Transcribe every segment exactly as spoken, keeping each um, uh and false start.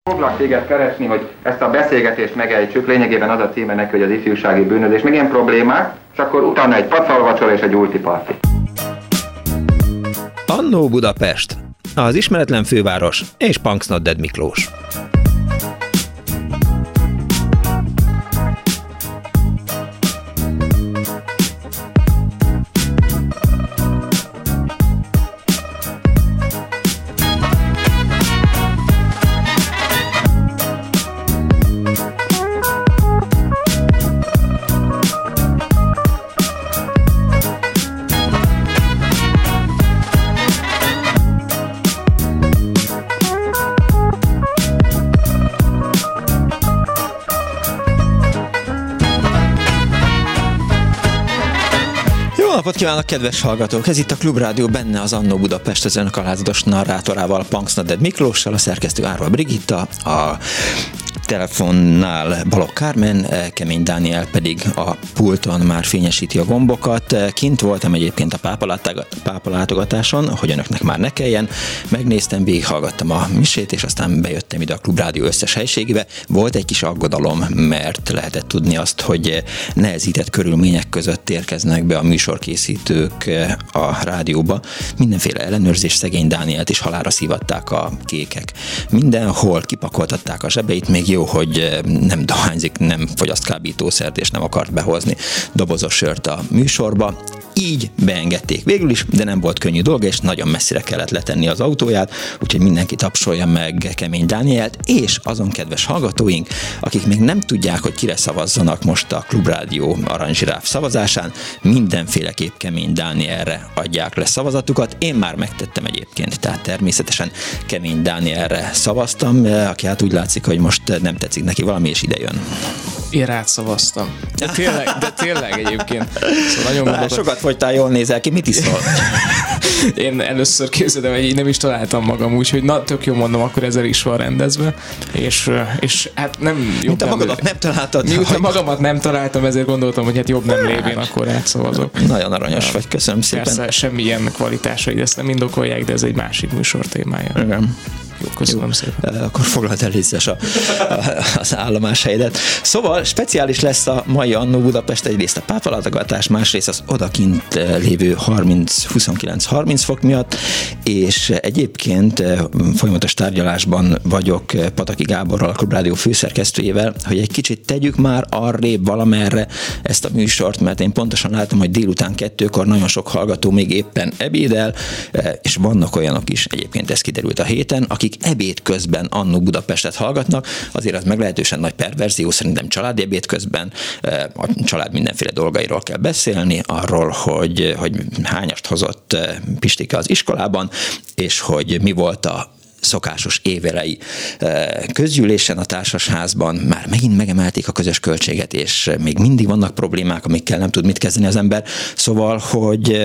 Foglak téged keresni, hogy ezt a beszélgetést megejtsük, lényegében az a címe neki, hogy az ifjúsági bűnözés, meg ilyen problémák, és akkor utána egy pacalvacsora és egy ultiparti. Annó Budapest, az ismeretlen főváros és Punks Not Dead Miklós. Napot kívánok, kedves hallgatók! Ez itt a Klubrádió, benne az Annó Budapest, az önök alázatos narrátorával, Punks Not Dead Miklóssal, a szerkesztő Árva Brigitta, a telefonnál Balogh Kármen, Kemény Dániel pedig a pulton már fényesíti a gombokat. Kint voltam egyébként a pápalátogatáson, hogy önöknek már ne kelljen. Megnéztem, végighallgattam a misét, és aztán bejöttem ide a Klubrádió összes helységébe. Volt egy kis aggodalom, mert lehetett tudni azt, hogy nehezített körülmények között érkeznek be a műsorkészítők a rádióba. Mindenféle ellenőrzés, szegény Dánielt is halálra szívatták a kékek. Mindenhol kipakoltatták a zsebeit, még jó, hogy nem dohányzik, nem fogyaszt kábítószert, és nem akart behozni dobozos sört a műsorba. Így beengedték végül is, de nem volt könnyű dolga, és nagyon messzire kellett letenni az autóját, úgyhogy mindenki tapsolja meg Kemény Dánielt, és azon kedves hallgatóink, akik még nem tudják, hogy kire szavazzanak most a Klubrádió Aranyzsiráf szavazásán, mindenféleképp Kemény Dánielre adják le szavazatukat. Én már megtettem egyébként, tehát természetesen Kemény Dánielre szavaztam, aki hát úgy látszik, hogy most nem tetszik neki valami, és ide jön. Én rád szavaztam. De tényleg, de tényleg egyébként. Szóval nagyon Már sokat fogytál, jól nézel ki, mit iszol? Én először képzelem, hogy így nem is találtam magam, úgyhogy na, tök jó mondom, akkor ezzel is van rendezve. És, és hát nem jobb. Mint a magadat nem találtad. Miután magamat nem találtam, ezért gondoltam, hogy hát jobb nem lévén, akkor rád szavazok. Nagyon aranyos ja. vagy, köszönöm szépen. Persze, semmilyen kvalitásai, ezt nem indokolják, de ez egy másik műsor témája. Igen. Jó, köszönöm Jó. szépen. Akkor foglald el a, a, az állomás helyedet. Szóval speciális lesz a mai Annó Budapest, egyrészt a pápalátogatás, másrészt az odakint lévő harminc huszonkilenc harminc fok miatt, és egyébként folyamatos tárgyalásban vagyok Pataki Gáborral, a Klubrádió főszerkesztőjével, hogy egy kicsit tegyük már arrébb valamerre ezt a műsort, mert én pontosan látom, hogy délután kettőkor nagyon sok hallgató még éppen ebédel, és vannak olyanok is, egyébként ez kiderült a héten, akik ebéd közben Annó Budapestet hallgatnak, azért az meglehetősen nagy perverzió, szerintem családi ebéd közben a család mindenféle dolgairól kell beszélni, arról, hogy, hogy hányast hozott Pistike az iskolában, és hogy mi volt a szokásos évelei közgyűlésen a társasházban, már megint megemelték a közös költséget, és még mindig vannak problémák, amikkel nem tud mit kezdeni az ember. Szóval, hogy,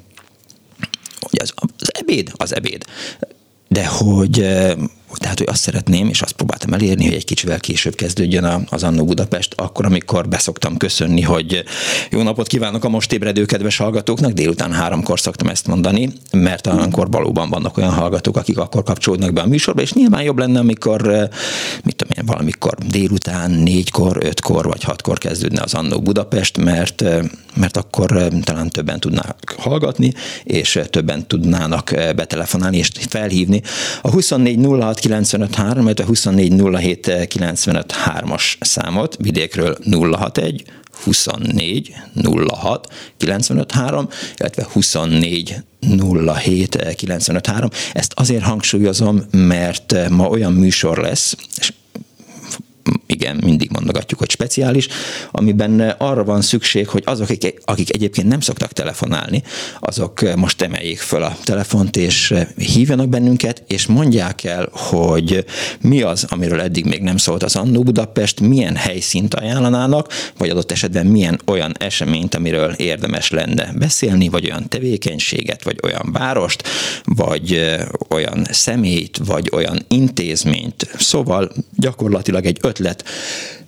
hogy az, az ebéd, az ebéd. De hogy, tehát, hogy azt szeretném, és azt próbáltam elérni, hogy egy kicsivel később kezdődjön az Annó Budapest, akkor, amikor beszoktam köszönni, hogy jó napot kívánok a most ébredő kedves hallgatóknak, délután háromkor szoktam ezt mondani, mert akkor valóban vannak olyan hallgatók, akik akkor kapcsolódnak be a műsorba, és nyilván jobb lenne, amikor, mit tudom én, valamikor délután négykor, ötkor vagy hatkor kezdődne az Annó Budapest, mert, mert akkor talán többen tudnának hallgatni, és többen tudnának betelefonálni és felhívni a huszonnégy nulla hat kilencvenöt három, illetve huszonnégy nulla hét kilencvenöt hármas számot, vidékről nulla hatvanegy huszonnégy nulla hat kilencvenöt három, illetve huszonnégy nulla hét kilencvenöt három. Ezt azért hangsúlyozom, mert ma olyan műsor lesz, és igen, mindig mondogatjuk, hogy speciális, amiben arra van szükség, hogy azok, akik egyébként nem szoktak telefonálni, azok most emeljék föl a telefont, és hívjanak bennünket, és mondják el, hogy mi az, amiről eddig még nem szólt az Annó Budapest, milyen helyszínt ajánlanának, vagy adott esetben milyen olyan eseményt, amiről érdemes lenne beszélni, vagy olyan tevékenységet, vagy olyan várost, vagy olyan személyt, vagy olyan intézményt. Szóval gyakorlatilag egy ötlet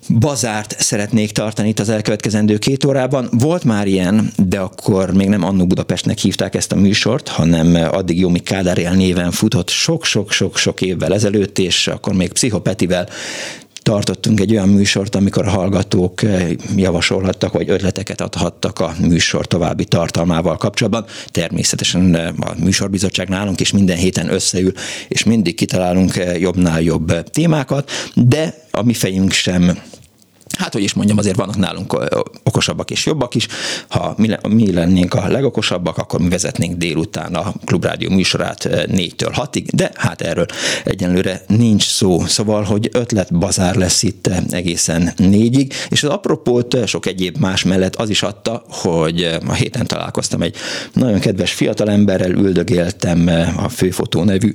bazárt szeretnék tartani itt az elkövetkezendő két órában. Volt már ilyen, de akkor még nem Annó Budapestnek hívták ezt a műsort, hanem addig Jómi Kádár néven futott sok-sok-sok-sok évvel ezelőtt, és akkor még Pszichopetivel tartottunk egy olyan műsort, amikor a hallgatók javasolhattak, vagy ötleteket adhattak a műsor további tartalmával kapcsolatban. Természetesen a műsorbizottság nálunk is minden héten összeül, és mindig kitalálunk jobbnál jobb témákat, de a mi fejünk sem, hát hogy is mondjam, azért vannak nálunk okosabbak és jobbak is. Ha mi, mi lennénk a legokosabbak, akkor mi vezetnénk délután a Klubrádió műsorát négytől hatig, de hát erről egyenlőre nincs szó. Szóval, hogy ötletbazár lesz itt egészen négyig, és az apropót sok egyéb más mellett az is adta, hogy a héten találkoztam egy nagyon kedves fiatalemberrel, üldögéltem a Főfotó nevű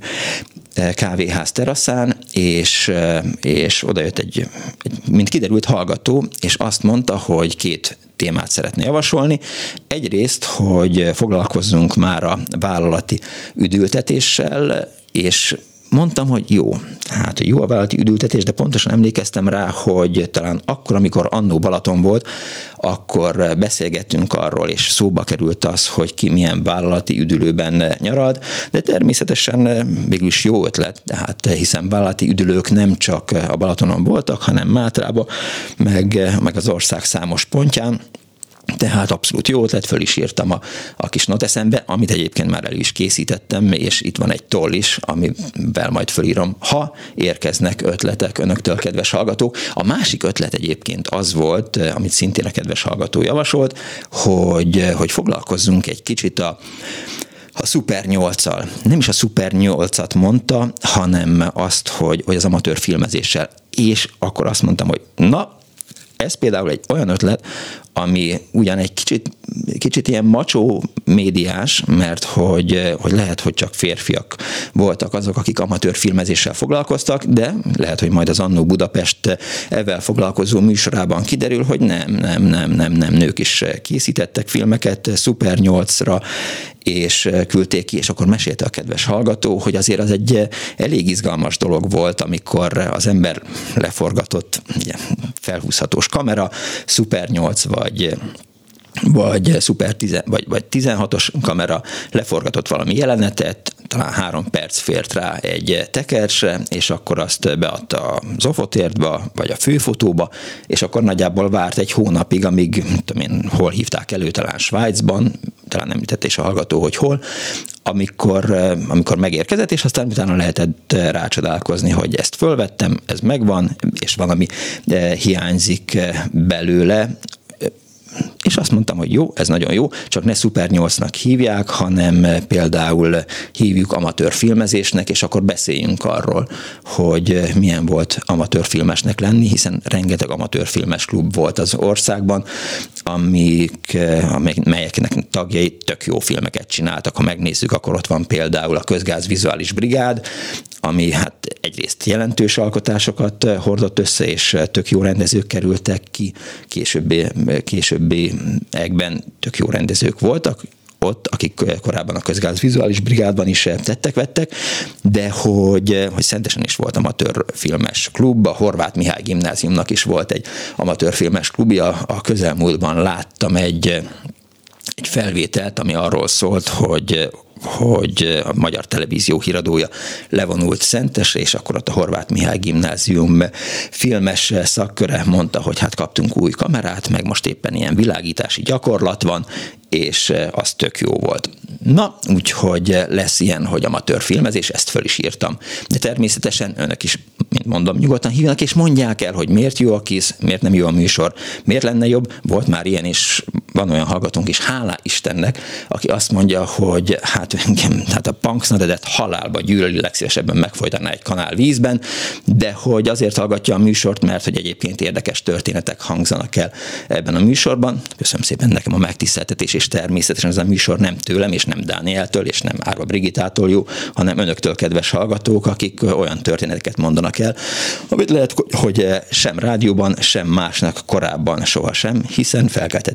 kávéház teraszán, és, és oda jött egy, egy, mint kiderült, hallgató, és azt mondta, hogy két témát szeretne javasolni. Egyrészt, hogy foglalkozzunk már a vállalati üdültetéssel, és mondtam, hogy jó, hát jó a vállalati üdültetés, de pontosan emlékeztem rá, hogy talán akkor, amikor annó Balaton volt, akkor beszélgettünk arról, és szóba került az, hogy ki milyen vállalati üdülőben nyarad, de természetesen végülis jó ötlet, de hát hiszen vállalati üdülők nem csak a Balatonon voltak, hanem Mátrában, meg, meg az ország számos pontján. Tehát abszolút jó ötlet, föl is írtam a, a kis noteszembe, amit egyébként már elő is készítettem, és itt van egy toll is, amivel majd fölírom, ha érkeznek ötletek önöktől, kedves hallgatók. A másik ötlet egyébként az volt, amit szintén a kedves hallgató javasolt, hogy, hogy foglalkozzunk egy kicsit a a Szuper nyolccal. Nem is a Szuper nyolcat mondta, hanem azt, hogy, hogy az amatőr filmezéssel. És akkor azt mondtam, hogy na, ez például egy olyan ötlet, ami ugyan egy kicsit, kicsit ilyen macsó médiás, mert hogy, hogy lehet, hogy csak férfiak voltak azok, akik amatőr filmezéssel foglalkoztak, de lehet, hogy majd az Annó Budapest ezzel foglalkozó műsorában kiderül, hogy nem, nem, nem, nem, nem, nők is készítettek filmeket Szuper nyolcra, és küldték ki, és akkor mesélte a kedves hallgató, hogy azért az egy elég izgalmas dolog volt, amikor az ember leforgatott ugye, felhúzhatós kamera, Szuper nyolc vagy vagy szuper tíz, vagy, vagy tizenhatos kamera leforgatott valami jelenetet, talán három perc fért rá egy tekercsre, és akkor azt beadta az Ofotértbe, vagy a Főfotóba, és akkor nagyjából várt egy hónapig, amíg, tudom én, hol hívták elő, talán Svájcban, talán nem említett is a hallgató, hogy hol, amikor, amikor megérkezett, és aztán utána lehetett rácsodálkozni, hogy ezt fölvettem, ez megvan, és valami hiányzik belőle, és azt mondtam, hogy jó, ez nagyon jó, csak ne Szuper nyolcnak hívják, hanem például hívjuk amatőr filmezésnek, és akkor beszéljünk arról, hogy milyen volt amatőr filmesnek lenni, hiszen rengeteg amatőr filmes klub volt az országban, amik, melyeknek tagjai tök jó filmeket csináltak. Ha megnézzük, akkor ott van például a Közgáz Vizuális Brigád, ami hát egyrészt jelentős alkotásokat hordott össze, és tök jó rendezők kerültek ki, későbbi, későbbiekben tök jó rendezők voltak ott, akik korábban a Közgáz Vizuális Brigádban is tettek-vettek, de hogy, hogy Szentesen is volt amatőr filmes klub, a Horváth Mihály Gimnáziumnak is volt egy amatőr filmes klubja, a közelmúltban láttam egy, egy felvételt, ami arról szólt, hogy hogy a Magyar Televízió híradója levonult Szentesre, és akkor ott a Horváth Mihály Gimnázium filmes szakköre mondta, hogy hát kaptunk új kamerát, meg most éppen ilyen világítási gyakorlat van, és az tök jó volt. Na, úgyhogy lesz ilyen, hogy amatőr filmezés, ezt föl is írtam. De természetesen önök is, mint mondom, nyugodtan hívnak, és mondják el, hogy miért jó a kis, miért nem jó a műsor, miért lenne jobb. Volt már ilyen, és van olyan hallgatónk is, hálá Istennek, aki azt mondja, hogy hát, engem, hát a Punksnadedet halálba gyűlöli, legszívesebben megfojtaná egy kanál vízben, de hogy azért hallgatja a műsort, mert hogy egyébként érdekes történetek hangzanak el ebben a műsorban. Köszönöm szépen, nekem a megtiszteltetés, és természetesen ez a műsor nem tőlem, és nem Dánieltől, és nem Árva Brigitától jó, hanem önöktől, kedves hallgatók, akik olyan történeteket mondanak el, amit lehet, hogy sem rádióban, sem másnak korábban sohasem, hiszen felkeltettük az érdekeket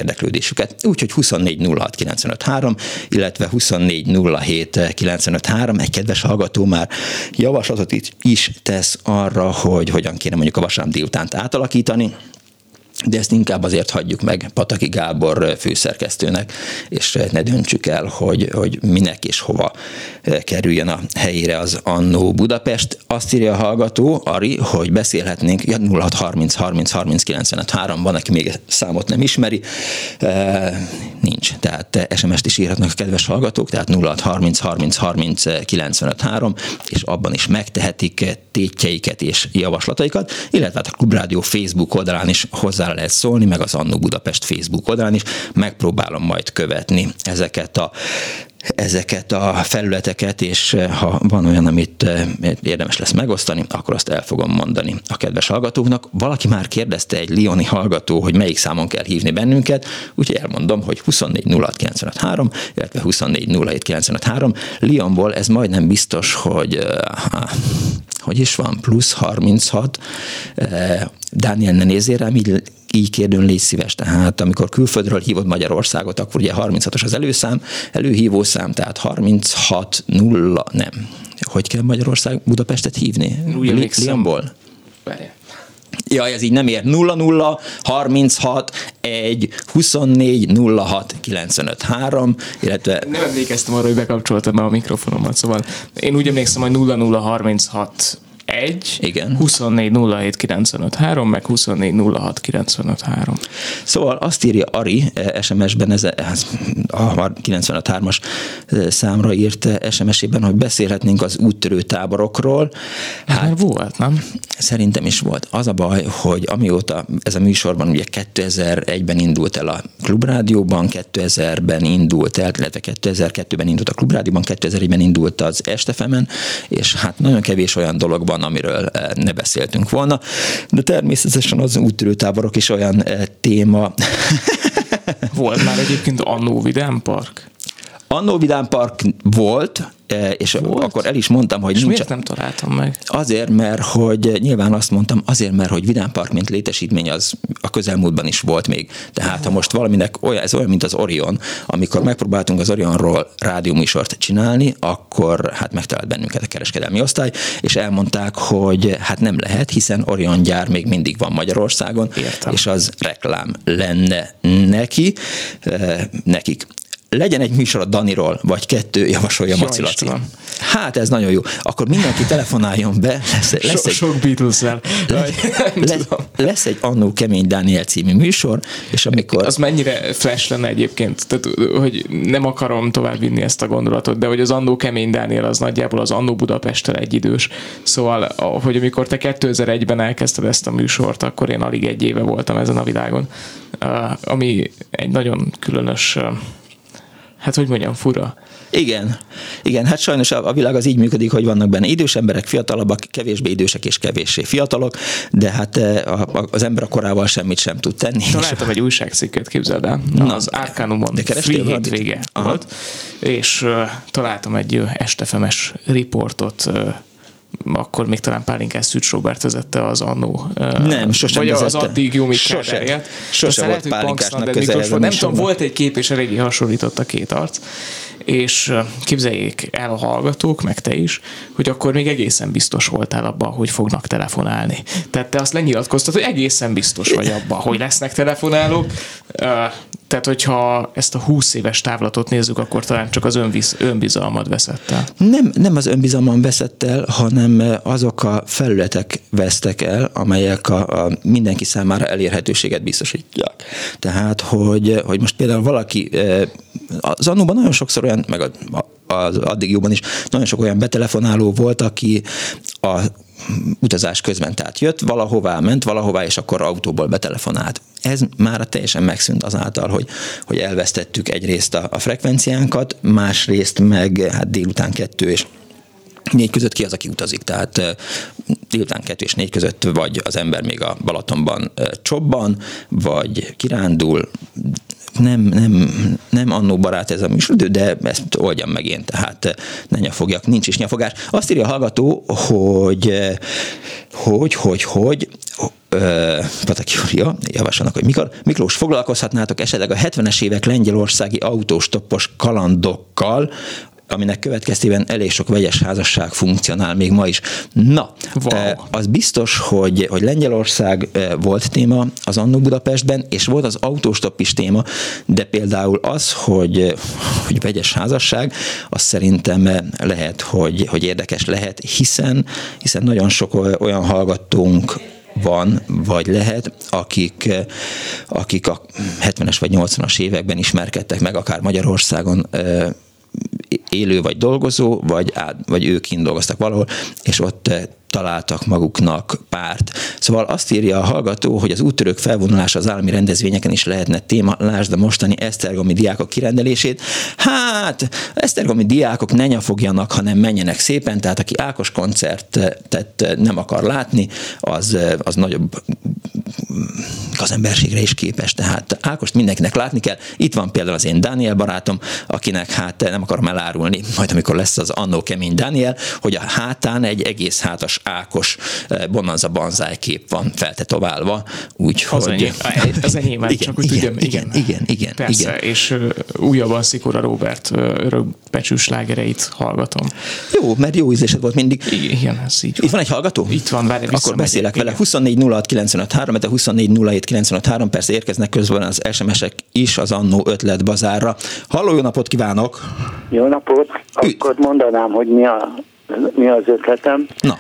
érdeklődésüket. Úgyhogy huszonnégy nulla hat kilencvenöt három, illetve huszonnégy nulla hét kilencvenöt három. Egy kedves hallgató már javaslatot is tesz arra, hogy hogyan kéne mondjuk a vasárnap délutánt átalakítani, de ezt inkább azért hagyjuk meg Pataki Gábor főszerkesztőnek, és ne döntsük el, hogy, hogy minek és hova kerüljön a helyére az Annó Budapest. Azt írja a hallgató, Ari, hogy beszélhetnénk, ja, nulla hat harminc harminc harminc kilencvenöt három, van, aki még számot nem ismeri, e, nincs, tehát es em es-t is írhatnak a kedves hallgatók, tehát nulla hat harminc harminc harminc kilencvenöt három, és abban is megtehetik tétjeiket és javaslataikat, illetve a Klubrádió Facebook oldalán is hozzá lehet szólni, meg az Annó Budapest Facebook oldalán is. Megpróbálom majd követni ezeket a ezeket a felületeket, és ha van olyan, amit érdemes lesz megosztani, akkor azt el fogom mondani a kedves hallgatóknak. Valaki már kérdezte, egy lyoni hallgató, hogy melyik számon kell hívni bennünket, úgyhogy elmondom, hogy huszonnégy nulla hat kilencvenöt három, illetve huszonnégy nulla hét kilencvenöt három. Lyonból ez majdnem biztos, hogy hogy is van, plusz harminchat. Dániel, ne nézzél rám, így így kérdőn, légy szíves, tehát amikor külföldről hívod Magyarországot, akkor ugye harminchatos az előszám, előhívószám, tehát harminchat nulla, nem. Hogy kell Magyarország Budapestet hívni? Lyonból? Jaj, ez így nem ér. nulla nulla harminchat egy huszonnégy nulla hat kilencvenöt három, illetve... Nem emlékeztem arra, hogy bekapcsoltam be a mikrofonomat, szóval én úgy emlékszem, hogy nulla nulla harminchat egy, igen. huszonnégy nulla hét kilencvenöt három, meg huszonnégy nulla hat kilencvenöt három. Szóval azt írja Ari es em es-ben, ez a kilencvenöt hármas számra írt es em es-ében, hogy beszélhetnénk az úttörő táborokról. Hát már volt, nem? Szerintem is volt. Az a baj, hogy amióta ez a műsorban ugye kétezer-egyben indult el a Klubrádióban, kétezerben indult el, illetve kétezer-kettőben indult a Klubrádióban, kétezer-egyben indult az Est ef em-en, és hát nagyon kevés olyan dolog van, amiről ne beszéltünk volna, de természetesen az úttörőtáborok is olyan téma. Volt már egyébként Annó Vidám Park? Annó Vidám Park volt, és volt? Akkor el is mondtam, hogy és nincs. Miért nem találtam meg? Azért, mert hogy nyilván azt mondtam, azért, mert hogy Vidám Park, mint létesítmény, az a közelmúltban is volt még. Tehát, ha most valaminek olyan, ez olyan, mint az Orion, amikor megpróbáltunk az Orionról rádióműsort csinálni, akkor hát megtalált bennünket a kereskedelmi osztály, és elmondták, hogy hát nem lehet, hiszen Orion gyár még mindig van Magyarországon, értem. És az reklám lenne neki, nekik. Legyen egy műsor a Daniról, vagy kettő, javasolja Maci Laci. Hát ez nagyon jó. Akkor mindenki telefonáljon be. Lesz, lesz so, egy, sok Beatles-el. lesz, lesz egy Annó Kemény Dániel című műsor, és amikor... Az mennyire flash lenne egyébként, tehát, hogy nem akarom tovább vinni ezt a gondolatot, de hogy az Annó Kemény Dániel az nagyjából az Annó Budapesttel egyidős. Szóval, hogy amikor te kétezer-egyben elkezdted ezt a műsort, akkor én alig egy éve voltam ezen a világon. Ami egy nagyon különös... Hát, hogy mondjam, fura. Igen, igen, hát sajnos a világ az így működik, hogy vannak benne idős emberek, fiatalabbak, kevésbé idősek és kevéssé fiatalok, de hát az ember a korával semmit sem tud tenni. Találtam egy újságcikket, képzeld el, Na, az Arcanumon Free hétvége volt, és uh, találtam egy uh, Est ef em-es riportot, uh, akkor még talán Pálinkás Szűcs Róbert vezette az Annó. Nem, sosem vagy vezette. az addig jó mit Sosem, sosem volt Pálinkásnak közel. Nem tudom, volt egy kép, és eléggé hasonlított a két arc. És képzeljék el a hallgatók, meg te is, hogy akkor még egészen biztos voltál abban, hogy fognak telefonálni. Tehát te azt lenyilatkoztad, hogy egészen biztos vagy abban, hogy lesznek telefonálók. Tehát, hogyha ezt a húsz éves távlatot nézzük, akkor talán csak az önbiz, önbizalmad veszett el. Nem, nem az önbizalmam veszett el, hanem azok a felületek vesztek el, amelyek a, a mindenki számára elérhetőséget biztosítják. Tehát, hogy, hogy most például valaki, az Annóban nagyon sokszor olyan, meg az addig jóban is, nagyon sok olyan betelefonáló volt, aki a utazás közben, tehát jött valahová, ment valahová, és akkor autóból betelefonált. Ez már teljesen megszűnt azáltal, hogy, hogy elvesztettük egyrészt a, a frekvenciánkat, másrészt meg hát délután kettő és négy között ki az, aki utazik. Tehát délután kettő és négy között vagy az ember még a Balatonban csobban, vagy kirándul, nem, nem, nem annó barát ez a műsor, de ezt oldjam meg én, tehát ne nyafogjak, nincs is nyafogás. Azt írja a hallgató, hogy hogy, hogy, hogy Pataki Júlia, javasolnak, hogy mikor. Miklós, foglalkozhatnátok esetleg a hetvenes évek lengyelországi autóstoppos kalandokkal, aminek következtében elég sok vegyes házasság funkcionál még ma is. Na, wow. Az biztos, hogy, hogy Lengyelország volt téma az Annó Budapestben, és volt az autóstopp is téma, de például az, hogy, hogy vegyes házasság, az szerintem lehet, hogy, hogy érdekes lehet, hiszen, hiszen nagyon sok olyan hallgatónk van, vagy lehet, akik, akik a hetvenes vagy nyolcvanas években ismerkedtek meg, akár Magyarországon élő vagy dolgozó, vagy, át, vagy ők kint dolgoztak valahol, és ott találtak maguknak párt. Szóval azt írja a hallgató, hogy az úttörők felvonulása az állami rendezvényeken is lehetne téma, lásd a mostani esztergomi diákok kirendelését. Hát, esztergomi diákok ne nyafogjanak, hanem menjenek szépen, tehát aki Ákos koncertet nem akar látni, az, az nagyobb gazemberségre is képes, tehát Ákost mindenkinek látni kell. Itt van például az én Dániel barátom, akinek hát nem akarom elárulni, majd amikor lesz az Annó Kemény Dániel, hogy a hátán egy egész hátas Ákos Bonanza Banzai kép van feltetoválva, úgyhogy... Az enyém, az enyém már csak úgy igen, tudjam. Igen, igen, igen, igen. Persze, igen. És uh, újabban Szikora Róbert uh, örökbecsű slágereit hallgatom. Jó, mert jó ízlésed volt mindig. Igen, ez így van. Itt van egy hallgató? Itt van, várj, akkor beszélek vele. huszonnégy nulla hat kilencvenöt három, de huszonnégy nulla hét kilencvenöt három, persze érkeznek közben az es em es-ek is az Annó ötlet bazárra. Halló, jó napot kívánok! Jó napot! Akkor mondanám, hogy mi, a, mi az ötletem. Na.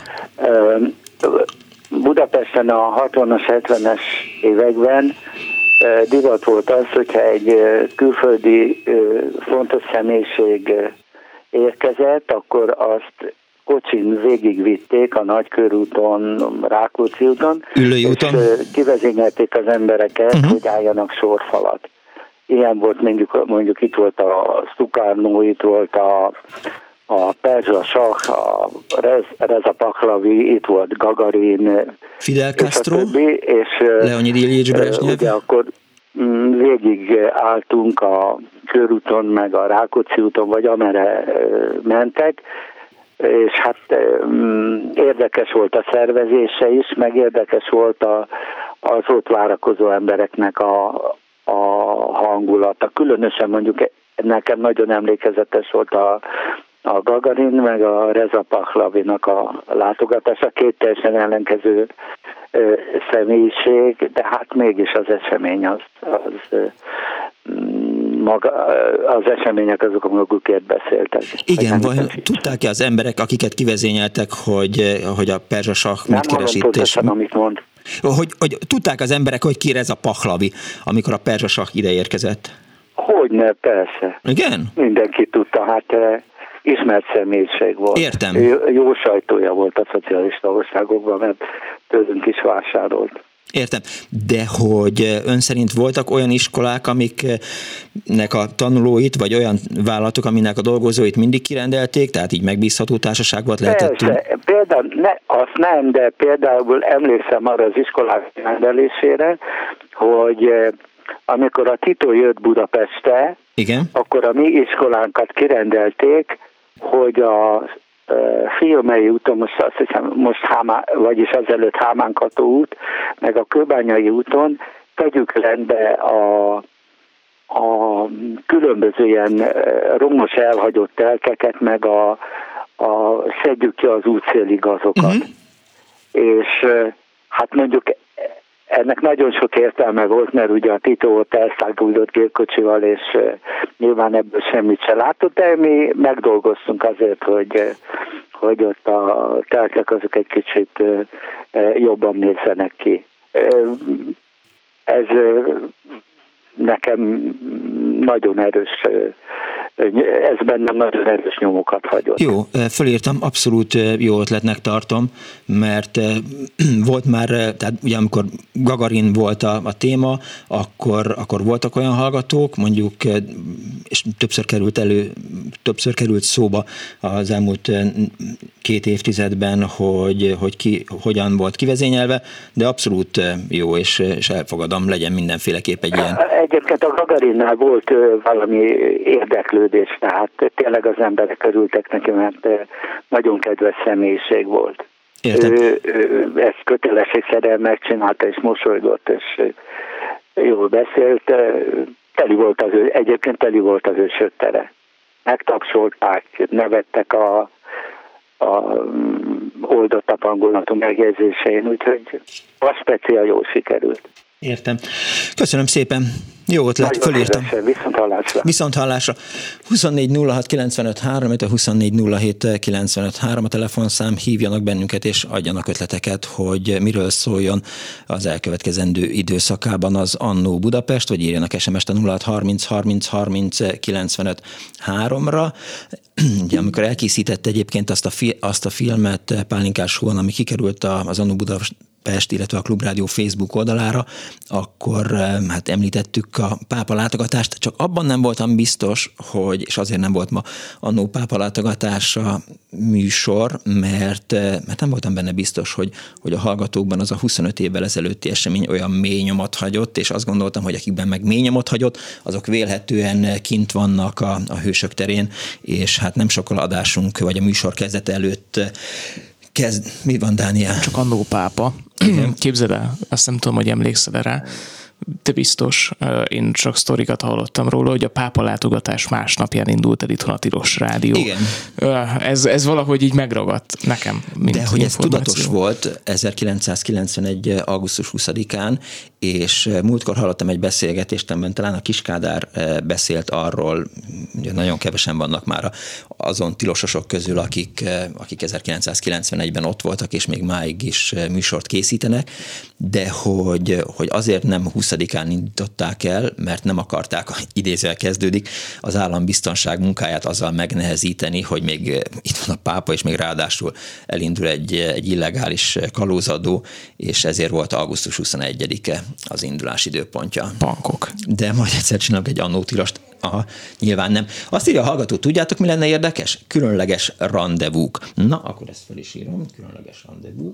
Budapesten a hatvanas, hetvenes években divat volt az, hogyha egy külföldi fontos személyiség érkezett, akkor azt kocsin végigvitték a Nagykörúton, Rákóczi úton, Üllői úton, és kivezényelték az embereket, uh-huh. hogy álljanak sorfalat. Ilyen volt mondjuk, mondjuk itt volt a Sukarno, itt volt a, a Perzsa Sah, a Rez, Reza Pahlavi, itt volt Gagarin, Fidel Castro, és, és Leonid Iljics Brezsnyev. Ugye akkor végig álltunk a Körúton, meg a Rákóczi úton, vagy amerre mentek, és hát érdekes volt a szervezése is, meg érdekes volt a, az ott várakozó embereknek a, a hangulata. Különösen mondjuk nekem nagyon emlékezetes volt a, a Gagarin, meg a Reza Pahlavinak a látogatása, két teljesen ellenkező ö, személyiség, de hát mégis az esemény az, az maga, az események azok a magukért beszéltek. Igen, vajon tudták-e az emberek, akiket kivezényeltek, hogy, hogy a Perzsa Sah mit keres itt? Pontosan, és... amit mond. Hogy, hogy tudták az emberek, hogy ki ez a Pahlavi, amikor a Perzsa Sah ide érkezett? Hogyne, persze. Igen? Mindenki tudta, hát ismert személyiség volt. Értem. Jó sajtója volt a szocialista országokban, mert tőlünk is vásárolt. Értem, de hogy ön szerint voltak olyan iskolák, amiknek a tanulóit, vagy olyan vállalatok, aminek a dolgozóit mindig kirendelték, tehát így megbízható társaság volt lehetett? Persze, például, ne, azt nem, de például emlékszem arra az iskolák rendelésére, hogy amikor a Tito jött Budapestre, igen, akkor a mi iskolánkat kirendelték, hogy a Fiumei úton, most azt hiszem, most Hámá, vagyis azelőtt Hámánkató út, meg a Kőbányai úton tegyük rendbe a, a különböző ilyen romos elhagyott telkeket, meg a, a szedjük ki az útszélig azokat. Uh-huh. És hát mondjuk ennek nagyon sok értelme volt, mert ugye a Tito ott elszáguldott gépkocsival, és nyilván ebből semmit se látott, de mi megdolgoztunk azért, hogy, hogy ott a telkek azok egy kicsit jobban nézzenek ki. Ez nekem nagyon erős, ez bennem nagyon erős nyomokat hagyott. Jó, fölírtam, abszolút jó ötletnek tartom, mert volt már, tehát ugye amikor Gagarin volt a, a téma, akkor, akkor voltak olyan hallgatók, mondjuk, és többször került elő, többször került szóba az elmúlt két évtizedben, hogy, hogy ki hogyan volt kivezényelve, de abszolút jó, és, és elfogadom, legyen mindenféleképp egy ilyen. Egyébként a Gagarinnál volt valami érdeklődés, tehát tényleg az emberek örültek neki, mert nagyon kedves személyiség volt. Értem. Ő, ő ezt kötelességszerűen megcsinálta, és mosolygott, és jól beszélt. Teli volt az ő, egyébként teli volt az ő söttere. Megtapsolták, nevettek a, a oldottabb hangulatú megjegyzésein, úgyhogy a speciál jól sikerült. Értem. Köszönöm szépen. Jó ötlet, fölírtam. Viszont hallásra. Viszont hallásra. huszonnégy nulla hat kilencvenöt három, a huszonnégy nulla hét kilencvenöt három a telefonszám, hívjanak bennünket és adjanak ötleteket, hogy miről szóljon az elkövetkezendő időszakában az Annó Budapest, vagy írjanak es em est a nulla hat harminc harminc harminc kilencvenöt háromra. Ugye, amikor elkészített egyébként azt a, fi- azt a filmet Pálinkás Huan, ami kikerült az Annó Budapest, illetve a Klubrádió Facebook oldalára, akkor hát említettük a pápa látogatást, csak abban nem voltam biztos, hogy, és azért nem volt ma annó pápa látogatása műsor, mert, mert nem voltam benne biztos, hogy, hogy a hallgatókban az a huszonöt évvel ezelőtti esemény olyan mély nyomot hagyott, és azt gondoltam, hogy akikben meg mély nyomot hagyott, azok vélhetően kint vannak a, a Hősök terén, és hát nem sokkal adásunk, vagy a műsor kezdete előtt kezd. Mi van, Dániel? Csak annó pápa. Képzeld el, azt nem tudom, hogy emlékszel rá, te biztos, én csak sztorikat hallottam róla, hogy a pápa látogatás másnapján indult el itthon a Tilos Rádió. Igen. Ez, ez valahogy így megragadt nekem. De hogy ez tudatos volt ezerkilencszázkilencvenegy. augusztus huszadikán, és múltkor hallottam egy beszélgetést, amiben talán a Kiskádár beszélt arról, hogy nagyon kevesen vannak már azon tilososok közül, akik, akik ezerkilencszázkilencvenegyben ott voltak, és még máig is műsort készítenek, de hogy, hogy azért nem huszadikán indították el, mert nem akarták, idézővel kezdődik, az állambiztonság munkáját azzal megnehezíteni, hogy még itt van a pápa, és még ráadásul elindul egy, egy illegális kalózadó, és ezért volt augusztus huszonegyedike az indulás időpontja. Bankok. De majd egyszer csinálok egy annó tilost. Aha, nyilván nem. Azt írja a hallgató, tudjátok, mi lenne érdekes? Különleges randevúk. Na, akkor ezt fel is írom. Különleges randevúk.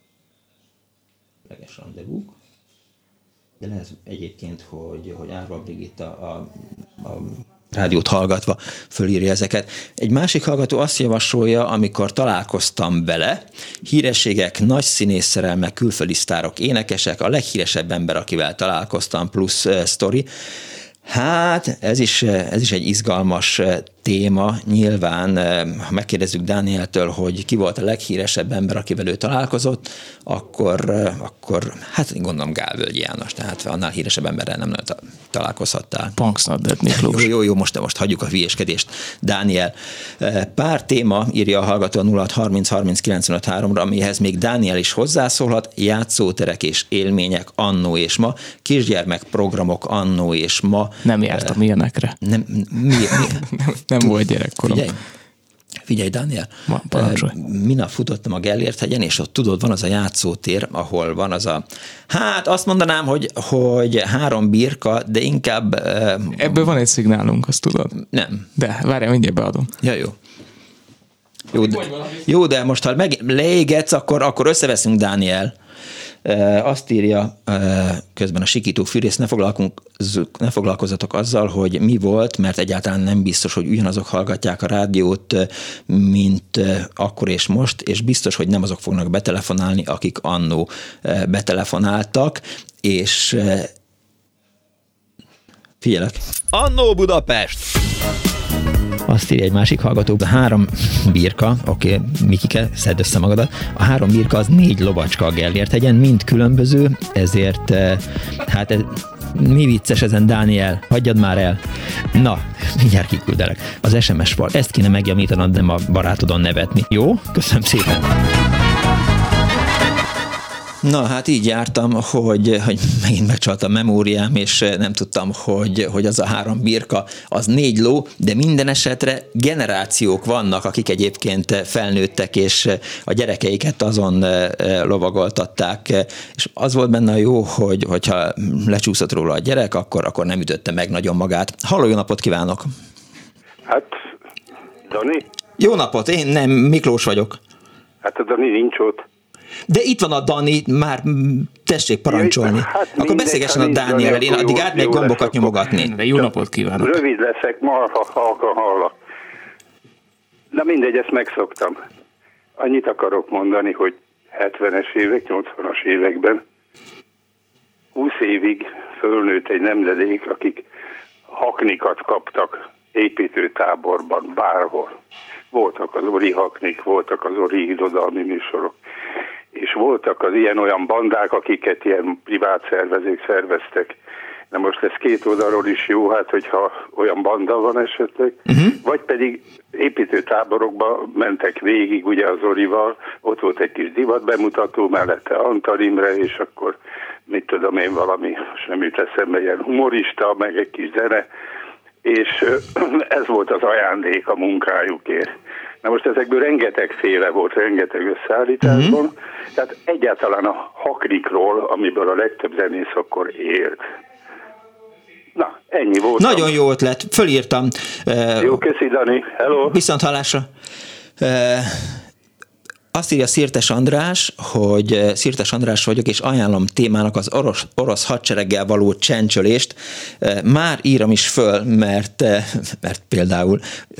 Különleges randevúk. De lehet egyébként, hogy, hogy Árva Brigitta a, a rádiót hallgatva fölírja ezeket. Egy másik hallgató azt javasolja, amikor találkoztam vele, hírességek, nagy színészszerelmek, külföldi sztárok, énekesek, a leghíresebb ember, akivel találkoztam, plusz uh, sztori. Hát, ez is, ez is egy izgalmas téma. Nyilván, ha megkérdezzük Dánieltől, hogy ki volt a leghíresebb ember, akivel ő találkozott, akkor, akkor hát gondolom Gálvölgyi János, tehát annál híresebb emberrel nem találkozhattál. Punksnodded Miklós. Jó, jó, jó, most, most hagyjuk a hülyéskedést. Dániel, pár téma, írja a hallgató a nulla hat harminc harminc kilencvenöt háromra, amihez még Dániel is hozzászólhat, játszóterek és élmények annó és ma, kisgyermek programok annó és ma. Nem jártam uh, ilyenekre. Nem, mi, mi? nem, nem volt gyerekkorom. Figyelj, figyelj Dániel, Ma, parancsolj. Minap futottam a Gellért hegyen, és ott tudod, van az a játszótér, ahol van az a, hát azt mondanám, hogy, hogy három birka, de inkább... Ebből van egy szignálunk, azt tudod? Nem. De, várjál, mindjárt beadom. Ja, jó. Jó, de, jó, de most ha meg leégetsz, akkor, akkor összeveszünk, Dániel. E, azt írja e, közben a sikító fűrész, ne, ne foglalkozzatok azzal, hogy mi volt, mert egyáltalán nem biztos, hogy ugyanazok hallgatják a rádiót, mint akkor és most, és biztos, hogy nem azok fognak betelefonálni, akik annó betelefonáltak, és e, figyelek. Annó Budapest! Azt írja egy másik hallgató, a három birka, oké, okay, Mikike, szedd össze magadat, a három birka az négy lovacska a Gellért hegyen, mind különböző, ezért hát ez, mi vicces ezen, Dániel, hagyjad már el. Na, mindjárt kiküldelek. Az es em es fal, ezt kéne megjavnítanod, nem a barátodon nevetni. Jó? Köszönöm szépen. Na, hát így jártam, hogy, hogy megint megcsalt a memóriám, és nem tudtam, hogy, hogy az a három birka, az négy ló, de minden esetre generációk vannak, akik egyébként felnőttek, és a gyerekeiket azon lovagoltatták, és az volt benne a jó, hogy, hogyha lecsúszott róla a gyerek, akkor, akkor nem ütötte meg nagyon magát. Halló, jó napot kívánok! Hát, Dani? Jó napot, én nem, Miklós vagyok. Hát a Dani nincs ott. De itt van a Dani, már tessék parancsolni. Ja, hát akkor beszélgessen a Dániellel, én addig átmegyek gombokat nyomogatni. De jó napot kívánok. Rövid leszek, marha, halka, hallak. Na mindegy, ezt megszoktam. Annyit akarok mondani, hogy hetvenes évek, nyolcvanas években húsz évig fölnőtt egy nemzedék, akik haknikat kaptak építőtáborban, bárhol. Voltak az Ori haknik, voltak az Ori irodalmi műsorok, és voltak az ilyen-olyan bandák, akiket ilyen privát szervezők szerveztek. Na most ez két oldalról is jó, hát hogyha olyan banda van esetleg, uh-huh. vagy pedig építőtáborokba mentek végig, ugye az Orival, ott volt egy kis divat bemutató, mellette Antal Imre, és akkor mit tudom én, valami, sem jut eszembe, ilyen humorista, meg egy kis zene, és ez volt az ajándék a munkájukért. Na most ezekből rengeteg féle volt, rengeteg összeállításban, uh-huh. tehát egyáltalán a haknikról, amiből a legtöbb zenész akkor élt. Na, ennyi volt. Nagyon jó ötlet, fölírtam. Jó, köszi Dani, hello. Viszont hallásra. Azt írja Szirtes András, hogy Szirtes András vagyok, és ajánlom témának az orosz, orosz hadsereggel való csencsölést. Már írom is föl, mert, mert például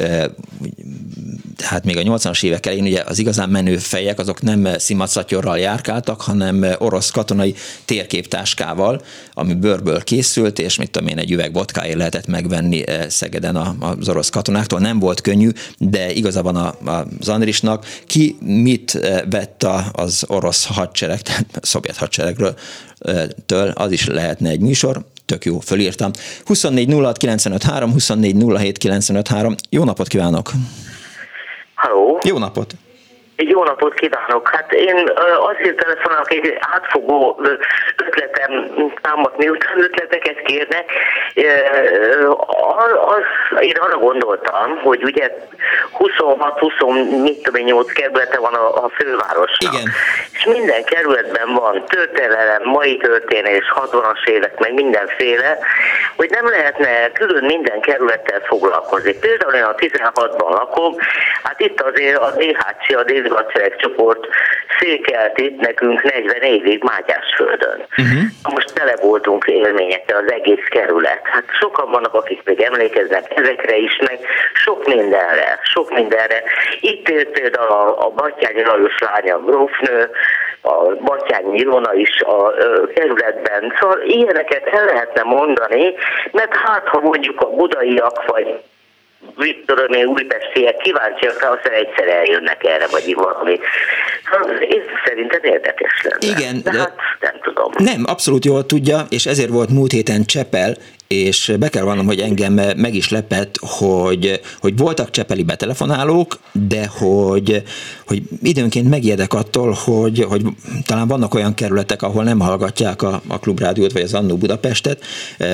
hát még a nyolcvanas évek elején ugye az igazán menő fejek, azok nem szimatszatyorral járkáltak, hanem orosz katonai térképtáskával, ami bőrből készült, és mit tudom én, egy üveg vodkáért lehetett megvenni Szegeden az orosz katonáktól. Nem volt könnyű, de igaza van az Andrisnak. Ki mit vett az orosz hadsereg, tehát a szovjet hadseregről, től, az is lehetne egy műsor. Tök jó, fölírtam. huszonnégy nulla hat kilencvenöt három, huszonnégy nulla hét kilencvenöt három. Jó napot kívánok! Halló! Jó napot! Jó napot kívánok! Hát én azért telefonálok, egy átfogó ötletem támadt, miután ötleteket kérnek. Az, én arra gondoltam, hogy ugye huszonhat-huszonnyolc kerülete van a, a fővárosnak. Igen. És minden kerületben van történelem, mai történés, hatvanas évek, meg mindenféle, hogy nem lehetne külön minden kerülettel foglalkozni. Például én a tizenhatban lakom, hát itt azért az é há cé, a déli hadseregcsoport székelt itt nekünk negyven évig Mátyásföldön. Uh-huh. Most tele voltunk élményekkel az egész kerület. Hát sokan vannak, akik még emlékeznek ezekre is, meg sok mindenre, sok mindenre. Itt élt például a, a Batthyány Lajos lánya, grófnő, a Batthyány Ilona is a ö, kerületben. Szóval ilyeneket el lehetne mondani, mert hát ha mondjuk a budaiak, vagy mit tudom én, újpestiek kíváncsiak rá, aztán egyszer eljönnek erre, vagy valami. Ez szerintem érdekes lenne. Igen, de hát nem tudom. Nem, abszolút jól tudja, és ezért volt múlt héten Csepel, és be kell vallanom, hogy engem meg is lepett, hogy, hogy voltak csepeli betelefonálók, de hogy, hogy időnként megijedek attól, hogy, hogy talán vannak olyan kerületek, ahol nem hallgatják a, a Klubrádiót, vagy az Annó Budapestet,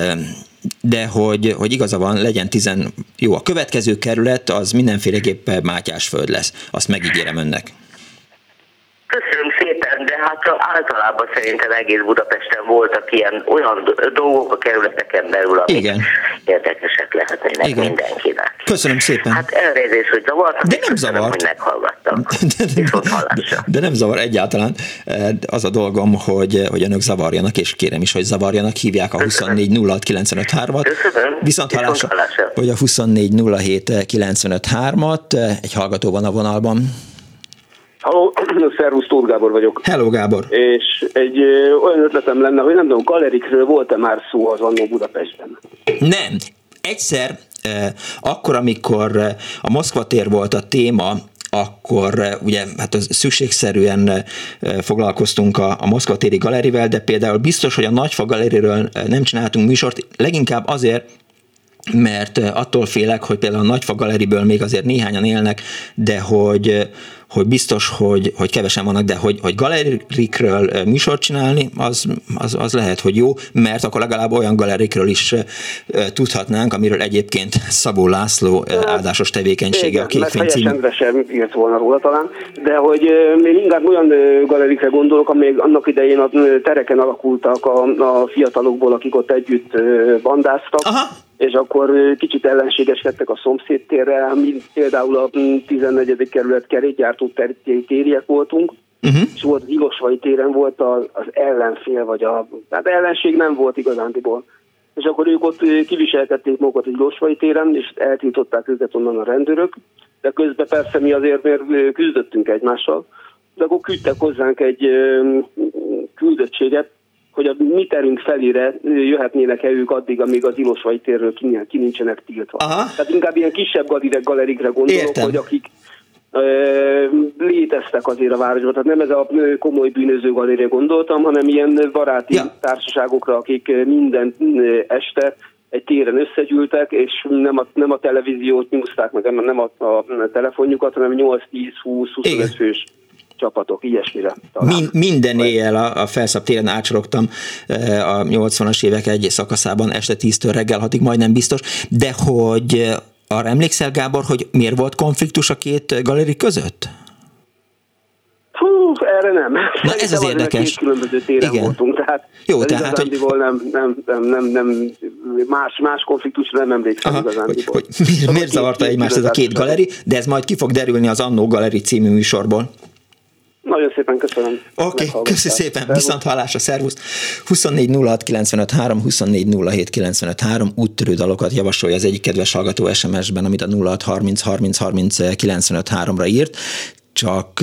de hogy, hogy igaza van, legyen tizen... Jó, a következő kerület az mindenféleképpen Mátyásföld lesz. Azt megígérem önnek. Köszönöm szépen, de hát általában szerintem egész Budapesten voltak ilyen olyan dolgok a kerületeken belül, amik Igen. érdekesek lehetnek Igen. mindenkinek. Köszönöm szépen. Hát elnézést, hogy zavartak, de nem zavart. Hogy meghallgattak. De, de, de, de nem zavar egyáltalán. Az a dolgom, hogy, hogy önök zavarjanak, és kérem is, hogy zavarjanak, hívják a huszonnégy nulla hat kilencvenöt hármat. Köszönöm. Viszont hallásra, vagy a huszonnégy nulla hét kilencvenöt hármat. Egy hallgató van a vonalban. Halló, szervusz, Tóth Gábor vagyok. Hello, Gábor. És egy ö, olyan ötletem lenne, hogy nem tudom, galerikről volt-e már szó az Annó Budapestben? Nem. Egyszer, eh, akkor, amikor eh, a Moszkva tér volt a téma, akkor eh, ugye hát az szükségszerűen eh, foglalkoztunk a, a Moszkva téri galerivel, de például biztos, hogy a Nagyfa galeriről eh, nem csináltunk műsort, leginkább azért, mert attól félek, hogy például a Nagyfa galeriből még azért néhányan élnek, de hogy, hogy biztos, hogy, hogy kevesen vannak, de hogy, hogy galerikről műsort csinálni, az, az, az lehet, hogy jó, mert akkor legalább olyan galerikről is tudhatnánk, amiről egyébként Szabó László áldásos tevékenysége, a Kékfény című. Igen, mert sem írt volna róla talán, de hogy én inkább olyan galerikre gondolok, amelyek annak idején a tereken alakultak a, a fiatalokból, akik ott együtt bandáztak. Aha. És akkor kicsit ellenségeskedtek a szomszédtérrel, mint például a tizennegyedik kerület kerékgyár Mártó tériek voltunk, uh-huh. és volt az Ilosvai téren volt az, az ellenfél, vagy a, tehát ellenség nem volt igazándiból. És akkor ők ott kiviselkedték magukat egy Ilosvai téren, és eltiltották őket onnan a rendőrök, de közben persze mi azért mert küzdöttünk egymással, de akkor küldtek hozzánk egy küldöttséget, hogy a mi terünk felére jöhetnének-e ők addig, amíg az Ilosvai térről ki, ki nincsenek tiltva. Aha. Tehát inkább ilyen kisebb galerikre gondolok, Értem. hogy akik ö, léteztek azért a városban. Tehát nem ez a komoly bűnöző galérre gondoltam, hanem ilyen baráti ja. társaságokra, akik minden este egy téren összegyűltek, és nem a, nem a televíziót nyúzták meg, nem a, a telefonjukat, hanem nyolc, tíz, húsz, huszonöt fős csapatok, ilyesmire. Min, minden éjjel a, a Felszab téren átsorogtam a nyolcvanas évek egy szakaszában, este tíztől reggel hatig, majdnem biztos, de hogy arra emlékszel, Gábor, hogy miért volt konfliktus a két galéri között? Hú, erre nem. Na ez az érdekes. Két különböző téren Igen. voltunk, tehát Jó, tehát, hogy... nem, nem, nem, nem, nem, más, más konfliktusra nem emlékszem igazándiból. Hogy, hogy miért, miért zavarta egymást ez a két galeri, de ez majd ki fog derülni az Annó Galeri című műsorból. Nagyon szépen köszönöm. Oké, okay, köszi szépen, szervusz. Viszont hallásra, szervusz. huszonnégy nulla hat kilencvenöt három, huszonnégy nulla hét kilencvenöt három úttörő dalokat javasolja az egyik kedves hallgató es em es-ben, amit a nulla hat harminc harminc harminc kilencvenöt háromra írt, csak...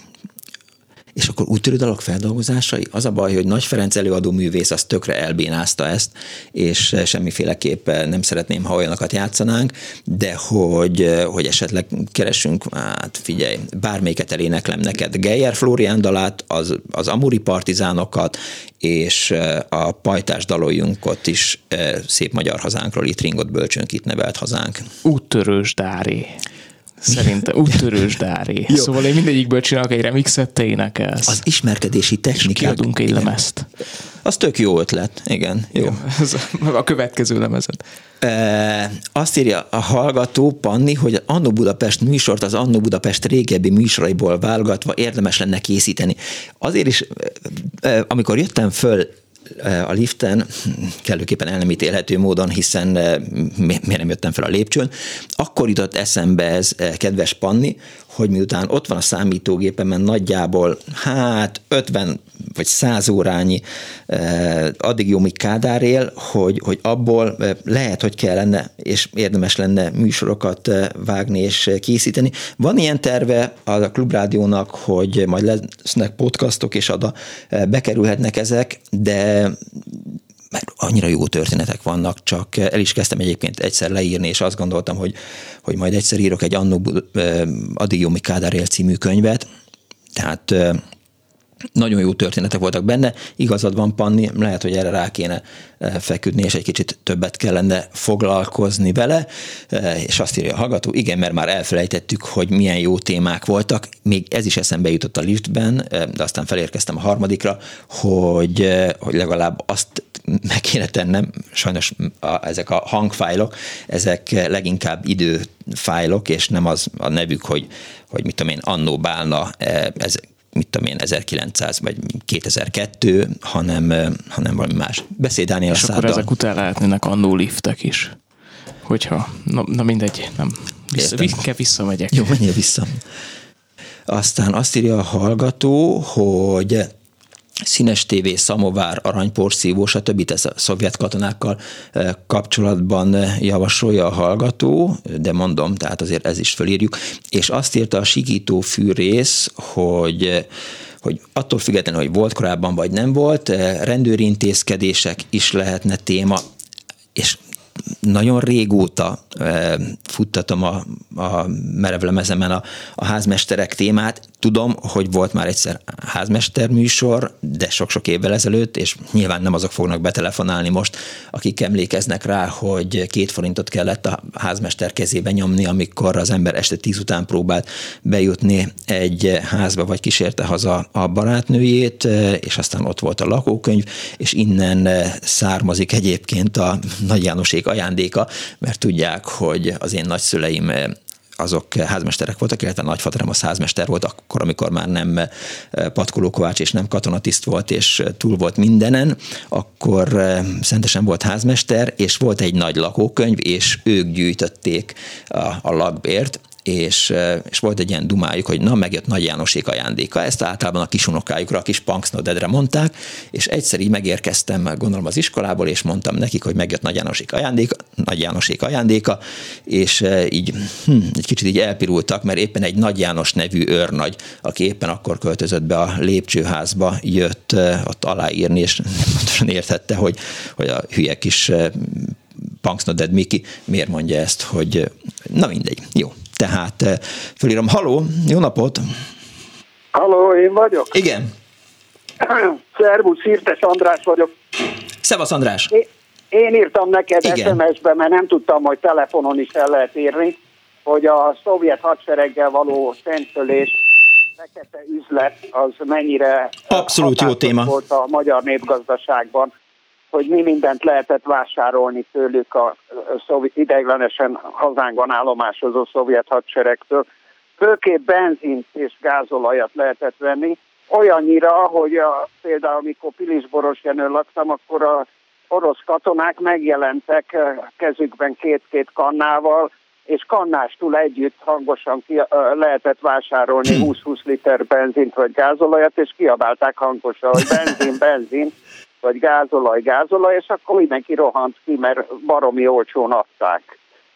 És akkor úttörő dalok feldolgozásai? Az a baj, hogy Nagy Ferenc előadó művész az tökre elbénázta ezt, és semmiféleképp nem szeretném, ha olyanokat játszanánk, de hogy, hogy esetleg keresünk, hát figyelj, bármelyiket eléneklem neked. Geyer Flórián dalát, az, az Amuri partizánokat, és a Pajtás daloljunkat is szép magyar hazánkról, itt ringott bölcsönk, itt nevelt hazánk. Úttörős Dáré. Szerintem úttörős Dáré. Szóval én mindegyikből csinálok egy remixet, te énekelsz. Az ismerkedési technikák. És kiadunk egy lemezt. Az tök jó ötlet, igen. Jó. Ez a következő lemezet. E, azt írja a hallgató, Panni, hogy az Annó Budapest műsort az Annó Budapest régebbi műsoraiból válogatva érdemes lenne készíteni. Azért is, amikor jöttem föl a liften, kellőképpen el nem ítélhető módon, hiszen miért nem jöttem fel a lépcsőn, akkor jutott eszembe ez, kedves Panni, hogy miután ott van a számítógépemen nagyjából hát ötven vagy száz órányi addig jó, míg Kádár él, hogy, hogy abból lehet, hogy kellene és érdemes lenne műsorokat vágni és készíteni. Van ilyen terve a Klubrádiónak, hogy majd lesznek podcastok, és oda bekerülhetnek ezek, de mert annyira jó történetek vannak, csak el is kezdtem egyébként egyszer leírni, és azt gondoltam, hogy, hogy majd egyszer írok egy Annó Addig jó, míg Kádár él című könyvet, tehát nagyon jó történetek voltak benne, igazad van, Panni, lehet, hogy erre rá kéne feküdni, és egy kicsit többet kellene foglalkozni vele, és azt írja a hallgató, igen, mert már elfelejtettük, hogy milyen jó témák voltak, még ez is eszembe jutott a liftben, de aztán felérkeztem a harmadikra, hogy, hogy legalább azt meg kéne tennem, sajnos a, ezek a hangfájlok, ezek leginkább időfájlok, és nem az a nevük, hogy, hogy mit tudom én, Annó Bálna, ez mit tudom én, ezerkilencszáz vagy kétezer-kettő, hanem, hanem valami más. Beszélj Dániel És akkor ezek után lehetnének Annó liftek is. Hogyha, na, na mindegy, nem. Vissza, inkább visszamegyek. Jó, menjél vissza. Aztán azt írja a hallgató, hogy színes tévé, szamovár, aranyporszívó, stb. Ez a szovjet katonákkal kapcsolatban javasolja a hallgató, de mondom, tehát azért ez is fölírjuk. És azt írta a sikító fűrész, hogy hogy attól függetlenül, hogy volt korábban, vagy nem volt, rendőri intézkedések is lehetne téma, és nagyon régóta e, futtatom a, a merevlemezemen a, a házmesterek témát. Tudom, hogy volt már egyszer házmester műsor, de sok-sok évvel ezelőtt, és nyilván nem azok fognak betelefonálni most, akik emlékeznek rá, hogy két forintot kellett a házmester kezébe nyomni, amikor az ember este tíz után próbált bejutni egy házba, vagy kísérte haza a barátnőjét, és aztán ott volt a lakókönyv, és innen származik egyébként a Nagy Jánosék ajándéka, mert tudják, hogy az én nagyszüleim azok házmesterek voltak, illetve nagyfaterem az házmester volt akkor, amikor már nem Patkoló Kovács és nem katonatiszt volt, és túl volt mindenen, akkor szentesen volt házmester, és volt egy nagy lakókönyv, és ők gyűjtötték a, a lakbért. és, és volt egy ilyen dumájuk, hogy na, megjött Nagy Jánosék ajándéka. Ezt általában a kisunokájukra, a kis Punksnodedre mondták, és egyszer így megérkeztem, gondolom az iskolából, és mondtam nekik, hogy megjött Nagy Jánosék ajándéka, Nagy Jánosék ajándéka, és így hm, egy kicsit így elpirultak, mert éppen egy Nagy János nevű őrnagy, aki éppen akkor költözött be a lépcsőházba, jött ott aláírni, és pontosan értette, hogy, hogy a hülye kis Punksnoded Miki miért mondja ezt, hogy na mindegy, jó. Tehát fölírom, haló, jó napot! Halló, én vagyok? Igen. Szervusz, Hirtes András vagyok. Szevasz, András! Én, én írtam neked Igen. es em es-be, mert nem tudtam, hogy telefonon is el lehet írni, hogy a szovjet hadsereggel való szentölés, fekete üzlet, az mennyire abszolút jó téma volt a magyar népgazdaságban, hogy mi mindent lehetett vásárolni tőlük a szovjet, ideiglenesen hazánkban állomásozó szovjet hadseregtől. Főképp benzint és gázolajat lehetett venni, olyannyira, hogy a, például amikor Pilisborosjenőn laktam, akkor a orosz katonák megjelentek kezükben két-két kannával, és kannástól együtt hangosan ki, lehetett vásárolni húsz-húsz liter benzint vagy gázolajat, és kiabálták hangosan, hogy benzin, benzin, vagy gázolaj, gázolaj, és akkor mindenki rohant ki, mert baromi olcsón adták.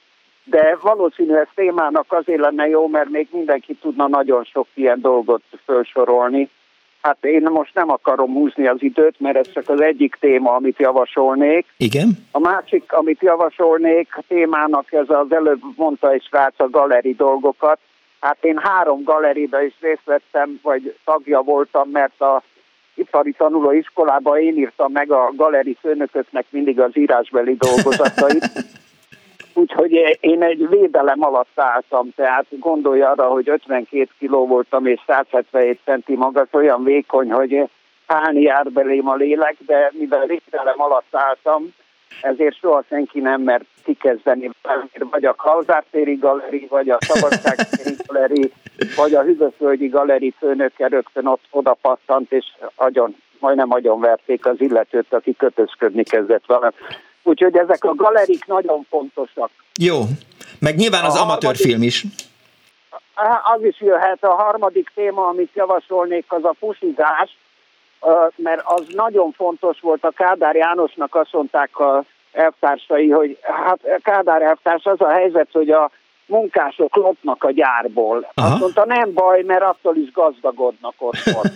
De valószínű ez témának azért lenne jó, mert még mindenki tudna nagyon sok ilyen dolgot felsorolni. Hát én most nem akarom húzni az időt, mert ez csak az egyik téma, amit javasolnék. Igen. A másik, amit javasolnék, a témának ez az előbb mondta egy srác a galeri dolgokat. Hát én három galeribe is részt vettem, vagy tagja voltam, mert a ipari tanulóiskolában én írtam meg a galeri főnököknek mindig az írásbeli dolgozatait. Úgyhogy én egy védelem alatt álltam, tehát gondolj arra, hogy ötvenkét kiló voltam és száz hetvenhét centi magas, olyan vékony, hogy állni jár belém a lélek, de mivel védelem alatt álltam, ezért soha senki nem mert kikezdeni, vagy a Kauzár-téri galeri, vagy a Szabadság-téri galeri, vagy a Hűvösvölgyi galeri főnöke rögtön ott oda pattant, és agyon, majdnem agyon verték az illetőt, aki kötözködni kezdett velem. Úgyhogy ezek a galerik nagyon fontosak. Jó, meg nyilván az amatőrfilm is. Az is jöhet. A harmadik téma, amit javasolnék, az a pusizás, mert az nagyon fontos volt. A Kádár Jánosnak azt mondták a elvtársai, hogy hát Kádár elvtárs, az a helyzet, hogy a munkások lopnak a gyárból. Aha. Azt mondta, nem baj, mert attól is gazdagodnak otthon.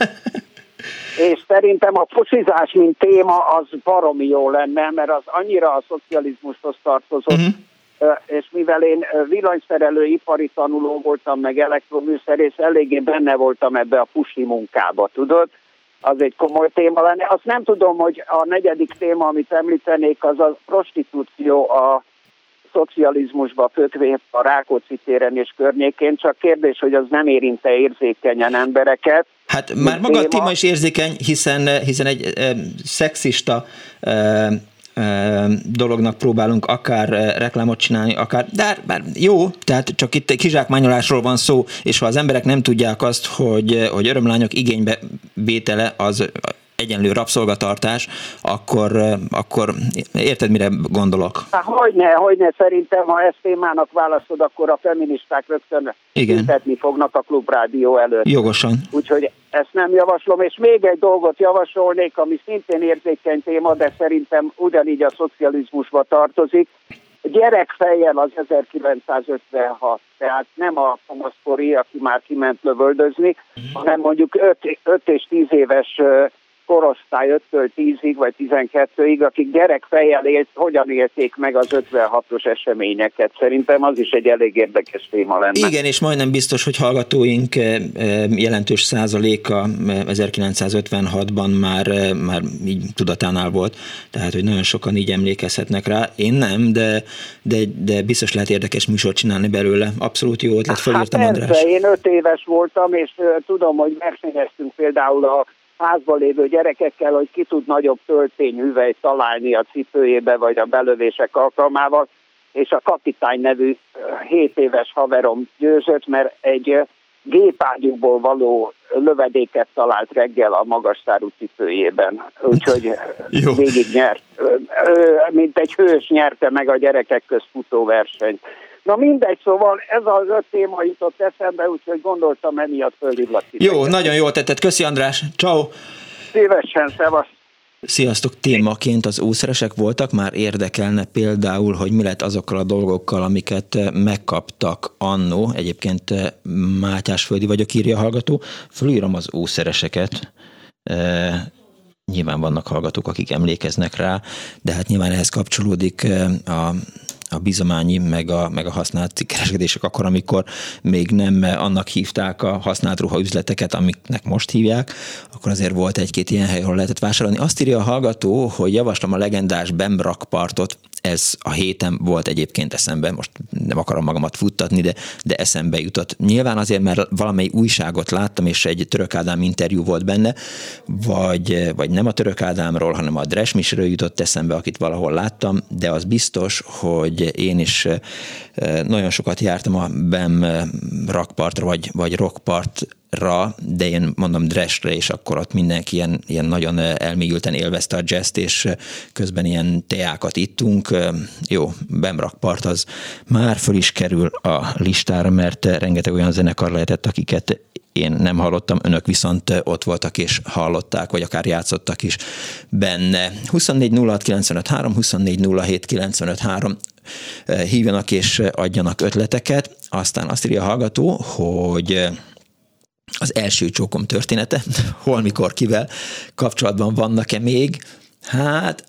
És szerintem a pusizás, mint téma, az baromi jó lenne, mert az annyira a szocializmushoz tartozott, uh-huh. és mivel én villanyszerelő ipari tanuló voltam, meg elektroműszerész, eléggé benne voltam ebbe a pusi munkába, tudod? Az egy komoly téma lenne. Azt nem tudom, hogy a negyedik téma, amit említenék, az a prostitúció a szocializmusba fökvén a Rákóczi téren és környékén, csak kérdés, hogy az nem érinte érzékenyen embereket. Hát már maga a téma is érzékeny, hiszen, hiszen egy e, szexista e, e, dolognak próbálunk akár e, reklámot csinálni, akár, de már jó, tehát csak itt kizsákmányolásról van szó, és ha az emberek nem tudják azt, hogy, hogy örömlányok igénybe vétele az egyenlő rabszolgatartás, akkor, akkor érted, mire gondolok? Hát hogyne, hogyne, szerintem, ha ezt témának választod, akkor a feministák rögtön tüntetni fognak a Klubrádió előtt. Jogosan. Úgyhogy ezt nem javaslom, és még egy dolgot javasolnék, ami szintén érzékeny téma, de szerintem ugyanígy a szocializmusba tartozik. Gyerekfejjel az ezerkilencszázötvenhat, tehát nem a kamaszkori, aki már kiment lövöldözni, hanem mondjuk öt és tíz éves korosztály öttől tízig vagy tizenkettőig, akik gyerekfejjel élt, hogyan élték meg az ötvenhatos eseményeket. Szerintem az is egy elég érdekes téma lenne. Igen, és majdnem biztos, hogy hallgatóink jelentős százaléka ezerkilencszázötvenhatban már, már így tudatánál volt, tehát hogy nagyon sokan így emlékezhetnek rá. Én nem, de, de, de biztos lehet érdekes műsort csinálni belőle. Abszolút jó ötlet, felírtam, hát András. Én öt éves voltam, és tudom, hogy versenyeztünk például a házban lévő gyerekekkel, hogy ki tud nagyobb töltényhüvelyt találni a cipőjébe, vagy a belövések alkalmával, és a Kapitány nevű hét éves haverom győzött, mert egy gépágyúból való lövedéket talált reggel a magasztárú cipőjében. Úgyhogy végig nyert. Mint egy hős nyerte meg a gyerekek közt futóversenyt. Na mindegy, szóval ez az öt téma jutott eszembe, úgyhogy gondoltam emiatt fölhívlak. Jó, nagyon jól tetted. Köszi, András. Ciao. Szívesen, szevasz. Sziasztok, témaként az ószeresek voltak, már érdekelne például, hogy mi lett azokkal a dolgokkal, amiket megkaptak annó, egyébként Mátyásföldi vagyok, írja a hallgató, fölírom az ószereseket, e, nyilván vannak hallgatók, akik emlékeznek rá, de hát nyilván ehhez kapcsolódik a a bizományi, meg a, meg a használt kereskedések akkor, amikor még nem annak hívták a használt ruhaüzleteket, amiknek most hívják, akkor azért volt egy-két ilyen hely, ahol lehetett vásárolni. Azt írja a hallgató, hogy javaslom a legendás Bem rakpartot, ez a héten volt egyébként eszembe, most nem akarom magamat futtatni, de, de eszembe jutott. Nyilván azért, mert valamely újságot láttam, és egy Török Ádám interjú volt benne, vagy, vagy nem a Török Ádámról, hanem a Dresmisről jutott eszembe, akit valahol láttam, de az biztos, hogy én is nagyon sokat jártam a Bem rakpartra, vagy, vagy rockpartra, de én mondom Dresre, és akkor ott mindenki ilyen, ilyen nagyon elmélyülten élvezte a jazzt, és közben ilyen teákat ittunk. Jó, Bem rakpart az már föl is kerül a listára, mert rengeteg olyan zenekar lehetett, akiket én nem hallottam, önök viszont ott voltak és hallották, vagy akár játszottak is benne. huszonnégy nulla hat kilencvenöt három, huszonnégy nulla hét kilencvenöt három hívjanak és adjanak ötleteket. Aztán azt írja a hallgató, hogy az első csókom története, hol, mikor, kivel kapcsolatban vannak-e még? Hát...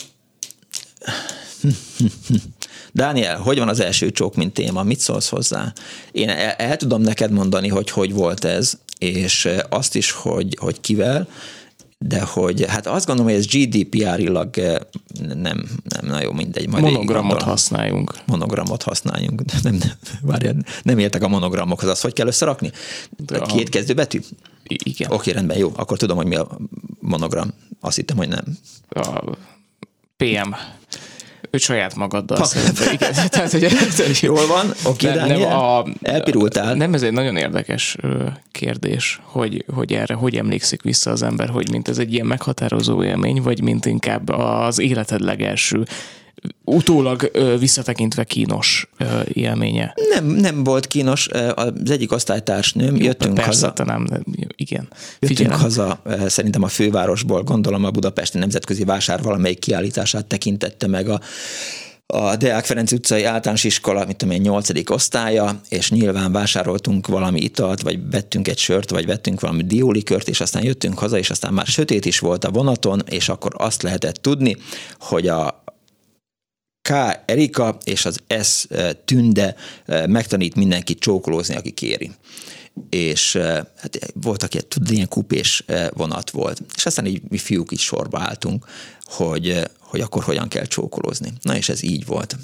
Dániel, hogy van az első csók, mint téma? Mit szólsz hozzá? Én el, el tudom neked mondani, hogy hogy volt ez, és azt is, hogy, hogy kivel, de hogy, hát azt gondolom, hogy ez gé dé pé er-ilag nem, nem na jó, mindegy. Majd monogramot használjunk. Monogramot használjunk. Nem, nem, várjál, nem értek a monogramokhoz. Azt hogy kell összerakni? A két kezdőbetű? Igen. Oké, rendben, jó. Akkor tudom, hogy mi a monogram. Azt hittem, hogy nem. A pé em. Ő saját magaddal szerintem. Igen. Tehát, hogy, jól van, oké, okay, Dániel, nem, a, elpirultál. Nem, ez egy nagyon érdekes kérdés, hogy, hogy erre hogy emlékszik vissza az ember, hogy mint ez egy ilyen meghatározó élmény, vagy mint inkább az életed legelső utólag visszatekintve kínos élménye. Nem, nem volt kínos. Az egyik osztálytársnőm, jó, jöttünk persze, haza. Nem, de igen. Jöttünk Figyelem. haza, szerintem a fővárosból, gondolom a budapesti nemzetközi vásár valamelyik kiállítását tekintette meg a a Deák Ferenc utcai általános iskola, mit tudom én, nyolcadik osztálya, és nyilván vásároltunk valami italt, vagy vettünk egy sört, vagy vettünk valami diólikört, és aztán jöttünk haza, és aztán már sötét is volt a vonaton, és akkor azt lehetett tudni, hogy a K. Erika és az S. Tünde megtanít mindenkit csókolózni, aki kéri. És hát voltak ilyen, tudod, ilyen kupés vonat volt. És aztán így mi fiúk is sorba álltunk, hogy, hogy akkor hogyan kell csókolózni. Na és ez így volt.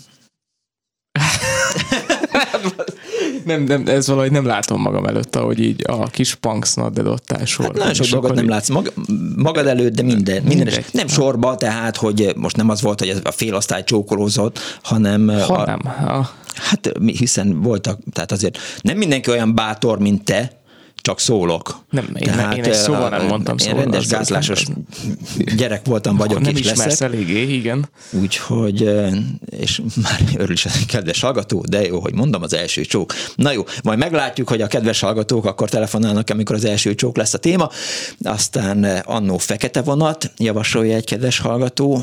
nem, nem, ez valahogy nem látom magam előtt, ahogy így a kis punksnaddedottáll sorban. Hát nagyon sok dolgot nem látsz mag, magad előtt, de minden, minden is, nem sorba, tehát, hogy most nem az volt, hogy a félosztály csókolózott, hanem... Ha a, nem. A... Hát hiszen voltak, tehát azért nem mindenki olyan bátor, mint te, csak szólok. Nem, én, Tehát, én egy szóval nem mondtam szóval. Én rendes gázlásos gyerek voltam, vagyok nem és leszek. Nem ismersz eléggé, igen. Úgyhogy, és már örül is a kedves hallgató, de jó, hogy mondom, az első csók. Na jó, majd meglátjuk, hogy a kedves hallgatók akkor telefonálnak, amikor az első csók lesz a téma. Aztán annó fekete vonat, javasolja egy kedves hallgató.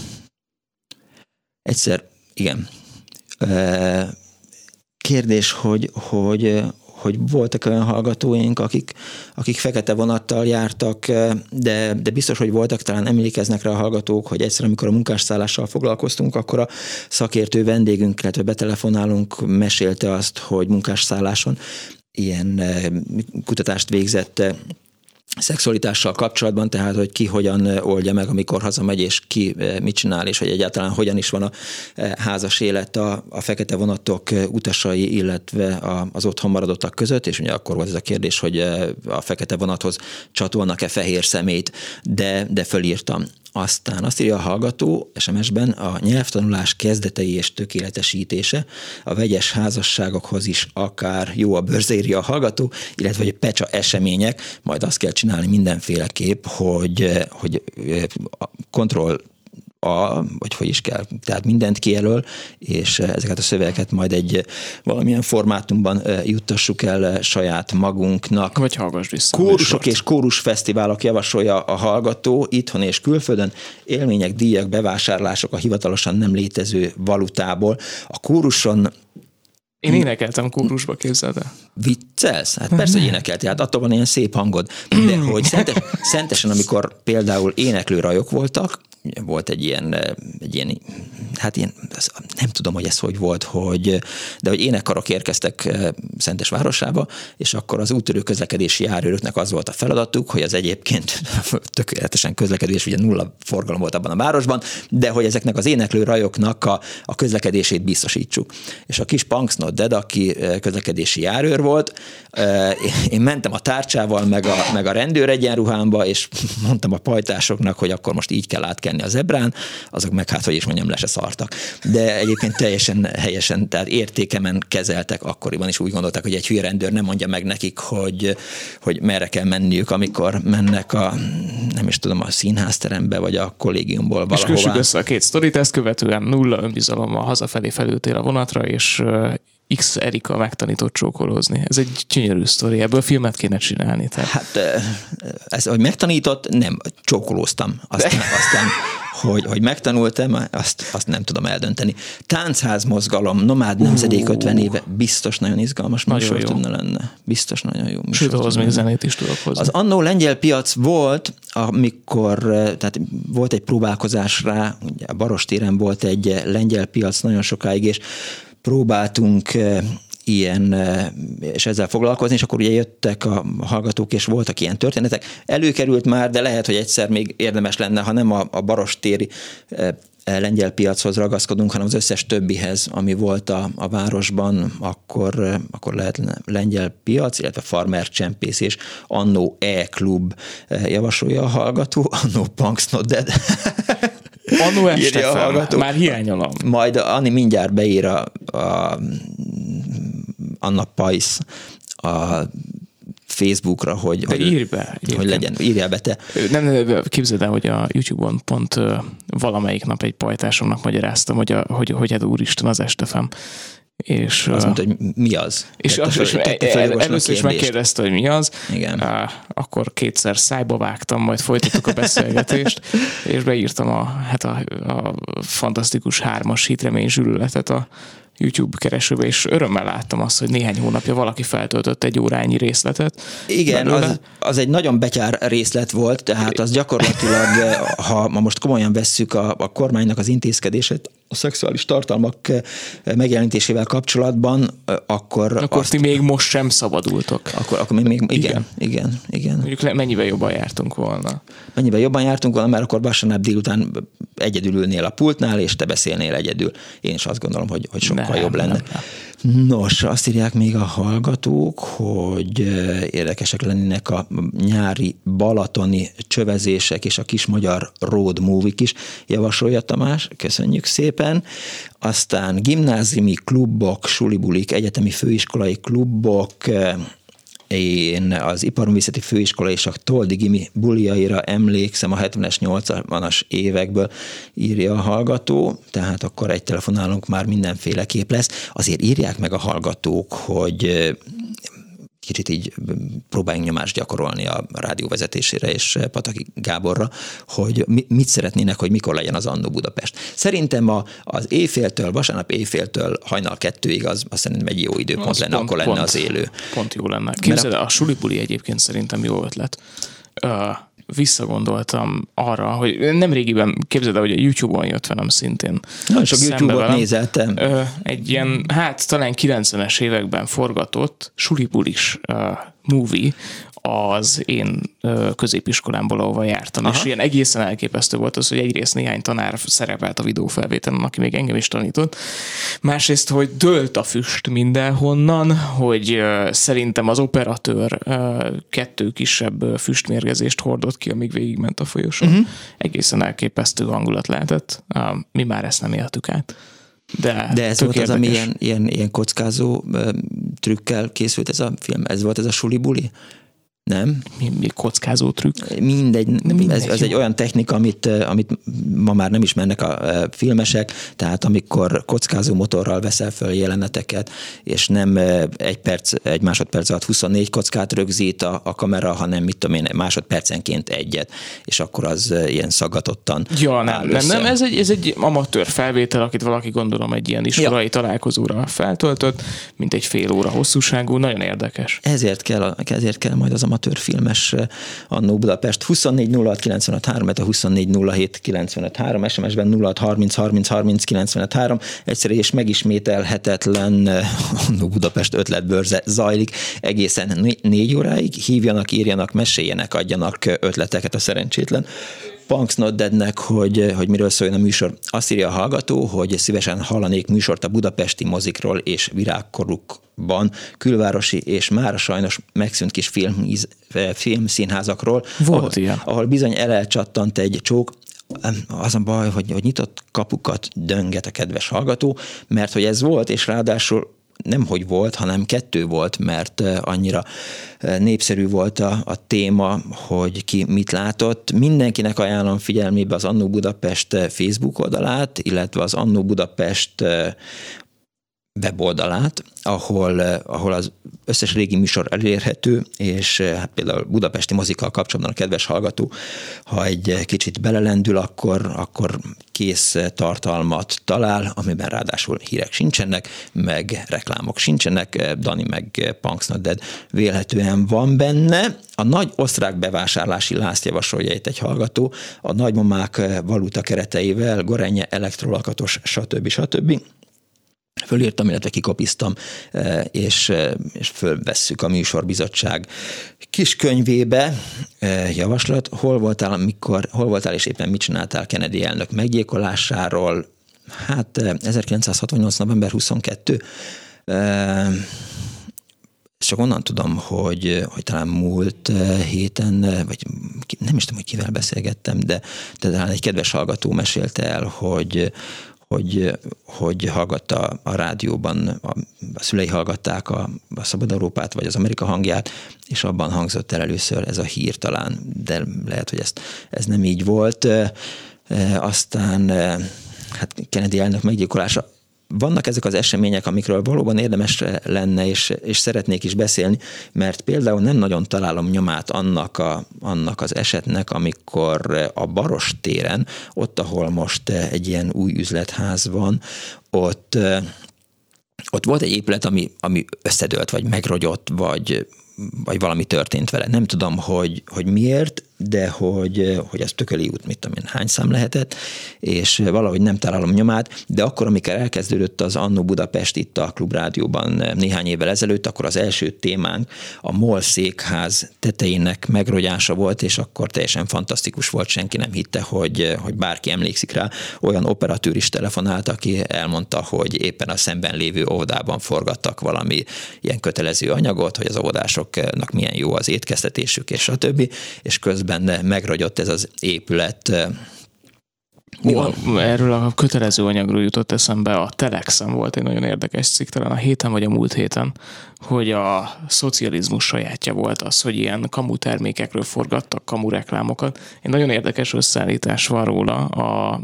Egyszer, igen. Kérdés, hogy, hogy hogy voltak olyan hallgatóink, akik, akik fekete vonattal jártak, de, de biztos, hogy voltak, talán emlékeznek rá a hallgatók, hogy egyszer, amikor a munkásszállással foglalkoztunk, akkor a szakértő vendégünk, illetve betelefonálunk, mesélte azt, hogy munkásszálláson ilyen kutatást végzett szexualitással kapcsolatban, tehát, hogy ki hogyan oldja meg, amikor hazamegy, és ki mit csinál, és hogy egyáltalán hogyan is van a házas élet a, a fekete vonatok utasai, illetve a, az otthon maradottak között, és ugye akkor volt ez a kérdés, hogy a fekete vonathoz csatolnak-e fehér szemét, de, de fölírtam. Aztán azt írja a hallgató es em es-ben, a nyelvtanulás kezdetei és tökéletesítése, a vegyes házasságokhoz is akár jó a bőrze, írja a hallgató, illetve hogy pecsa események, majd azt kell csinálni mindenféleképp, hogy, hogy kontroll a, vagy hogy is kell, tehát mindent kijelöl, és ezeket a szövegeket majd egy valamilyen formátumban juttassuk el saját magunknak. Vagy hallgass vissza. Kórusok és kórusfesztiválok javasolja a hallgató itthon és külföldön, élmények, díjak, bevásárlások a hivatalosan nem létező valutából. A kóruson Én énekeltem kórusba, képzeld el. Viccelsz? Hát persze, hogy énekelti, hát attól van ilyen szép hangod. De hogy szentes, szentesen, amikor például éneklő rajok voltak, volt egy ilyen, egy ilyen hát ilyen, nem tudom, hogy ez hogy volt, hogy, de hogy énekkarok érkeztek Szentes városába, és akkor az úttörő közlekedési járőröknek az volt a feladatuk, hogy az egyébként tökéletesen közlekedés, ugye nulla forgalom volt abban a városban, de hogy ezeknek az éneklő rajoknak a, a közlekedését biztosítsuk. És a kis Punks Not Dead, aki közlekedési járőr volt, én mentem a tárcsával, meg a, meg a rendőr egyenruhámba, és mondtam a pajtásoknak, hogy akkor most így kell átkenni a zebrán, azok meg hát, hogy is mondjam, le se szartak. De egyébként teljesen helyesen, tehát értékemen kezeltek akkoriban, is úgy gondolták, hogy egy hülye rendőr nem mondja meg nekik, hogy, hogy merre kell menniük, amikor mennek a, nem is tudom, a színházterembe, vagy a kollégiumból valahová. És kössük össze a két sztorit, ezt követően nulla önbizalommal hazafelé felültél a vonatra, és X Erika megtanított csókolózni. Ez egy gyönyörű sztori, ebből filmet kéne csinálni. Tehát. Hát ez, hogy megtanított, nem, csókolóztam. Aztán, aztán hogy, hogy megtanultam, azt, azt nem tudom eldönteni. Táncházmozgalom, Nomád Nemzedék ötven éve, biztos nagyon izgalmas műsor tudna lenne. Biztos nagyon jó műsor. Sőt, ahhoz még zenét is tudok hozni. Az annó lengyel piac volt, amikor, tehát volt egy próbálkozás rá, ugye a Barostéren volt egy lengyel piac nagyon sokáig, és próbáltunk ilyen, és ezzel foglalkozni, és akkor ugye jöttek a hallgatók, és voltak ilyen történetek. Előkerült már, de lehet, hogy egyszer még érdemes lenne, ha nem a, a barostéri lengyel piachoz ragaszkodunk, hanem az összes többihez, ami volt a, a városban, akkor, akkor lehet lengyel piac, illetve farmer csempész és annó E-klub javasolja a hallgató, annó Punks Not Dead. Annó Estefan, már hiányolom. Majd Anni mindjárt beír a, a Anna Pajsz a Facebookra, hogy, hogy, írj be, hogy legyen, írjál be te. Nem, nem, képzeld el, hogy a YouTube-on pont uh, valamelyik nap egy pajtásomnak magyaráztam, hogy, a, hogy, hogy hát úristen az Estefan. És, azt mondta, hogy mi az? És, az, és először is megkérdezte, hogy mi az. Igen. Uh, akkor kétszer szájba vágtam, majd folytattuk a beszélgetést, és beírtam a, hát a, a fantasztikus hármas hitremény zsűlületet a YouTube keresőbe, és örömmel láttam azt, hogy néhány hónapja valaki feltöltött egy órányi részletet. Igen, az, az egy nagyon betyár részlet volt, tehát az gyakorlatilag, ha ma most komolyan vesszük a, a kormánynak az intézkedését a szexuális tartalmak megjelenítésével kapcsolatban, akkor... Akkor azt, ti még most sem szabadultok. Akkor, akkor még, még igen, igen, igen, igen. Mondjuk mennyivel jobban jártunk volna? Mennyivel jobban jártunk volna, mert akkor vasárnap délután egyedül ülnél a pultnál, és te beszélnél egyedül. Én is azt gondolom, hogy, hogy sokkal nem, jobb lenne. Nem, nem. Nos, azt írják még a hallgatók, hogy érdekesek lennének a nyári balatoni csövezések és a kis magyar road movie-k is, javasolja Tamás, köszönjük szépen. Aztán gimnáziumi klubok, sulibulik, egyetemi főiskolai klubok, én az Iparművészeti Főiskola és a Toldi Gimi buliaira emlékszem a hetvenes, nyolcvanas évekből, írja a hallgató, tehát akkor egy telefonálunk már mindenféleképp lesz. Azért írják meg a hallgatók, hogy kicsit így próbáljunk nyomást gyakorolni a rádió vezetésére és Pataki Gáborra, hogy mit szeretnének, hogy mikor legyen az Annó Budapest. Szerintem a, az éjféltől, vasárnap éjféltől hajnal kettőig az, az szerintem egy jó időpont az lenne, pont, akkor lenne pont, az élő. Pont jó lenne. Képzeld, a sulibuli egyébként szerintem jó ötlet. Uh, visszagondoltam arra, hogy nem régiben, képzeld el, hogy a YouTube-on jött velem szintén. Nagyon sok YouTube-ot nézeltem. Egy ilyen, hát talán kilencvenes években forgatott sulibulis uh, movie az én uh, középiskolámból, ahova jártam. Aha. És ilyen egészen elképesztő volt az, hogy egyrészt néhány tanár szerepelt a videófelvételen, aki még engem is tanított. Másrészt, hogy dőlt a füst mindenhonnan, hogy uh, szerintem az operatőr uh, kettő kisebb uh, füstmérgezést hordott ki, amíg végigment a folyosón. Uh-huh. Egészen elképesztő hangulat lehetett. Uh, mi már ezt nem éltük át. De, De ez volt érdekes. Az, ami ilyen, ilyen, ilyen kockázó uh, trükkel készült ez a film? Ez volt ez a sulibuli? Nem. Mi, mi kockázó trükk? Mindegy. mindegy ez, ez egy olyan technika, amit, amit ma már nem ismernek a filmesek, tehát amikor kockázó motorral veszel föl jeleneteket, és nem egy perc, egy másodperc alatt huszonnégy kockát rögzít a, a kamera, hanem mit tudom én, másodpercenként egyet, és akkor az ilyen szaggatottan. Ja, nem, nem, nem, ez egy, ez egy amatőr felvétel, akit valaki gondolom egy ilyen iskolai ja. találkozóra feltöltött, mint egy fél óra hosszúságú, nagyon érdekes. Ezért kell, ezért kell majd az amatőrfilmes Annó Budapest huszonnégy nulla hat kilencvenöt három, a huszonnégy nulla hét kilencvenöt három, es em es-ben nulla hat harminc harminc harminc kilencvenöt három, egyszerű és megismételhetetlen Annó Budapest ötletbörze zajlik egészen négy óráig, hívjanak, írjanak, meséljenek, adjanak ötleteket a szerencsétlen Punks Not Deadnek, hogy, hogy miről szóljon a műsor. Azt írja a hallgató, hogy szívesen hallanék műsort a budapesti mozikról és virágkorukban, külvárosi és már sajnos megszűnt kis film, filmszínházakról, Volt ahol, ahol bizony elcsattant egy csók. Az a baj, hogy, hogy nyitott kapukat dönget a kedves hallgató, mert hogy ez volt, és ráadásul nem hogy volt, hanem kettő volt, mert annyira népszerű volt a, a téma, hogy ki mit látott. Mindenkinek ajánlom figyelmébe az Annó Budapest Facebook oldalát, illetve az Annó Budapest weboldalát, ahol, ahol az összes régi műsor elérhető, és hát például budapesti mozikkal kapcsolatban a kedves hallgató, ha egy kicsit belelendül, akkor, akkor kész tartalmat talál, amiben ráadásul hírek sincsenek, meg reklámok sincsenek, Dani meg Punks Not Dead vélhetően van benne. A nagy osztrák bevásárlási lázt javasolja itt egy hallgató, a nagymamák valuta kereteivel, gorenye, elektrolakatos, stb. stb. Fölírtam, illetve kikopiztam, és, és fölvesszük a műsorbizottság kis könyvébe. Javaslat, hol voltál, amikor, hol voltál és éppen mit csináltál Kennedy elnök meggyilkolásáról? Hát ezerkilencszázhatvannyolc. november huszonkettő. Csak onnan tudom, hogy, hogy talán múlt héten, vagy nem is tudom, hogy kivel beszélgettem, de, de talán egy kedves hallgató mesélte el, hogy Hogy, hogy hallgatta a rádióban, a, a szülei hallgatták a, a Szabad Európát, vagy az Amerika hangját, és abban hangzott el először ez a hír talán, de lehet, hogy ezt, ez nem így volt. E, e, aztán e, hát Kennedy elnök meggyilkolása. Vannak ezek az események, amikről valóban érdemes lenne, és, és szeretnék is beszélni, mert például nem nagyon találom nyomát annak, a, annak az esetnek, amikor a Baros téren, ott, ahol most egy ilyen új üzletház van, ott, ott volt egy épület, ami, ami összedőlt, vagy megrogyott, vagy, vagy valami történt vele. Nem tudom, hogy, hogy miért, de hogy, hogy ez Tököli út, mit tudom én, hány szám lehetett, és valahogy nem találom nyomát, de akkor, amikor elkezdődött az Annó Budapest itt a Klubrádióban néhány évvel ezelőtt, akkor az első témánk a MOL székház tetejének megrogyása volt, és akkor teljesen fantasztikus volt, senki nem hitte, hogy, hogy bárki emlékszik rá. Olyan operatőr is telefonált, aki elmondta, hogy éppen a szemben lévő óvodában forgattak valami ilyen kötelező anyagot, hogy az óvodásoknak milyen jó az étkeztetésük, és stb. És közben benne megragyott ez az épület. Mi van? Erről a kötelező anyagról jutott eszembe, a Telexen volt egy nagyon érdekes cikk, talán a héten vagy a múlt héten, hogy a szocializmus sajátja volt az, hogy ilyen kamu termékekről forgattak kamu reklámokat. Egy nagyon érdekes összeállítás van róla, a,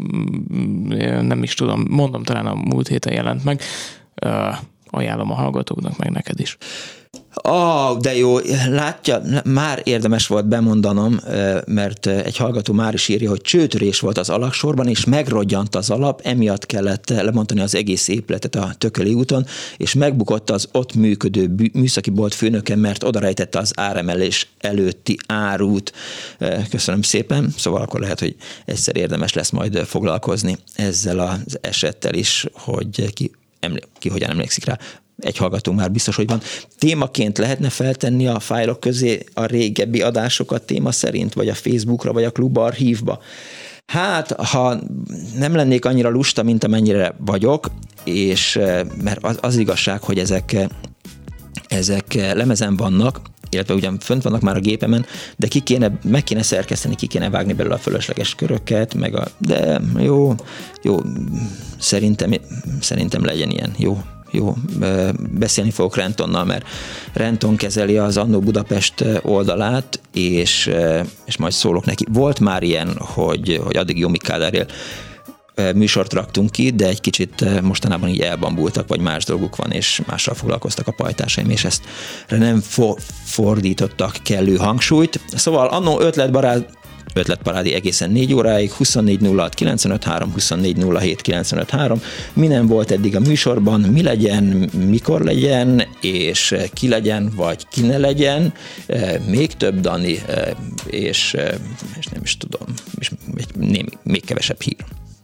nem is tudom, mondom, talán a múlt héten jelent meg, ajánlom a hallgatóknak, meg neked is. Ah, de jó, látja, már érdemes volt bemondanom, mert egy hallgató már is írja, hogy csőtörés volt az alagsorban, és megrodjant az alap, emiatt kellett lemontani az egész épületet a Tököli úton, és megbukott az ott működő műszaki bolt főnöke, mert odarejtette az áremelés előtti árút. Köszönöm szépen, szóval akkor lehet, hogy egyszer érdemes lesz majd foglalkozni ezzel az esettel is, hogy ki, emlé- ki hogyan emlékszik rá. Egy hallgató már biztos, hogy van. Témaként lehetne feltenni a fájlok közé a régebbi adásokat téma szerint, vagy a Facebookra, vagy a Klub archívba? Hát, ha nem lennék annyira lusta, mint amennyire vagyok, és mert az, az igazság, hogy ezek, ezek lemezen vannak, illetve ugyan fönt vannak már a gépemen, de ki kéne, meg kéne szerkeszteni, ki kéne vágni belőle a fölösleges köröket, meg a, de jó, jó, szerintem, szerintem legyen ilyen, jó. jó, beszélni fogok Rentonnal, mert Renton kezeli az Annó Budapest oldalát, és, és majd szólok neki. Volt már ilyen, hogy, hogy addig Jomi Kádárért műsort raktunk ki, de egy kicsit mostanában így elbambultak, vagy más dolguk van, és mással foglalkoztak a pajtásaim, és ezt nem fo- fordítottak kellő hangsúlyt. Szóval annó ötletbarát ötletparádi egészen négy óráig, huszonnégy nulla hat kilencvenöt három, huszonnégy nulla hét kilencvenöt három. Mi nem volt eddig a műsorban, mi legyen, mikor legyen, és ki legyen, vagy ki ne legyen, még több Dani, és, és nem is tudom, és még, még kevesebb hír.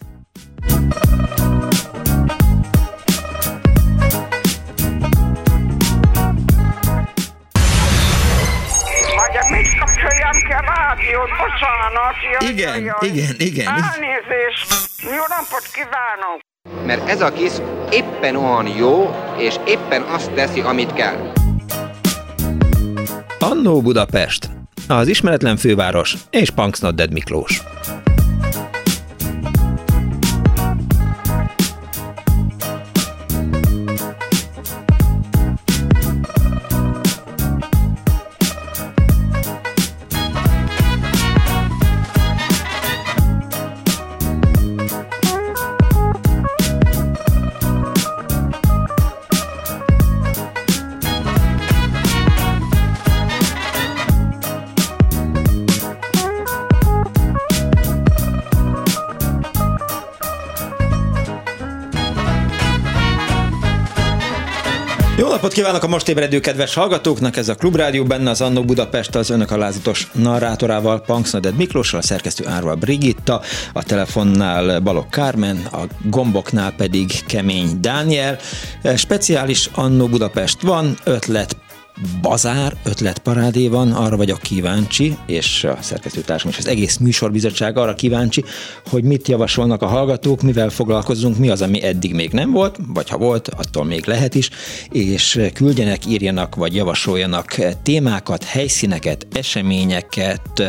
Mit kapcsoljam ki a rádiót? Bocsánat. Jaj, igen, jaj. igen, igen. Elnézést. Jó napot kívánok. Mert ez a kis éppen olyan jó, és éppen azt teszi, amit kell. Annó Budapest, az ismeretlen főváros és Punks Not Dead Miklós. Jó napot kívánok a most ébredő kedves hallgatóknak, ez a Klubrádió, benne az Annó Budapest az önök alázatos narrátorával, Punks Not Dead Miklóssal, a szerkesztő Árva Brigitta, a telefonnál Balogh Kármen, a gomboknál pedig Kemény Dániel. Speciális Annó Budapest van, ötlet bazár, ötletparádé van, arra vagyok kíváncsi, és a szerkesztőtársam és az egész műsorbizottság arra kíváncsi, hogy mit javasolnak a hallgatók, mivel foglalkozzunk, mi az, ami eddig még nem volt, vagy ha volt, attól még lehet is, és küldjenek, írjanak, vagy javasoljanak témákat, helyszíneket, eseményeket,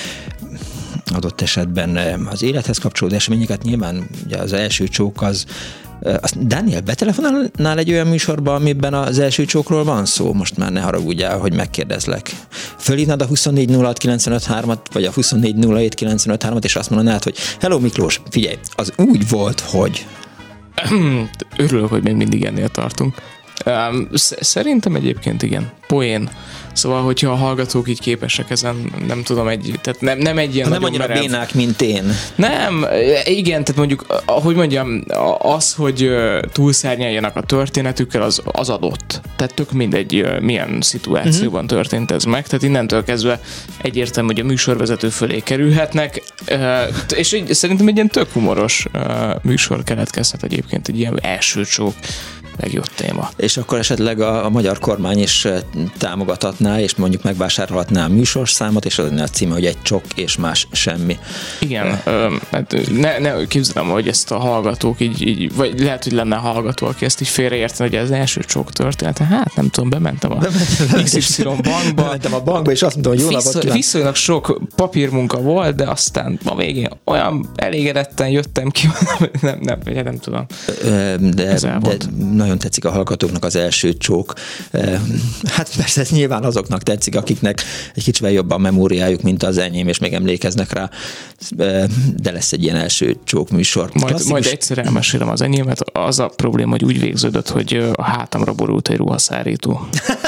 adott esetben az élethez kapcsolódó eseményeket. Nyilván ugye az első csók az Azt Dániel, betelefonálnál egy olyan műsorba, amiben az első csókról van szó? Most már ne haragudjál, hogy megkérdezlek. Fölhívnád a huszonnégy nulla hat kilencvenöt három vagy a huszonnégy nulla hét kilencvenöt három és azt mondanád, hogy hello Miklós, figyelj, az úgy volt, hogy... Örülök, hogy még mindig ennél tartunk. Szerintem egyébként igen. Poén. Szóval, hogyha a hallgatók így képesek ezen, nem tudom, egy, tehát nem, nem egy ilyen... Nem annyira merev... bénák, mint én. Nem, igen, tehát mondjuk, ahogy mondjam, az, hogy túlszárnyaljanak a történetükkel, az, az adott. Tehát tök mindegy, milyen szituációban uh-huh. történt ez meg. Tehát innentől kezdve egyértelmű, hogy a műsorvezető fölé kerülhetnek, és egy, szerintem egy ilyen tök humoros műsor keletkezhet egyébként, egy ilyen első csók legjobb téma. És akkor esetleg a, a magyar kormány is támogathatná, és mondjuk megvásárolhatná a műsorszámot, és az lenne a címe, hogy egy csok és más semmi. Igen, ö, hát ne, ne képzelem, hogy ezt a hallgatók így, így, vagy lehet, hogy lenne hallgató, aki ezt így félreérteni, hogy ez az első csok történet. Hát nem tudom, bementem a iksz ipszilon bankba. Bementem a bankba, és azt mondtam, hogy jó napot kívánok. Viszonylag sok papírmunka volt, de aztán a végén olyan elégedetten jöttem ki, nem, nem, nem, nem tudom. De, de nagyon tetszik a hallgatóknak az első csók. Hát persze ez nyilván azoknak tetszik, akiknek egy kicsivel jobb a memóriájuk, mint az enyém, és még emlékeznek rá, de lesz egy ilyen első csók műsor. Majd, majd egyszer elmesélem az enyémet. Az a probléma, hogy úgy végződött, hogy a hátamra borult egy ruhaszárító.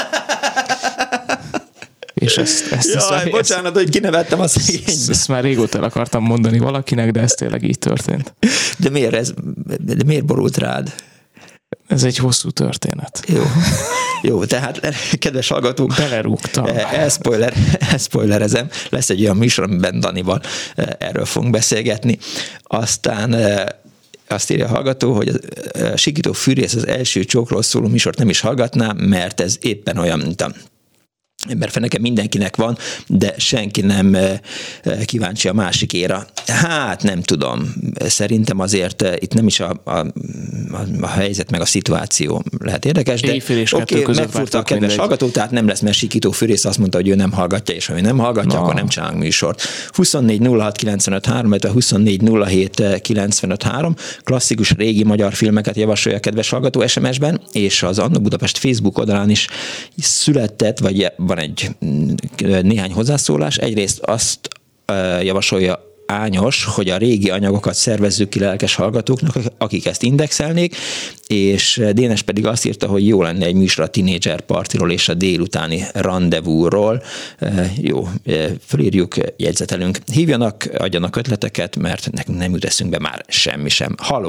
És ezt, ezt, Jaj, ezt, bocsánat, ezt, hogy kinevettem a szegényt. Ezt, ezt már régóta el akartam mondani valakinek, de ez tényleg így történt. De miért, ez, de miért borult rád? Ez egy hosszú történet. Jó, jó, tehát kedves hallgatók, belerúgtam. Elszpoiler, elszpoilerezem, lesz egy olyan műsor, amiben Danival erről fogunk beszélgetni. Aztán azt írja a hallgató, hogy a Sikító Fűrész az első csókról szóló műsort nem is hallgatná, mert ez éppen olyan, mint a mert nekem mindenkinek van, de senki nem kíváncsi a másikéra. Hát nem tudom. Szerintem azért itt nem is a, a, a helyzet meg a szituáció lehet érdekes, de oké, okay, megfurta a kedves mindegy. hallgató, tehát nem lesz, mert Sikító Fűrész azt mondta, hogy ő nem hallgatja, és ha ő nem hallgatja, no. akkor nem csinálunk műsort. huszonnégy nulla hat kilencvenöt három, illetve huszonnégy nulla hét kilencvenöt három klasszikus régi magyar filmeket javasolja a kedves hallgató es em es-ben, és az Annó Budapest Facebook oldalán is született, vagy van egy néhány hozzászólás. Egyrészt azt javasolja Ányos, hogy a régi anyagokat szervezzük ki lelkes hallgatóknak, akik ezt indexelnék, és Dénes pedig azt írta, hogy jó lenne egy műsor a tínédzser partiról és a délutáni randevúról. Jó, fölírjuk, jegyzetelünk. Hívjanak, adjanak ötleteket, mert nekünk nem jut eszünkbe már semmi sem. Halló!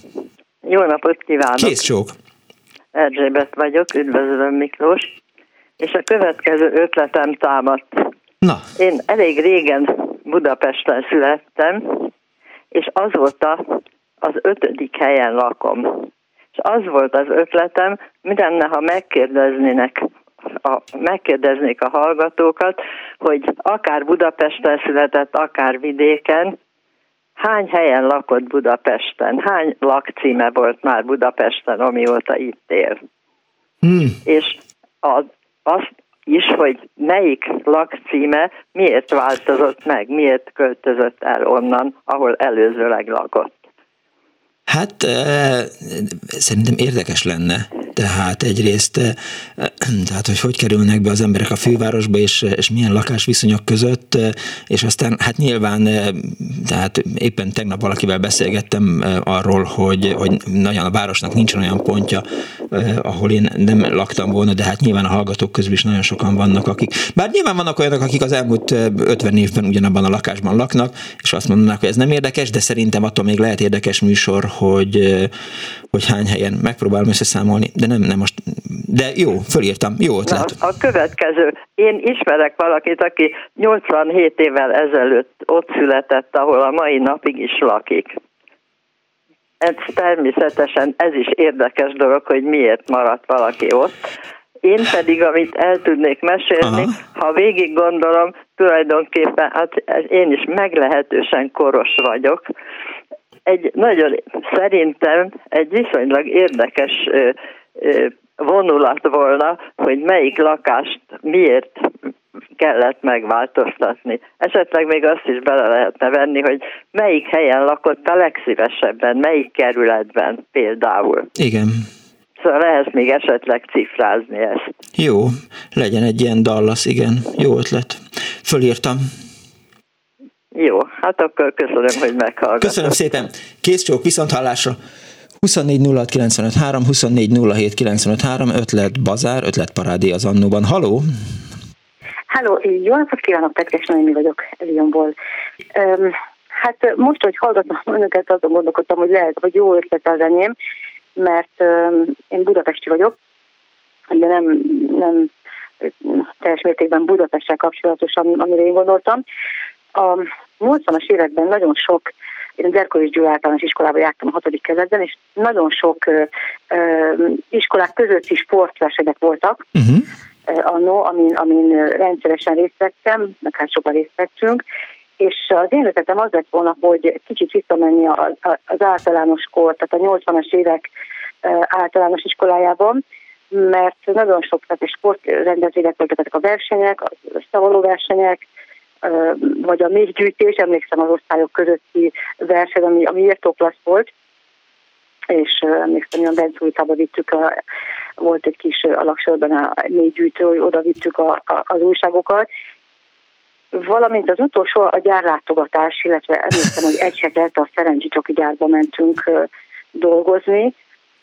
Jó napot kívánok! Kész csók! Erzsébet vagyok, üdvözlöm Miklós, és a következő ötletem támadt. Na. Én elég régen Budapesten születtem, és azóta az ötödik helyen lakom. És az volt az ötletem, mi lenne, ha megkérdeznének, a, megkérdeznék a hallgatókat, hogy akár Budapesten született, akár vidéken, hány helyen lakott Budapesten, hány lakcíme volt már Budapesten, amióta itt él. Hmm. És az, azt is, hogy melyik lakcíme miért változott meg, miért költözött el onnan, ahol előzőleg lakott. Hát e, szerintem érdekes lenne. Tehát egyrészt, e, tehát hogy hogy kerülnek be az emberek a fővárosba, és, és milyen lakásviszonyok között, e, és aztán hát nyilván, e, tehát éppen tegnap valakivel beszélgettem e, arról, hogy, hogy nagyon a városnak nincsen olyan pontja, e, ahol én nem laktam volna, de hát nyilván a hallgatók közül is nagyon sokan vannak, akik, bár nyilván vannak olyanok, akik az elmúlt ötven évben ugyanabban a lakásban laknak, és azt mondanak, hogy ez nem érdekes, de szerintem attól még lehet érdekes műsor, hogy, hogy hány helyen megpróbálom összeszámolni, de nem, nem most, de jó, fölírtam, jó ötlet. Na, a következő. Én ismerek valakit, aki nyolcvanhét évvel ezelőtt ott született, ahol a mai napig is lakik. Ez természetesen, ez is érdekes dolog, hogy miért maradt valaki ott. Én pedig, amit el tudnék mesélni, aha, ha végig gondolom, tulajdonképpen, hát én is meglehetősen koros vagyok. Egy nagyon, szerintem egy viszonylag érdekes ö, ö, vonulat volna, hogy melyik lakást miért kellett megváltoztatni. Esetleg még azt is bele lehetne venni, hogy melyik helyen lakott a legszívesebben, melyik kerületben például. Igen. Szóval lehet még esetleg cifrázni ezt. Jó, legyen egy ilyen Dallas, igen, jó ötlet. Fölírtam. Jó, hát akkor köszönöm, hogy meghallgatod. Köszönöm szépen. Kész csók, viszont hallásra. huszonnégy nulla hat kilencvenöt három, huszonnégy nulla hét kilencvenöt három, ötlet bazár, ötlet parádé az Annóban. Haló? Halló, jó napot kívánok, Petkes Noémi vagyok Lyonból. Um, hát most, hogy hallgatom önöket, azon gondolkodtam, hogy lehet, hogy jó ötlet az enyém, mert um, én budapesti vagyok, de nem, nem teljes mértékben Budapesttel kapcsolatosan, amire én gondoltam. A nyolcvanas években nagyon sok, én az Erkovics Gyula általános iskolába jártam a hatodik kerületben, és nagyon sok ö, ö, iskolák közötti sportversenyek voltak, uh-huh. annó, amin, amin rendszeresen részt vettem, meg hát sokan részt vettünk, és az én ötletem az lett volna, hogy kicsit visszamenni a, a, az általános kor, tehát a nyolcvanas évek általános iskolájában, mert nagyon sok sportrendezvények voltak ezek a versenyek, a szavaló versenyek, vagy a méhgyűjtés, emlékszem az osztályok közötti verseny, ami, ami írtóklassz volt, és emlékszem, hogy a Bencújtába vittük, a, volt egy kis alaksorban a méhgyűjtő, hogy oda vittük a, a, az újságokat, valamint az utolsó a gyárlátogatás, illetve emlékszem, hogy egy hetet a Szerencsi Csoki gyárba mentünk dolgozni,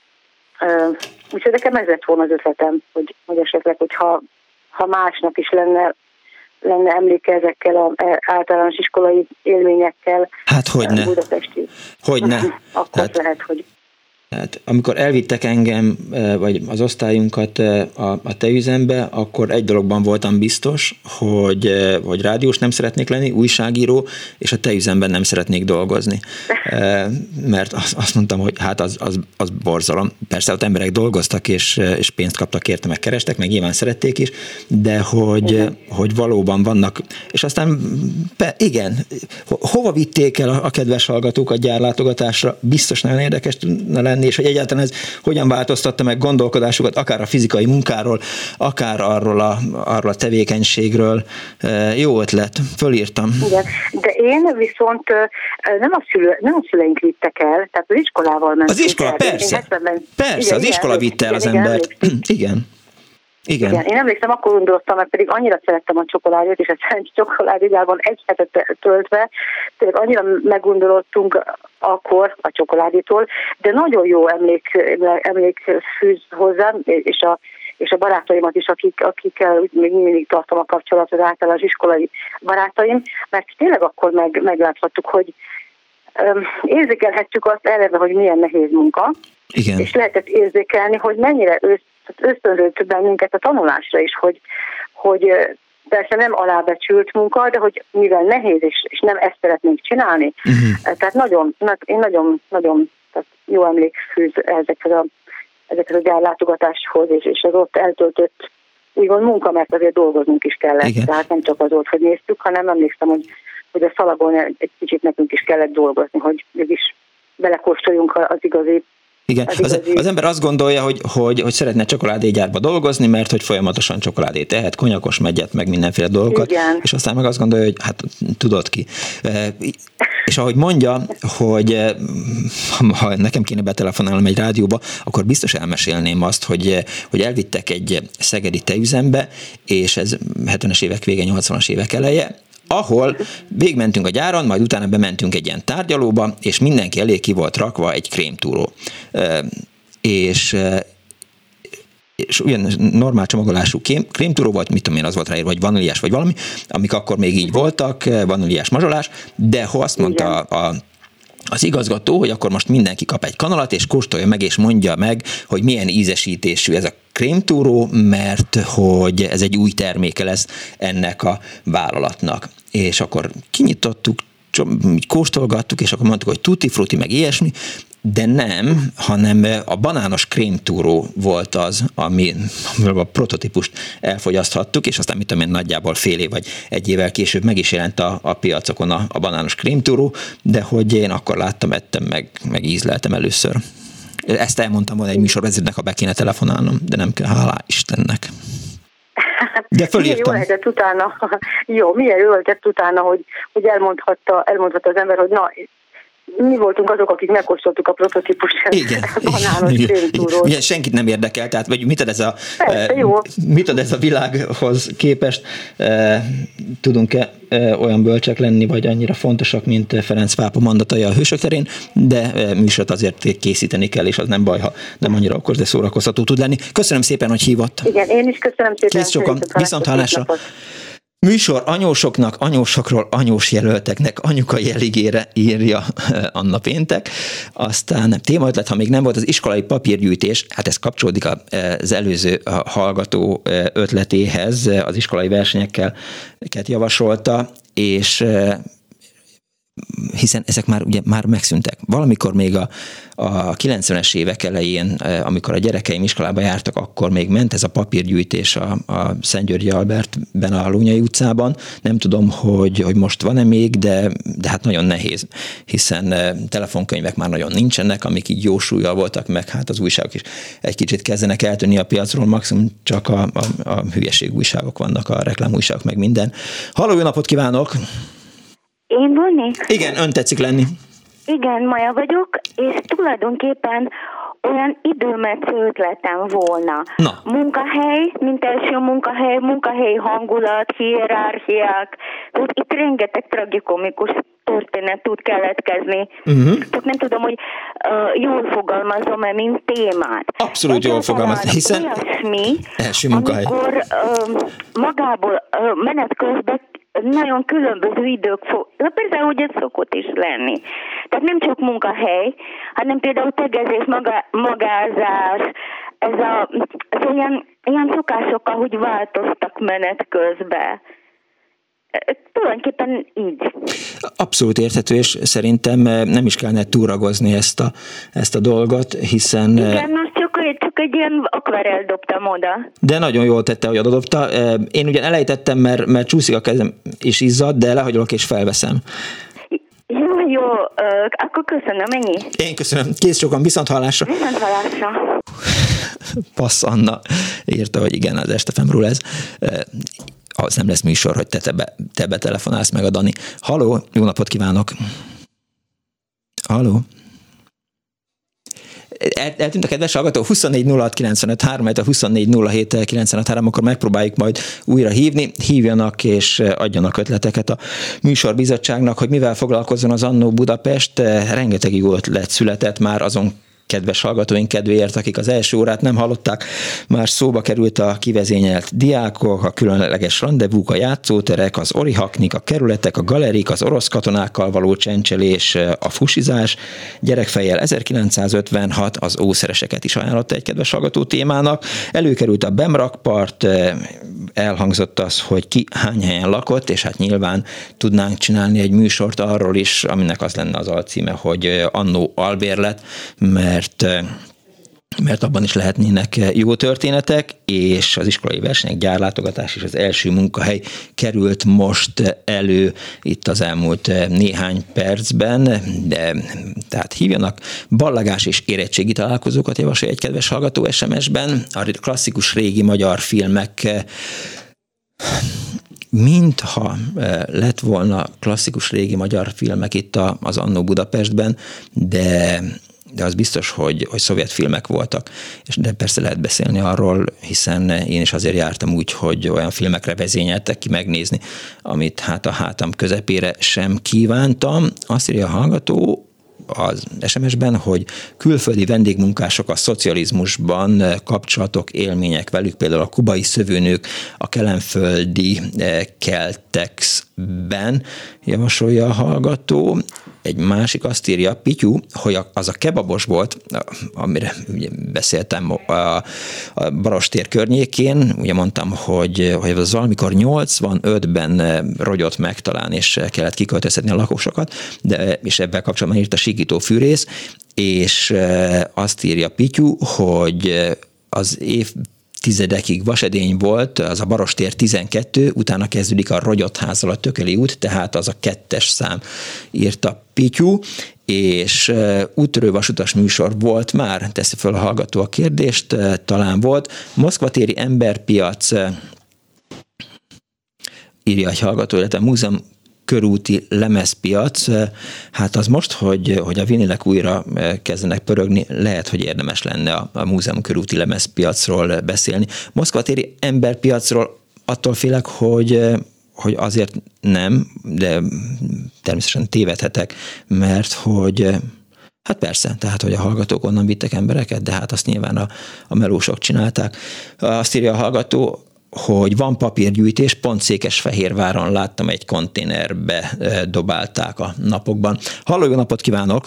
úgyhogy nekem ez lett volna az ötletem, hogy, hogy esetleg, hogyha ha másnak is lenne lenne emléke ezekkel az általános iskolai élményekkel. Hát hogyne. Budapesti. Hogyne. Akkor hát, lehet, hogy... Hát, amikor elvittek engem, vagy az osztályunkat a, a tejüzembe, akkor egy dologban voltam biztos, hogy, hogy rádiós nem szeretnék lenni, újságíró, és a tejüzemben nem szeretnék dolgozni. Mert azt mondtam, hogy hát az, az, az borzalom. Persze ott emberek dolgoztak, és, és pénzt kaptak érte, meg kerestek, meg nyilván szerették is, de hogy, hogy valóban vannak, és aztán be, igen, hova vitték el a, a kedves hallgatók a gyárlátogatásra? Biztos nagyon érdekes lenne, lenni, és hogy egyáltalán ez hogyan változtatta meg gondolkodásukat, akár a fizikai munkáról, akár arról a, arról a tevékenységről. Jó ötlet, fölírtam. Igen, de én viszont nem a, szülő, nem a szüleink vittek el, tehát az iskolával mentünk. Az iskola, el. persze. hetvenben, persze, igen, az iskola igen, vitte el az igen, embert. Igen. Igen. Igen. Én emlékszem, akkor gondoltam, mert pedig annyira szerettem a csokoládét, és a csokoládégyárban egy hetet töltve, tényleg annyira meggondolottunk akkor a csokoládétól, de nagyon jó emlék, emlék fűz hozzám, és a, és a barátaimat is, akik, akikkel még mindig tartom a kapcsolatot, általában az iskolai barátaim, mert tényleg akkor meg, megláthattuk, hogy um, érzékelhettük azt eleve, hogy milyen nehéz munka, igen. És lehetett érzékelni, hogy mennyire ősz ösztönzött bennünket a tanulásra is, hogy, hogy persze nem alábecsült munka, de hogy mivel nehéz, és, és nem ezt szeretnénk csinálni. Uh-huh. Tehát nagyon, én nagyon, nagyon tehát jó emlék fűz ezekhez a, ezekhez a gyárlátogatáshoz, és, és az ott eltöltött úgymond munka, mert azért dolgoznunk is kellett. Igen. Tehát nem csak az volt, hogy néztük, hanem emlékszem, hogy, hogy a szalagon egy kicsit nekünk is kellett dolgozni, hogy mégis belekóstoljunk az igazi. Igen, az, az ember azt gondolja, hogy, hogy, hogy szeretne csokoládégyárba dolgozni, mert hogy folyamatosan csokoládét tehet, konyakos megyet, meg mindenféle dolgokat, igen. És aztán meg azt gondolja, hogy hát tudod ki. És ahogy mondja, hogy ha nekem kéne betelefonálnom egy rádióba, akkor biztos elmesélném azt, hogy, hogy elvittek egy szegedi tejüzembe, és ez hetvenes évek vége, nyolcvanas évek eleje, ahol végmentünk a gyáron, majd utána bementünk egy ilyen tárgyalóba, és mindenki elé ki volt rakva egy krémtúró. És, és ugyan normál csomagolású krémtúró volt, mit tudom én, az volt ráírva, vagy vaníliás, vagy valami, amik akkor még így voltak, vaníliás mazsolás, de ha azt mondta a, a az igazgató, hogy akkor most mindenki kap egy kanalat, és kóstolja meg, és mondja meg, hogy milyen ízesítésű ez a krémtúró, mert hogy ez egy új terméke lesz ennek a vállalatnak. És akkor kinyitottuk, kóstolgattuk, és akkor mondtuk, hogy tutti frutti, meg ilyesmi, de nem, hanem a banános krémtúró volt az, ami, amivel a prototípust elfogyaszthattuk, és aztán mit tudom én, nagyjából fél év vagy egy évvel később meg is jelent a, a piacokon a, a banános krémtúró, de hogy én akkor láttam, ettem, meg, meg ízleltem először. Ezt elmondtam volna egy műsorvezetőnek, ha be kéne telefonálnom, de nem kell, hálá Istennek. De fölírtam. Milyen jó lehetett utána, jó, milyen jó lehetett utána, hogy, hogy elmondhatta, elmondhatta az ember, hogy na, mi voltunk azok, akik megkóstoltuk a prototípus banános krémtúrót. Ugye senkit nem érdekel, tehát vagy mit ad ez a, Persze, e, mit ad ez a világhoz képest, e, tudunk-e e, olyan bölcsek lenni, vagy annyira fontosak, mint Ferenc pápa mondatai a Hősök terén, de e, műsort azért készíteni kell, és az nem baj, ha nem annyira okos, de szórakoztató tud lenni. Köszönöm szépen, hogy hívott. Igen, én is köszönöm szépen. Kész sokan, viszont hallásra. Műsor anyósoknak, anyósokról, anyós jelölteknek, anyuka jeligére írja Anna Péntek. Aztán témaötlet, ha még nem volt, az iskolai papírgyűjtés, hát ez kapcsolódik az előző hallgató ötletéhez, az iskolai versenyekkel javasolta, és hiszen ezek már ugye már megszűntek. Valamikor még a, a kilencvenes évek elején, amikor a gyerekeim iskolába jártak, akkor még ment ez a papírgyűjtés a, a Szentgyörgyi Albertben, a Lónyai utcában. Nem tudom, hogy, hogy most van-e még, de, de hát nagyon nehéz, hiszen telefonkönyvek már nagyon nincsenek, amik így jó súllyal voltak, meg hát az újságok is egy kicsit kezdenek eltűnni a piacról, maximum csak a, a, a hülyeség újságok vannak, a reklámújságok, meg minden. Halló, jó napot kívánok! Én volnék? Igen, ön tetszik lenni. Igen, Maja vagyok, és tulajdonképpen olyan időmetsző ötletem volna. Na. Munkahely, mint első munkahely, munkahely hangulat, hierarchiák. Itt rengeteg tragikomikus történet tud keletkezni. Uh-huh. Csak nem tudom, hogy uh, jól fogalmazom-e, mint témát. Abszolút jól fogalmazom, hiszen olyasmi, első munkahely. Amikor uh, magából uh, menet közben nagyon különböző idők fog, de például, hogy ez szokott is lenni. Tehát nem csak munkahely, hanem például tegezés, maga, magázás, ez, a, ez olyan, olyan szokások, ahogy változtak menet közben. Tulajdonképpen így. Abszolút érthető, és szerintem nem is kellene túragozni ezt a, ezt a dolgot, hiszen... Igen, most csak, csak egy ilyen akvarell dobtam oda. De nagyon jól tette, hogy oda dobta. Én ugyan elejtettem, mert, mert csúszik a kezem és izzad, de lehagyolok és felveszem. Jó, Jó, akkor köszönöm, ennyi. Én köszönöm. Kész sokan, viszont hallásra. Viszont hallásra. Passz Anna írta, hogy igen, az Este Femről ez. Az nem lesz műsor, hogy te, te, be, te betelefonálsz meg a Dani. Halló, jó napot kívánok! Halló! El, eltűnt a kedves hallgató, huszonnégy nulla hat kilencvenöt három, a huszonnégy nulla hét kilencvenöt három, akkor megpróbáljuk majd újra hívni. Hívjanak és adjanak ötleteket a műsorbizottságnak, hogy mivel foglalkozzon az Annó Budapest. Rengeteg jó ötlet született már azon kedves hallgatóink kedvéért, akik az első órát nem hallották, már szóba került a kivezényelt diákok, a különleges randevúk, a játszóterek, az orihaknik, a kerületek, a galerik, az orosz katonákkal való csencselés, a fusizás, gyerekfejjel ezerkilencszázötvenhat, az ószereseket is ajánlotta egy kedves hallgató témának. Előkerült a Bemrakpart, elhangzott az, hogy ki hány helyen lakott, és hát nyilván tudnánk csinálni egy műsort arról is, aminek az lenne az alcíme, hogy Annó albérlet, mert Mert, mert abban is lehetnének jó történetek, és az iskolai versenyek, gyárlátogatás és az első munkahely került most elő itt az elmúlt néhány percben, de tehát hívjanak, ballagás és érettségi találkozókat javasolja egy kedves hallgató es em es-ben, a klasszikus régi magyar filmek, mintha lett volna klasszikus régi magyar filmek itt az Annó Budapestben, de de az biztos, hogy, hogy szovjet filmek voltak, és de persze lehet beszélni arról, hiszen én is azért jártam úgy, hogy olyan filmekre vezényeltek ki megnézni, amit hát a hátam közepére sem kívántam. Azt írja a hallgató az es em es-ben, hogy külföldi vendégmunkások a szocializmusban, kapcsolatok, élmények velük, például a kubai szövőnők a kelenföldi Keltexben, javasolja a hallgató. Egy másik azt írja, Pityu, hogy az a kebabos volt, amire ugye beszéltem a, a Barostér környékén, ugye mondtam, hogy, hogy az valamikor nyolcvanötben rogyott meg talán, és kellett kiköltöztetni a lakósokat, de, és ebben kapcsolatban írt a Sikító fűrész, és azt írja Pityu, hogy az év tizedekig vasedény volt, az a Barostér tizenkettő, utána kezdődik a Rogyottházal a Tököli út, tehát az a kettes szám, írta Pityu, és úttörő vasutas műsor volt már, teszi föl a hallgató a kérdést, talán volt. Moszkvatéri emberpiac, írja egy hallgató, illetve múzeum körúti lemezpiac, hát az most, hogy, hogy a vinilek újra kezdenek pörögni, lehet, hogy érdemes lenne a, a múzeum körúti lemezpiacról beszélni. Moszkvatéri emberpiacról attól félek, hogy, hogy azért nem, de természetesen tévedhetek, mert hogy hát persze, tehát, hogy a hallgatók onnan vittek embereket, de hát azt nyilván a, a melósok csinálták. Azt írja a hallgató, hogy van papírgyűjtés, pont Székesfehérváron láttam, egy konténerbe dobálták a napokban. Halló, jó napot kívánok!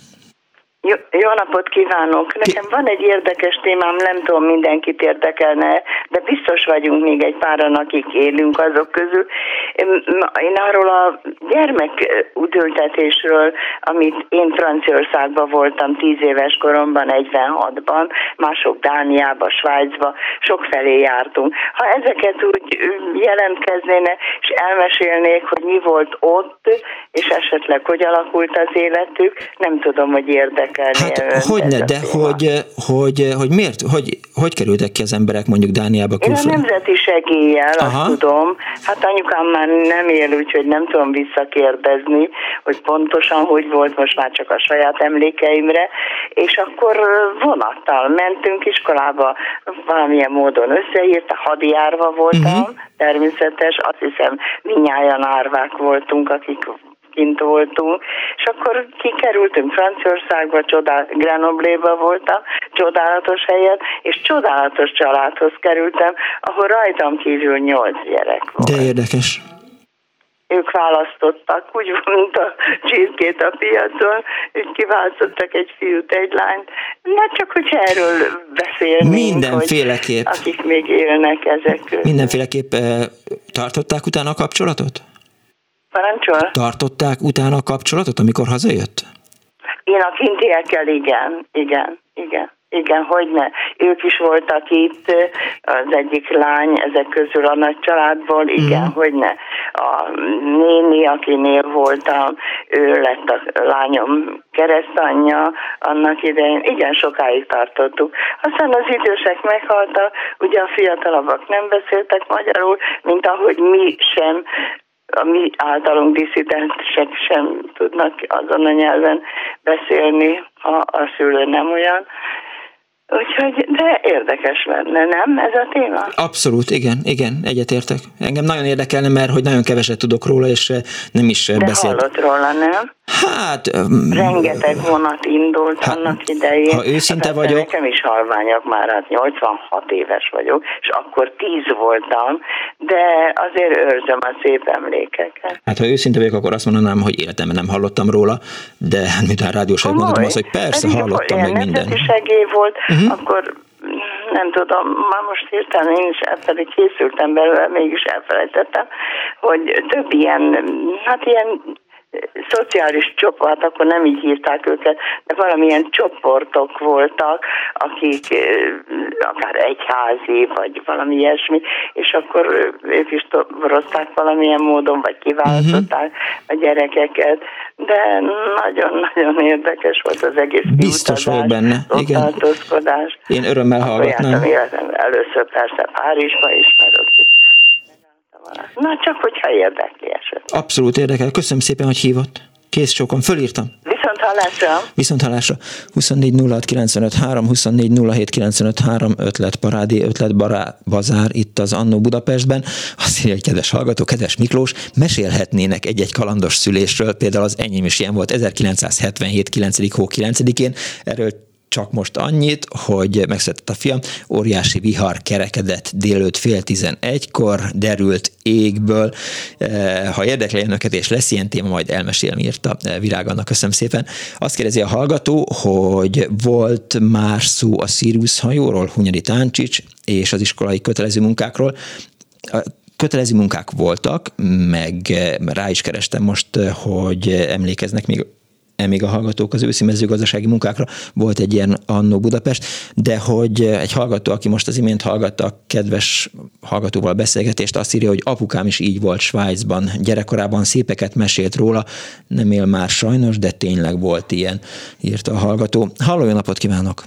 Jó, jó napot kívánok! Nekem van egy érdekes témám, nem tudom, mindenkit érdekelne, de biztos vagyunk még egy páran, akik élünk azok közül. Én arról a gyermeküdültetésről, amit én Franciaországban voltam tíz éves koromban, negyvenhatban, mások Dániába, Svájcba, sokfelé jártunk. Ha ezeket úgy jelentkeznéne, és elmesélnék, hogy mi volt ott, és esetleg hogy alakult az életük, nem tudom, hogy érdekel. Hát hogyne, de hogy, hogy, hogy miért, hogy, hogy kerültek ki az emberek mondjuk Dániába külföldön? Én a nemzeti segéllyel, azt tudom. Hát anyukám már nem él, úgyhogy nem tudom visszakérdezni, hogy pontosan hogy volt, most már csak a saját emlékeimre, és akkor vonattal mentünk iskolába, valamilyen módon összeírta, hadijárva voltam, uh-huh. természetes, azt hiszem mindnyájan árvák voltunk, akik kint voltunk, és akkor kikerültünk Franciaországba, csodál, Grenobléba voltam, csodálatos helyen, és csodálatos családhoz kerültem, ahol rajtam kívül nyolc gyerek volt. De érdekes. Ők választottak, úgy mint a csirkét a piacon, ők kiválasztottak egy fiút, egy lányt. Na csak, hogy erről beszélnénk, mindenféleképp, hogy akik még élnek ezek közül. Mindenféleképp eh, tartották utána a kapcsolatot? Parancsol? Tartották utána a kapcsolatot, amikor hazajött? Én a kintiekkel igen, igen, igen. Igen, hogyne. Ők is voltak itt, az egyik lány ezek közül a nagy családból, igen, mm. hogyne. A néni, akinél voltam, ő lett a lányom keresztanyja annak idején. Igen, sokáig tartottuk. Aztán az idősek meghaltak, ugye a fiatalabbak nem beszéltek magyarul, mint ahogy mi sem, a mi általunk disszidensek sem tudnak azon a nyelven beszélni, ha a szülő nem olyan. Úgyhogy, de érdekes lenne, nem ez a téma? Abszolút, igen, igen, egyetértek. Engem nagyon érdekelne, mert hogy nagyon keveset tudok róla, és nem is de beszélt. De hallott róla, nem? Hát... Rengeteg vonat indult hát, annak idején. Ha őszinte hát vagyok... Nekem is halványak már, hát nyolcvanhat éves vagyok, és akkor tíz voltam, de azért őrzöm a szép emlékeket. Hát ha őszinte vagyok, akkor azt mondanám, hogy életemben nem hallottam róla, de miután rádióság mondhatom azt, hogy persze ez hallottam meg minden. Nemzetisegély volt, uh-huh. akkor nem tudom, már most hirtelen én is elfelé készültem belőle, mégis elfelejtettem, hogy több ilyen, hát ilyen szociális csoport, akkor nem így hívták őket, de valamilyen csoportok voltak, akik akár egyházi, vagy valami ilyesmi, és akkor ők is toborozták valamilyen módon, vagy kiválasztották uh-huh. a gyerekeket, de nagyon-nagyon érdekes volt az egész biztos kiutazás, vagy benne, igen. tartózkodás. Én örömmel hallgatnám. Először persze Párizsba is, mert ott na, csak hogyha érdekli eset. Abszolút érdekel. Köszönöm szépen, hogy hívott. Kész csókom, fölírtam. Viszont hallásra. Viszont hallásra. huszonnégy nulla hat kilencvenöt három, huszonnégy nulla hét kilencvenöt három, ötletparádi, ötletbazár itt az Annó Budapestben. Azt írja, hogy kedves hallgató, kedves Miklós, mesélhetnének egy-egy kalandos szülésről, például az enyém is ilyen volt ezerkilencszázhetvenhét. kilencedik hó kilencedikén. Erről csak most annyit, hogy megszületett a fiam, óriási vihar kerekedett délőtt fél tizenegykor, derült égből. Ha érdekli önöket, és lesz ilyen téma, majd elmesélem, írta Virág Anna, köszönöm szépen. Azt kérdezi a hallgató, hogy volt már szó a Sirius hajóról, Hunyadi Táncsics, és az iskolai kötelező munkákról. Kötelező munkák voltak, meg rá is kerestem most, hogy emlékeznek még még a hallgatók az őszi mezőgazdasági munkákra, volt egy ilyen Annó Budapest, de hogy egy hallgató, aki most az imént hallgatta a kedves hallgatóval beszélgetést, azt írja, hogy apukám is így volt Svájcban, gyerekkorában szépeket mesélt róla, nem él már sajnos, de tényleg volt ilyen, írta a hallgató. Halló, jó napot kívánok!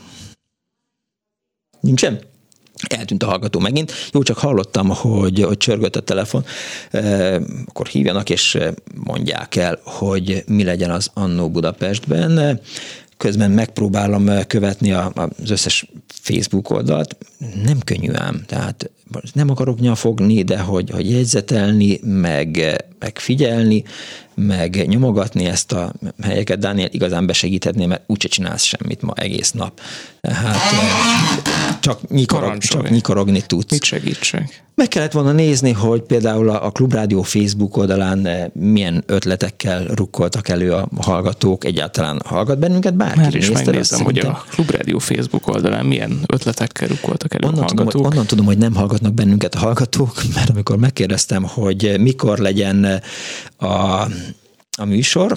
Nincsen? Eltűnt a hallgató megint. Jó, csak hallottam, hogy, hogy csörgött a telefon. E, akkor hívjanak és mondják el, hogy mi legyen az Annó Budapestben. Közben megpróbálom követni a, az összes Facebook oldalt. Nem könnyű ám, tehát nem akarok nyafogni, de hogy, hogy jegyzetelni, meg, meg figyelni, meg nyomogatni ezt a helyeket. Dániel, igazán besegíthetné, mert úgyse csinálsz semmit ma egész nap. Hát csak, nyikorog, csak nyikorogni tudsz. Mit segítsek? Meg kellett volna nézni, hogy például a Klubrádió Facebook oldalán milyen ötletekkel rukkoltak elő a hallgatók, egyáltalán hallgat bennünket bárki. Már is megnézem, hogy a Klubrádió Facebook oldalán milyen ötletekkel rukkoltak elő onnan a hallgatók. Tudom, hogy, onnan tudom, hogy nem hallgatnak bennünket a hallgatók, mert amikor megkérdeztem, hogy mikor legyen a, a műsor,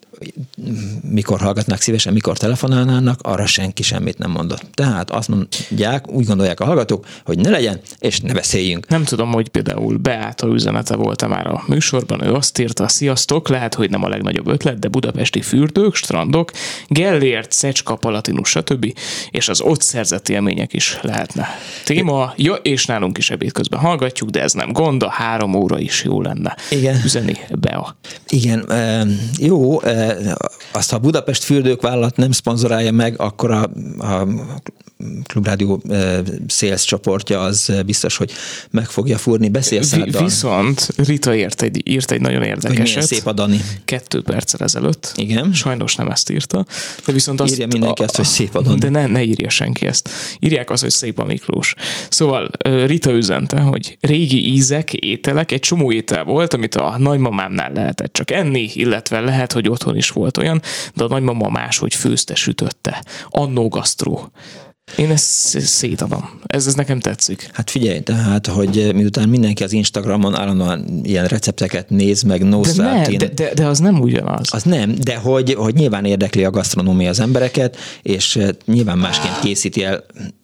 mikor hallgatnak szívesen, mikor telefonálnának, arra senki semmit nem mondott. Tehát azt mondják, úgy gondolják a hallgatók, hogy ne legyen, és ne beszéljünk. Nem tudom, hogy például Beáta üzenete volt már a műsorban, ő azt írta, sziasztok, lehet, hogy nem a legnagyobb ötlet, de budapesti fürdők, strandok, Gellért, Szecska, Palatinus, stb. És az ott szerzett élmények is lehetne téma. Ja, és nálunk is ebéd közben hallgatjuk, de ez nem gond, a három óra is jó lenne. Igen. Üzeni Bea. Igen, jó, azt, ha a Budapest fürdők vállalat nem szponzorálja meg, akkor a, a Klubrádió sales csoportja az biztos, hogy meg fogja fúrni. Beszélszáddal. Viszont Rita írt egy, írt egy nagyon érdekeset. Szép a Dani. Kettő perccel ezelőtt. Igen. Sajnos nem ezt írta. De viszont azt, írja mindenki a, azt, hogy szép a Dani. De ne, ne írja senki ezt. Írják azt, hogy szép a Miklós. Szóval Rita üzente, hogy régi ízek, ételek, egy csomó étel volt, amit a nagymamámnál lehetett csak enni, illetve lehet, hogy otthon is volt olyan, de a nagymama máshogy főzte, sütötte. Annó gasztró. Én ezt szétadom. Ez, ez nekem tetszik. Hát figyelj, tehát, hogy miután mindenki az Instagramon állandóan ilyen recepteket néz, meg no de, ne, de, de, de az nem ugyanaz. Az nem, de hogy, hogy nyilván érdekli a gasztronómia az embereket, és nyilván másként készíti el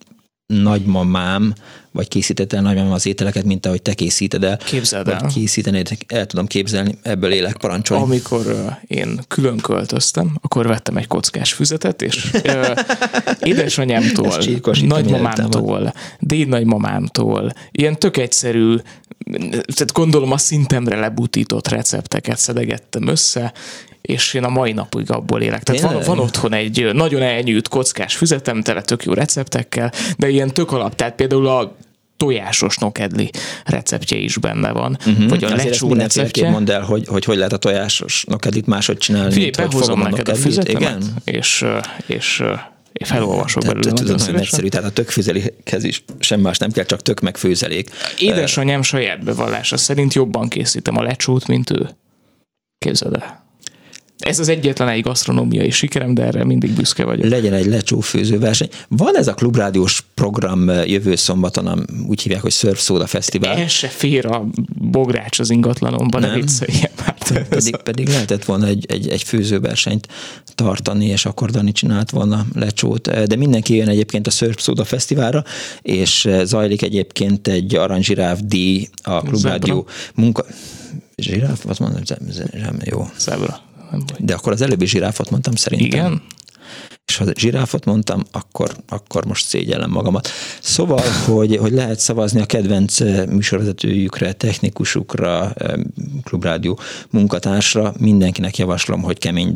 nagymamám, vagy készített el nagymamám az ételeket, mint ahogy te készíted el. Képzeld el. Készítenéd, el tudom képzelni, ebből élek, parancsolj. Amikor uh, én külön költöztem, akkor vettem egy kockás füzetet, és uh, édesanyámtól, nagymamámtól, dédnagymamámtól, ilyen tök egyszerű, tehát gondolom a szintemre lebutított recepteket szedegettem össze, és én a mai napig abból élek. Tehát van, van otthon egy nagyon elnyűjt kockás füzetem, tele tök jó receptekkel, de ilyen tök alap, tehát például a tojásos nokedli receptje is benne van. Uh-huh. Vagy a lecsó receptje. Mondd el, hogy, hogy hogy lehet a tojásos nokedlit máshogy csinálni. Figyelj, behozom neked a füzetemet, és, és én felolvasok belőle. Tudod, nagyon egyszerű, tehát a tökfőzelékhez is sem más nem kell, csak tök meg főzelék. Édesanyám saját bevallása szerint jobban készítem a lecsót, mint ő. Képzeld el. Ez az egyetlen egy gasztronómiai sikerem, de erre mindig büszke vagyok. Legyen egy lecsófőző verseny. Van ez a klubrádiós program jövő szombaton, úgy hívják, hogy Surf Soda Fesztivál. Ez se fér a bogrács az ingatlanomban, ne vicceljen már. Pedig, pedig lehetett volna egy, egy, egy főzőversenyt tartani, és akkor Dani csinált volna lecsót. De mindenki jön egyébként a Surf Soda Fesztiválra, és zajlik egyébként egy aranzsiráf díj a klubrádió munka... Zsiráf? Azt mondom, jó. Zebra. De akkor az előbbi zsiráfot mondtam szerintem. Igen? És ha zsiráfot mondtam, akkor, akkor most szégyellem magamat. Szóval, hogy, hogy lehet szavazni a kedvenc műsorvezetőjükre, technikusukra, klubrádió munkatársra. Mindenkinek javaslom, hogy Kemény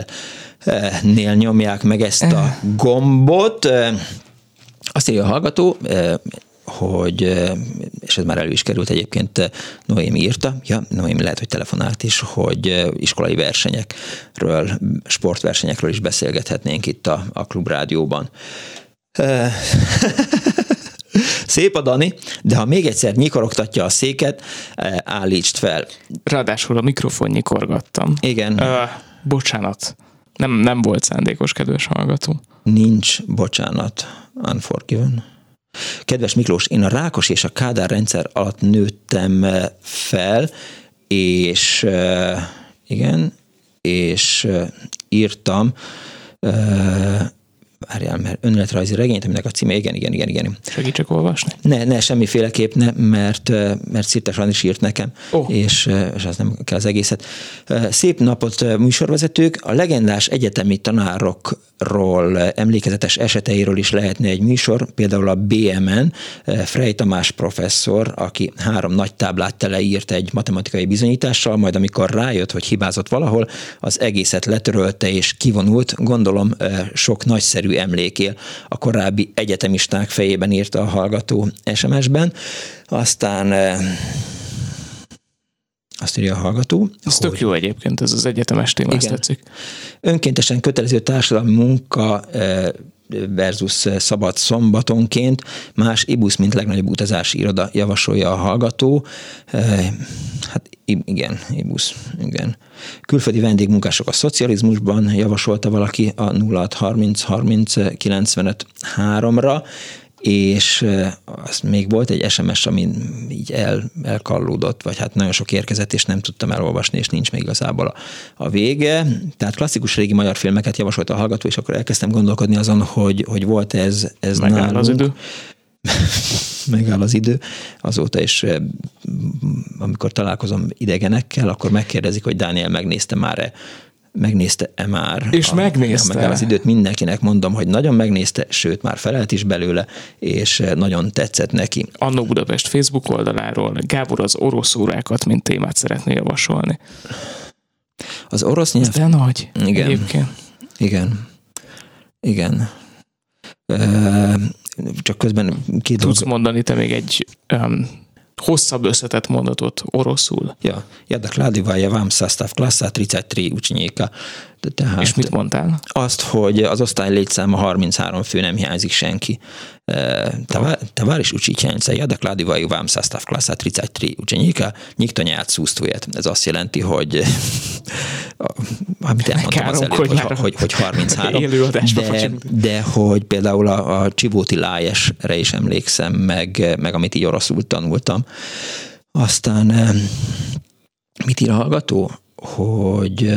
Dánielnél nyomják meg ezt a gombot. Azt írja a hallgató, hogy, és ez már elő is került egyébként, Noémi írta, ja, Noémi lehet, hogy telefonált is, hogy iskolai versenyekről, sportversenyekről is beszélgethetnénk itt a, a Klubrádióban. Szép a Dani, de ha még egyszer nyikorogtatja a széket, állítsd fel. Ráadásul a mikrofon nyikorgattam. Igen. Uh, bocsánat, nem, nem volt szándékos, kedves hallgató. Nincs bocsánat. Unforgiven. Kedves Miklós, én a Rákos és a Kádár rendszer alatt nőttem fel, és igen, és írtam, várjál, mert önéletrajzi regényt, aminek a címe, igen, igen, igen, igen. Segítsek olvasni? Ne, ne, semmiféleképp ne, mert, mert Szirtes Randi is írt nekem, oh. és, és az nem kell az egészet. Szép napot, műsorvezetők! A legendás egyetemi tanárokról, emlékezetes eseteiről is lehetne egy műsor, például a bé em en Frey Tamás professzor, aki három nagy táblát teleírt egy matematikai bizonyítással, majd amikor rájött, hogy hibázott valahol, az egészet letörölte és kivonult, gondolom sok nagyszerű emlékél a korábbi egyetemisták fejében, írta a hallgató es em es-ben. Aztán azt írja a hallgató. Ez hogy... tök jó egyébként, ez az egyetemes téma, ezt tetszik. Önkéntesen kötelező társadalmi munka versus szabad szombatonként más ibusz, mint legnagyobb utazási iroda, javasolja a hallgató. Hát igen, ibusz, igen. Külföldi vendégmunkások a szocializmusban, javasolta valaki a nulla hat harminc harminc kilencvenöt háromra, és az még volt egy es em es, ami így el, elkallódott, vagy hát nagyon sok érkezett, és nem tudtam elolvasni, és nincs még igazából a, a vége. Tehát klasszikus régi magyar filmeket javasolt a hallgató, és akkor elkezdtem gondolkodni azon, hogy, hogy volt ez, ez Megáll nálunk. az idő. Megáll az idő. Azóta is, amikor találkozom idegenekkel, akkor megkérdezik, hogy Dániel megnézte már-e megnézte-e már. És a, megnézte. Megáll az időt, mindenkinek mondom, hogy nagyon megnézte, sőt, már felelt is belőle, és nagyon tetszett neki. Annó Budapest Facebook oldaláról Gábor az orosz órákat, mint témát szeretné javasolni. Az orosz nyelv... De nagy, igen. Egyébként. Igen. Igen. Csak közben két Tudsz dolog... mondani te még egy um, hosszabb összetett mondatot oroszul? Ja, ja, da kladivaja vám sastav klassa harminchárom ученика. Tehát és mit mondtál? Azt, hogy az osztály létszáma harminchárom fő, nem hiányzik senki. Tavaris učiteljica i odakladivaju vám sastav klasa tridsaťtri učeníka, nikto neodsústuje. Ez azt jelenti, hogy amit elmondtam az előbb, hogy, hogy, hogy harminchárom. De, de hogy például a, a Csivóti Lájesre is emlékszem, meg, meg amit így oroszul tanultam. Aztán mit ír a hallgató? Hogy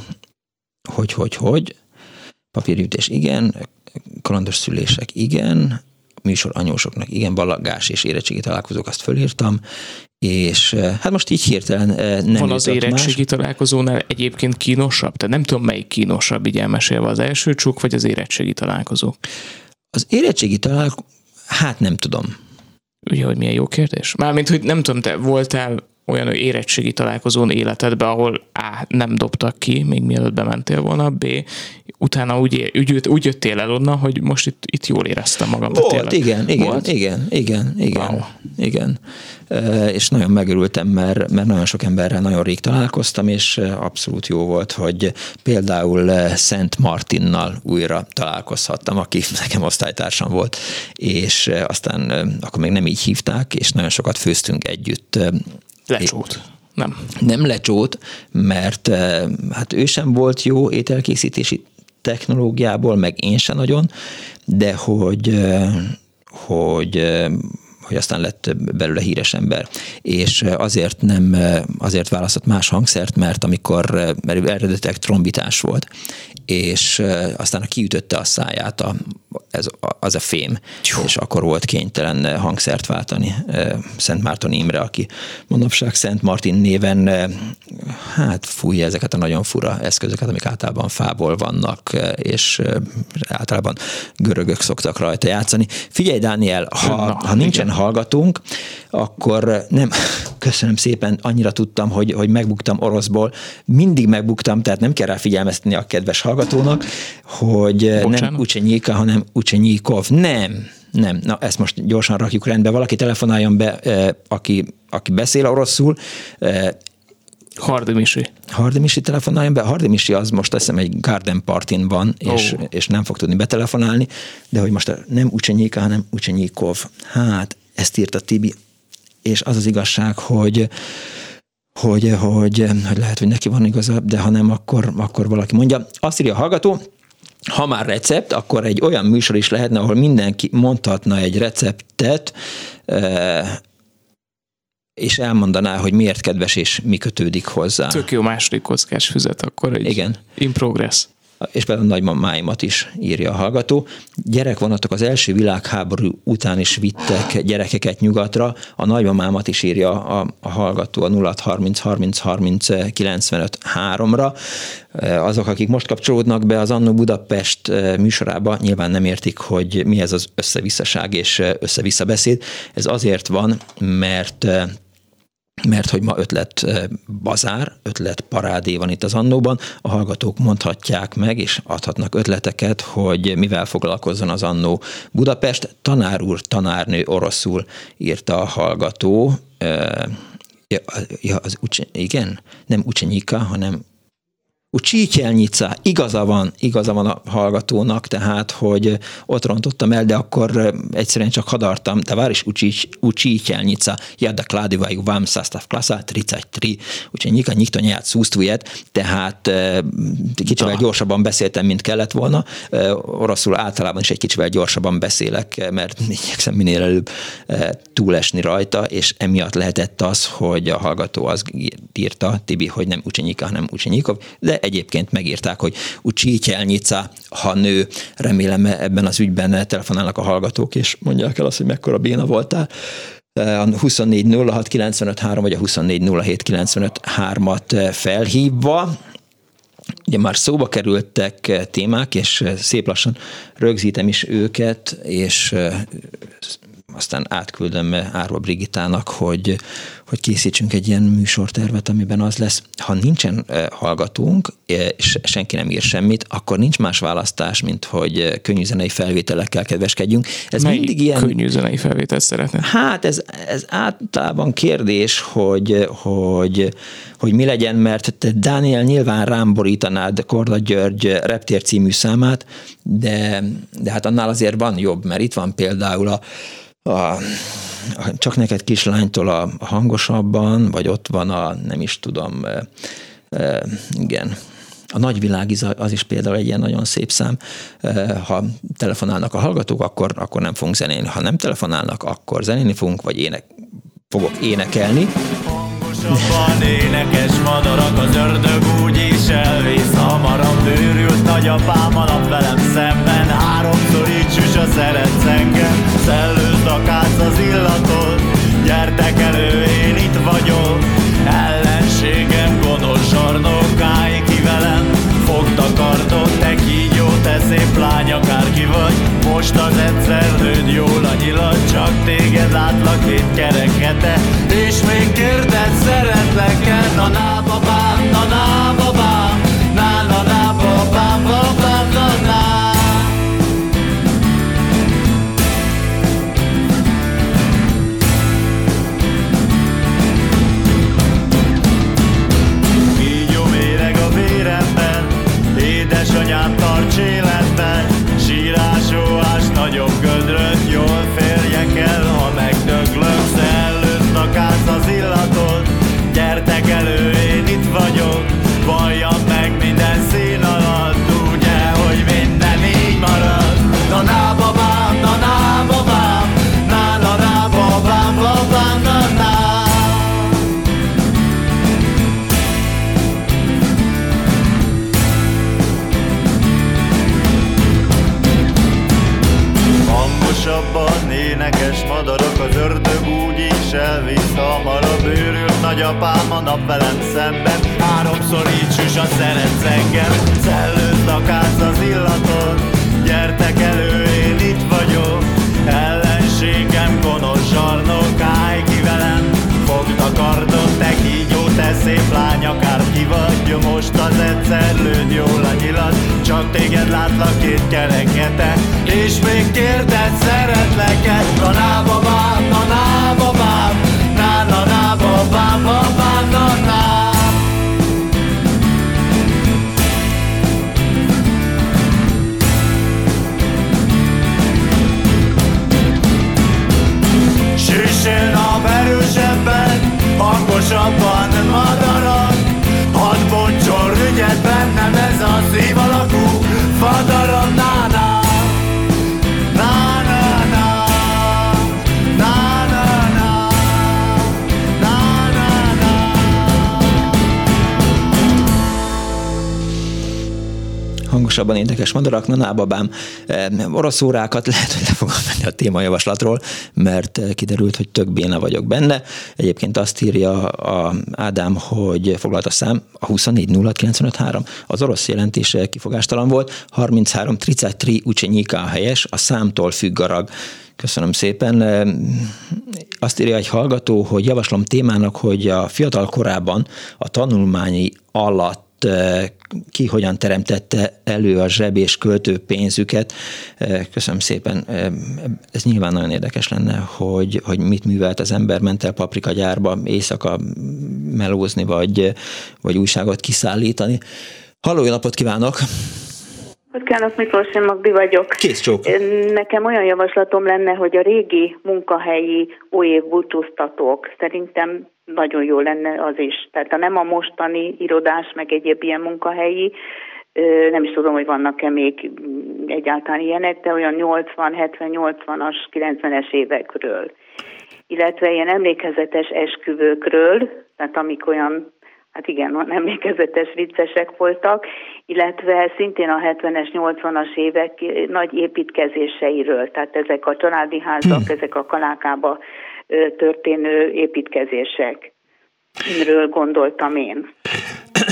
hogy, hogy, hogy papírgyűjtés igen, kalandos szülések igen, műsor anyósoknak igen, ballagás és érettségi találkozók, azt fölírtam, és hát most így hirtelen nem van az érettségi más. Találkozónál egyébként kínosabb? Tehát nem tudom, melyik kínosabb, így elmesélve, az első csúk, vagy az érettségi találkozó? Az érettségi találkozó, hát nem tudom. Ugye, hogy milyen jó kérdés? Mármint, hogy nem tudom, te voltál olyan érettségi találkozón életedben, ahol A. nem dobtak ki, még mielőtt bementél volna, B. utána úgy, úgy, úgy jöttél el onnan, hogy most itt, itt jól éreztem magam. Volt, tényleg. igen, igen, Volt? igen, igen, igen, wow. igen. E, és nagyon megörültem, mert, mert nagyon sok emberrel nagyon rég találkoztam, és abszolút jó volt, hogy például Szent Martinnal újra találkozhattam, aki nekem osztálytársam volt, és aztán akkor még nem így hívták, és nagyon sokat főztünk együtt. Lecsót. Nem. Nem lecsót, mert hát ő sem volt jó ételkészítési technológiából, meg én sem nagyon, de hogy, hogy, hogy aztán lett belőle híres ember. És azért nem, azért választott más hangszert, mert amikor mert eredetileg trombitás volt, és aztán kiütötte a száját a, ez, az a fém, Jó. és akkor volt kénytelen hangszert váltani. Szent Márton Imre, aki manapság Szent Martin néven hát fújja ezeket a nagyon fura eszközöket, amik általában fából vannak, és általában görögök szoktak rajta játszani. Figyelj, Dániel, ha, Na, ha nincsen igen. hallgatónk, akkor nem, köszönöm szépen, annyira tudtam, hogy, hogy megbuktam oroszból. Mindig megbuktam, tehát nem kell rá figyelmeztetni a kedves hallgatónak, hogy Bocsánat. nem Učenyika, hanem Učenyikov. Nem, nem. Na, ezt most gyorsan rakjuk rendbe. Valaki telefonáljon be, aki, aki beszél oroszul. Hardi Misi. Hardi Misi telefonáljon be. Hardi Misi az most azt hiszem egy garden partin van, és, oh. és nem fog tudni betelefonálni, de hogy most nem Učenyika, hanem Učenyikov. Hát, ezt írta Tibi. És az az igazság, hogy Hogy, hogy, hogy lehet, hogy neki van igaza, de ha nem, akkor, akkor valaki mondja. Azt írja a hallgató, ha már recept, akkor egy olyan műsor is lehetne, ahol mindenki mondhatna egy receptet, és elmondaná, hogy miért kedves és mi kötődik hozzá. Tök jó második kockás füzet, akkor egy Igen. in progress. És például nagymamáimat is írja a hallgató. Gyerekvonatok az első világháború után is vittek gyerekeket nyugatra. A nagymamámat is írja a, a hallgató a nulla harminc harminc harminc kilencvenöt háromra. Azok, akik most kapcsolódnak be az Annó Budapest műsorába, nyilván nem értik, hogy mi ez az összevisszaság és összevisszabeszéd. Ez azért van, mert mert hogy ma ötlet bazár, ötlet parádé van itt az Annóban, a hallgatók mondhatják meg, és adhatnak ötleteket, hogy mivel foglalkozzon az Annó Budapest. Tanár úr, tanárnő oroszul írta a hallgató. Ja, az ucse, igen, nem Učenyika, hanem Učiteljica, igaza van, igaza van a hallgatónak, tehát, hogy ott rontottam el, de akkor egyszerűen csak hadartam. Tavaris Učiteljica, i odakladivaju vám sastav klasa tridsaťtri učeníka, nikto neodsústuje, tehát kicsivel gyorsabban beszéltem, mint kellett volna. Oroszul általában is egy kicsivel gyorsabban beszélek, mert igyekszem minél előbb túlesni rajta, és emiatt lehetett az, hogy a hallgató az írta, Tibi, hogy nem Učenyika, hanem Učenyikov, de egyébként megírták, hogy Učiteljica, ha nő. Remélem ebben az ügyben telefonálnak a hallgatók, és mondják el azt, hogy mekkora béna voltál. A huszonnégy nulla hat kilencvenöt három vagy a huszonnégy nulla hét kilencvenöt hármat felhívva. Ugye már szóba kerültek témák, és szép lassan rögzítem is őket, és aztán átküldöm Árva Brigittának, hogy, hogy készítsünk egy ilyen műsortervet, amiben az lesz. Ha nincsen hallgatónk, és senki nem ír semmit, akkor nincs más választás, mint hogy könnyűzenei felvételekkel kedveskedjünk. Ez Melyik mindig ilyen... könnyűzenei felvételt szeretne? Hát ez, ez általában kérdés, hogy, hogy, hogy mi legyen, mert Dániel nyilván rám borítanád Korda György Reptér című számát, de, de hát annál azért van jobb, mert itt van például a, a, a Csak neked kislánytól a Hangosabban, vagy ott van a, nem is tudom, e, e, igen, a Nagyvilág az is például egy ilyen nagyon szép szám. Ha telefonálnak a hallgatók, akkor, akkor nem fogunk zenélni. Ha nem telefonálnak, akkor zenélni fogunk, vagy ének, fogok énekelni. Hangosabban énekes madarak, az ördög úgy is elvész hamarabb. Őrült nagyapám a nap velem szemben, háromszor így süsa szeretsz engem. Szellőzd a kász az illatot, gyertek elő, én itt vagyok. Ellenségem gonosz zsarnok, állj ki velem, fogd a kardot, te kígyó, te szép lány, akárki vagy. Most az egyszer lőd jól a nyilat, csak téged látlak két kerek hete, és még kérdez, szeretlek-e? Na na babám, na na babám, na na na babám, babám, na na. Édesanyám, tarts életben, sírás-óás, nagyobb gödröt, jól férjek el, ha megdöglök. Szellőzd a kász az illatot, gyertek elő, én itt vagyok, valljam meg minden szín alatt, ugye, hogy minden így marad. Na na babám, na na babám, na na na babám, babám, na na. Hangosabban énekes madarak, az ördög úgy is elvisz hamarabb. Őrült nagyapám a nap velem szemben, háromszor így süs a szeretsz engem. Szellőzd a kász az illatot, gyertek elő, én itt vagyok. Ellenségem gonosz zsarnok, állj ki velem, fogd a kardot, te kígyó, te szép lány, akárki vagy. Most az egyszer lőd jól a nyilat, csak téged látlak két kerekete, és még kérdez, szeretlek-e? Na na babám, na na babám, na na na babám, babám, na na. Süssél a erősebben, hangosabban madarak, hadd bontson rügyet bennem ez a szív alakú fadaram, na na. Hangosabban énekes madarak, na na babám. Orosz órákat lehet, hogy le fogom menni a témajavaslatról, mert kiderült, hogy tök béna vagyok benne. Egyébként azt írja a Ádám, hogy foglalt a szám, a huszonnégy nulla kilencvenöt három. Az orosz jelentés kifogástalan volt, harminchárom tricátri učenyika a helyes, a számtól függ a rag. Köszönöm szépen. Azt írja egy hallgató, hogy javaslom témának, hogy a fiatal korában a tanulmányi alatt ki hogyan teremtette elő a zseb és költő pénzüket. Köszönöm szépen. Ez nyilván nagyon érdekes lenne, hogy, hogy mit művelt az ember, ment el paprikagyárba éjszaka melózni, vagy, vagy újságot kiszállítani. Halló, jó napot kívánok! Kívánok, Miklós, én Magdi vagyok. Kész csók. Nekem olyan javaslatom lenne, hogy a régi munkahelyi újév búcsúztatók, szerintem nagyon jó lenne az is. Tehát ha nem a mostani irodás, meg egyéb ilyen munkahelyi, nem is tudom, hogy vannak-e még egyáltalán ilyenek, de olyan nyolcvan, hetven, nyolcvanas, kilencvenes évekről. Illetve ilyen emlékezetes esküvőkről, tehát amik olyan, hát igen, emlékezetes viccesek voltak, illetve szintén a hetvenes, nyolcvanas évek nagy építkezéseiről, tehát ezek a családi házak, hmm. ezek a Kalákába történő építkezések. Ről gondoltam én.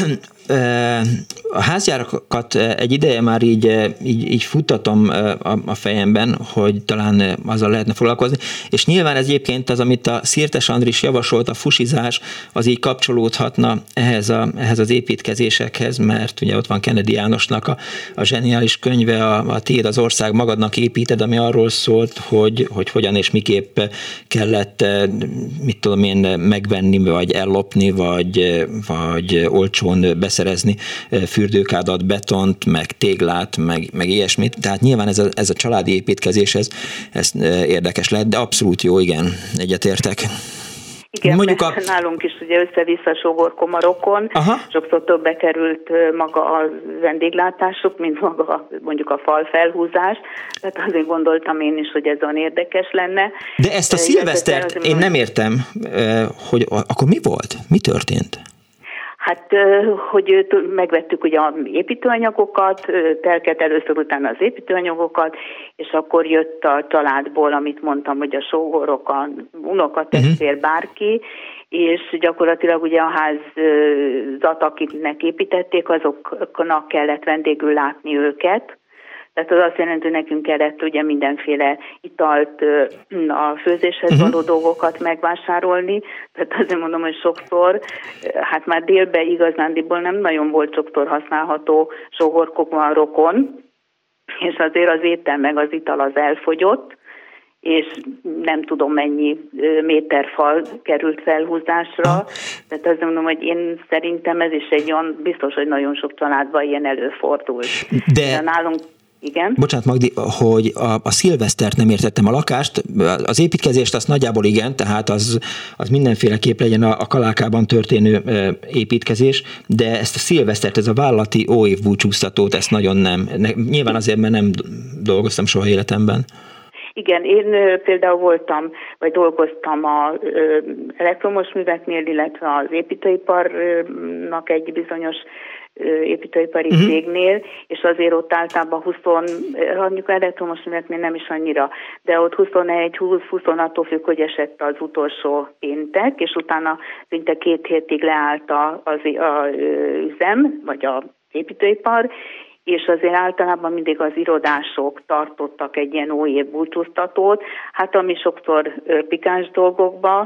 a házgyárakat egy ideje már így, így, így futtatom a fejemben, hogy talán azzal lehetne foglalkozni, és nyilván ez egyébként az, amit a Szirtes Andris javasolt, a fusizás, az így kapcsolódhatna ehhez, a, ehhez az építkezésekhez, mert ugye ott van Kennedy Jánosnak a, a zseniális könyve, a, a Tiéd az ország, magadnak építed, ami arról szólt, hogy, hogy hogyan és miképp kellett, mit tudom én, megvenni, vagy ellopni, vagy, vagy olcsón beszerezni fürdőkádat, betont, meg téglát, meg, meg ilyesmit. Tehát nyilván ez a, ez a családi építkezés, ez, ez érdekes lehet, de abszolút jó, igen, egyetértek. Igen, mondjuk a... nálunk is ugye össze-vissza sógorkomarokon, aha, sokszor többe került maga a vendéglátásuk, mint maga mondjuk a falfelhúzás, tehát azért gondoltam én is, hogy ez olyan érdekes lenne. De ezt a szilvesztert én nem értem, hogy akkor mi volt? Mi történt? Hát, hogy megvettük ugye az építőanyagokat, telket először, utána az építőanyagokat, és akkor jött a családból, amit mondtam, hogy a sógorok, a unokatestvér, bárki, és gyakorlatilag ugye a házat, akiknek építették, azoknak kellett vendégül látni őket. Tehát az azt jelenti, hogy nekünk kellett ugye mindenféle italt, a főzéshez való uh-huh. dolgokat megvásárolni. Tehát azért mondom, hogy sokszor, hát már délben igazándiból nem nagyon volt sokszor használható sógorkomarokon, és azért az étel meg az ital az elfogyott, és nem tudom mennyi méterfal került felhúzásra. Tehát azt mondom, hogy én szerintem ez is egy olyan, biztos, hogy nagyon sok családban ilyen előfordul. De, De nálunk igen. Bocsánat, Magdi, hogy a, a szilvesztert nem értettem, a lakást, az építkezést azt nagyjából igen, tehát az, az mindenféleképp legyen a, a Kalákában történő e, építkezés, de ezt a szilvesztert, ez a vállalati óév búcsúztatót, ezt nagyon nem. Ne, nyilván azért, mert nem dolgoztam soha életemben. Igen, én például voltam, vagy dolgoztam az elektromos műveknél, illetve az építőiparnak egy bizonyos építőipari uh-huh. cégnél, és azért ott általában húsz, mondjuk elektromos műveknél nem is annyira, de ott huszonegy húsz attól függ, hogy esett az utolsó péntek, és utána szinte két hétig leállt az üzem, vagy az építőipar, és azért általában mindig az irodások tartottak egy ilyen óév búcsúztatót, hát ami sokszor pikáns dolgokba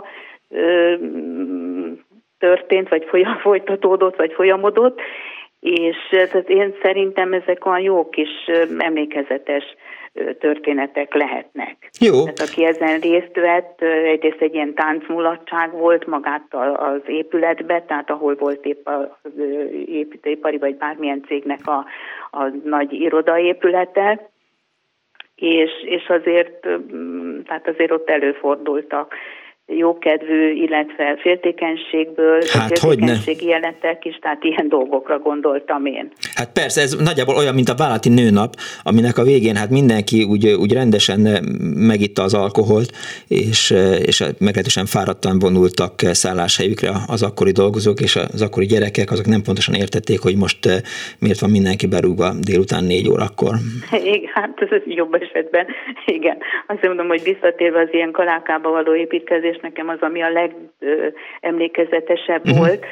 történt, vagy folytatódott, vagy folyamodott, és tehát én szerintem ezek olyan jó kis emlékezetes történetek lehetnek. Jó. Tehát aki ezen részt vett, egyrészt egy ilyen táncmulatság volt magát az épületbe, tehát ahol volt épp az építőipari vagy bármilyen cégnek a, a nagy irodaépülete, és, és azért, tehát azért ott előfordultak jókedvű, illetve féltékenységből, hát, féltékenységi jelenetek is, tehát ilyen dolgokra gondoltam én. Hát persze, ez nagyjából olyan, mint a vállalati nőnap, aminek a végén hát mindenki úgy, úgy rendesen megitta az alkoholt, és, és meglehetősen fáradtan vonultak szálláshelyükre az akkori dolgozók, és az akkori gyerekek, azok nem pontosan értették, hogy most miért van mindenki berúgva délután négy órakor. Igen, hát ez jobb esetben, igen. Azt mondom, hogy visszatérve az ilyen Kalákába való építkezés, nekem az, ami a legemlékezetesebb uh-huh. volt.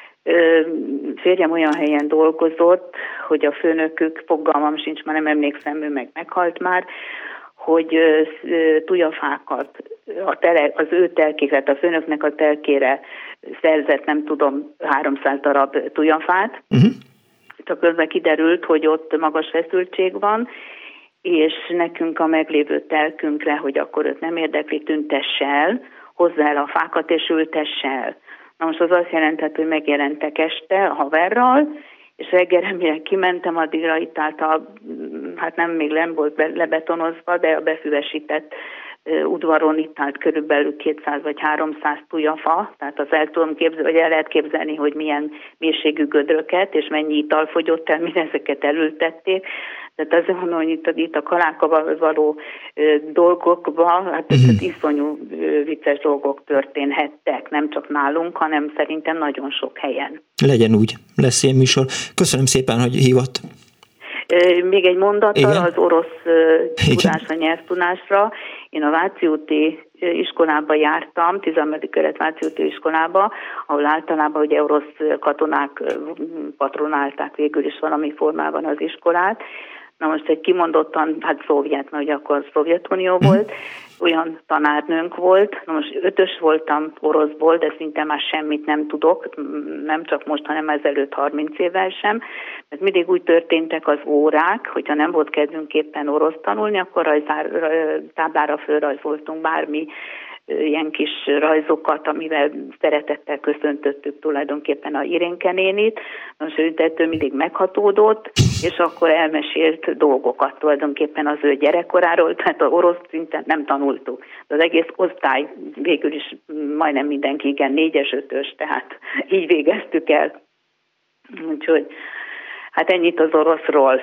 Férjem olyan helyen dolgozott, hogy a főnökük, fogalmam sincs, már nem emlékszem, ő meg meghalt már, hogy tujafákat, a tele, az ő telkékre, a főnöknek a telkére szerzett, nem tudom, háromszáz darab tujafát. Uh-huh. Csak közben kiderült, hogy ott magas feszültség van, és nekünk a meglévő telkünkre, hogy akkor őt nem érdekli, tüntesse el, hozzá el a fákat és ültesse el. Na most az azt jelentett, hogy megjelentek este a haverral, és reggelre, mire kimentem, addigra itt állt a, hát nem még nem volt be, lebetonozva, de a befüvesített uh, udvaron itt állt körülbelül kétszáz vagy háromszáz tujafa, tehát az el tudom képzelni, vagy el lehet képzelni, hogy milyen mélységű gödröket, és mennyi ital fogyott el, mire ezeket elültették. Tehát azért mondom, hogy itt, itt a Kalákával való ö, dolgokban, hát uh-huh. ez iszonyú ö, vicces dolgok történhettek, nem csak nálunk, hanem szerintem nagyon sok helyen. Legyen úgy, lesz ilyen műsor. Köszönöm szépen, hogy hívott. Ö, még egy mondattal az orosz ö, tudásra, nyelvtudásra. Én a Váci úti iskolába jártam, tizenötödik kelet-Váci iskolába, ahol általában ugye orosz katonák patronálták végül is valami formában az iskolát. Na most egy kimondottan, hát szovjet, mert ugye akkor Szovjetunió volt, olyan tanárnőnk volt, na most ötös voltam oroszból, de szinte már semmit nem tudok, nem csak most, hanem ezelőtt harminc évvel sem, mert mindig úgy történtek az órák, hogyha nem volt kedvünk éppen orosz tanulni, akkor rajzár, táblára fölrajzoltunk bármi ilyen kis rajzokat, amivel szeretettel köszöntöttük tulajdonképpen a Irénke nénit. Most ő ettől mindig meghatódott, és akkor elmesélt dolgokat tulajdonképpen az ő gyerekkoráról, tehát az orosz szinten nem tanultuk. Az egész osztály végül is majdnem mindenki, igen, négyes, ötös, tehát így végeztük el. Úgyhogy hát ennyit az oroszról.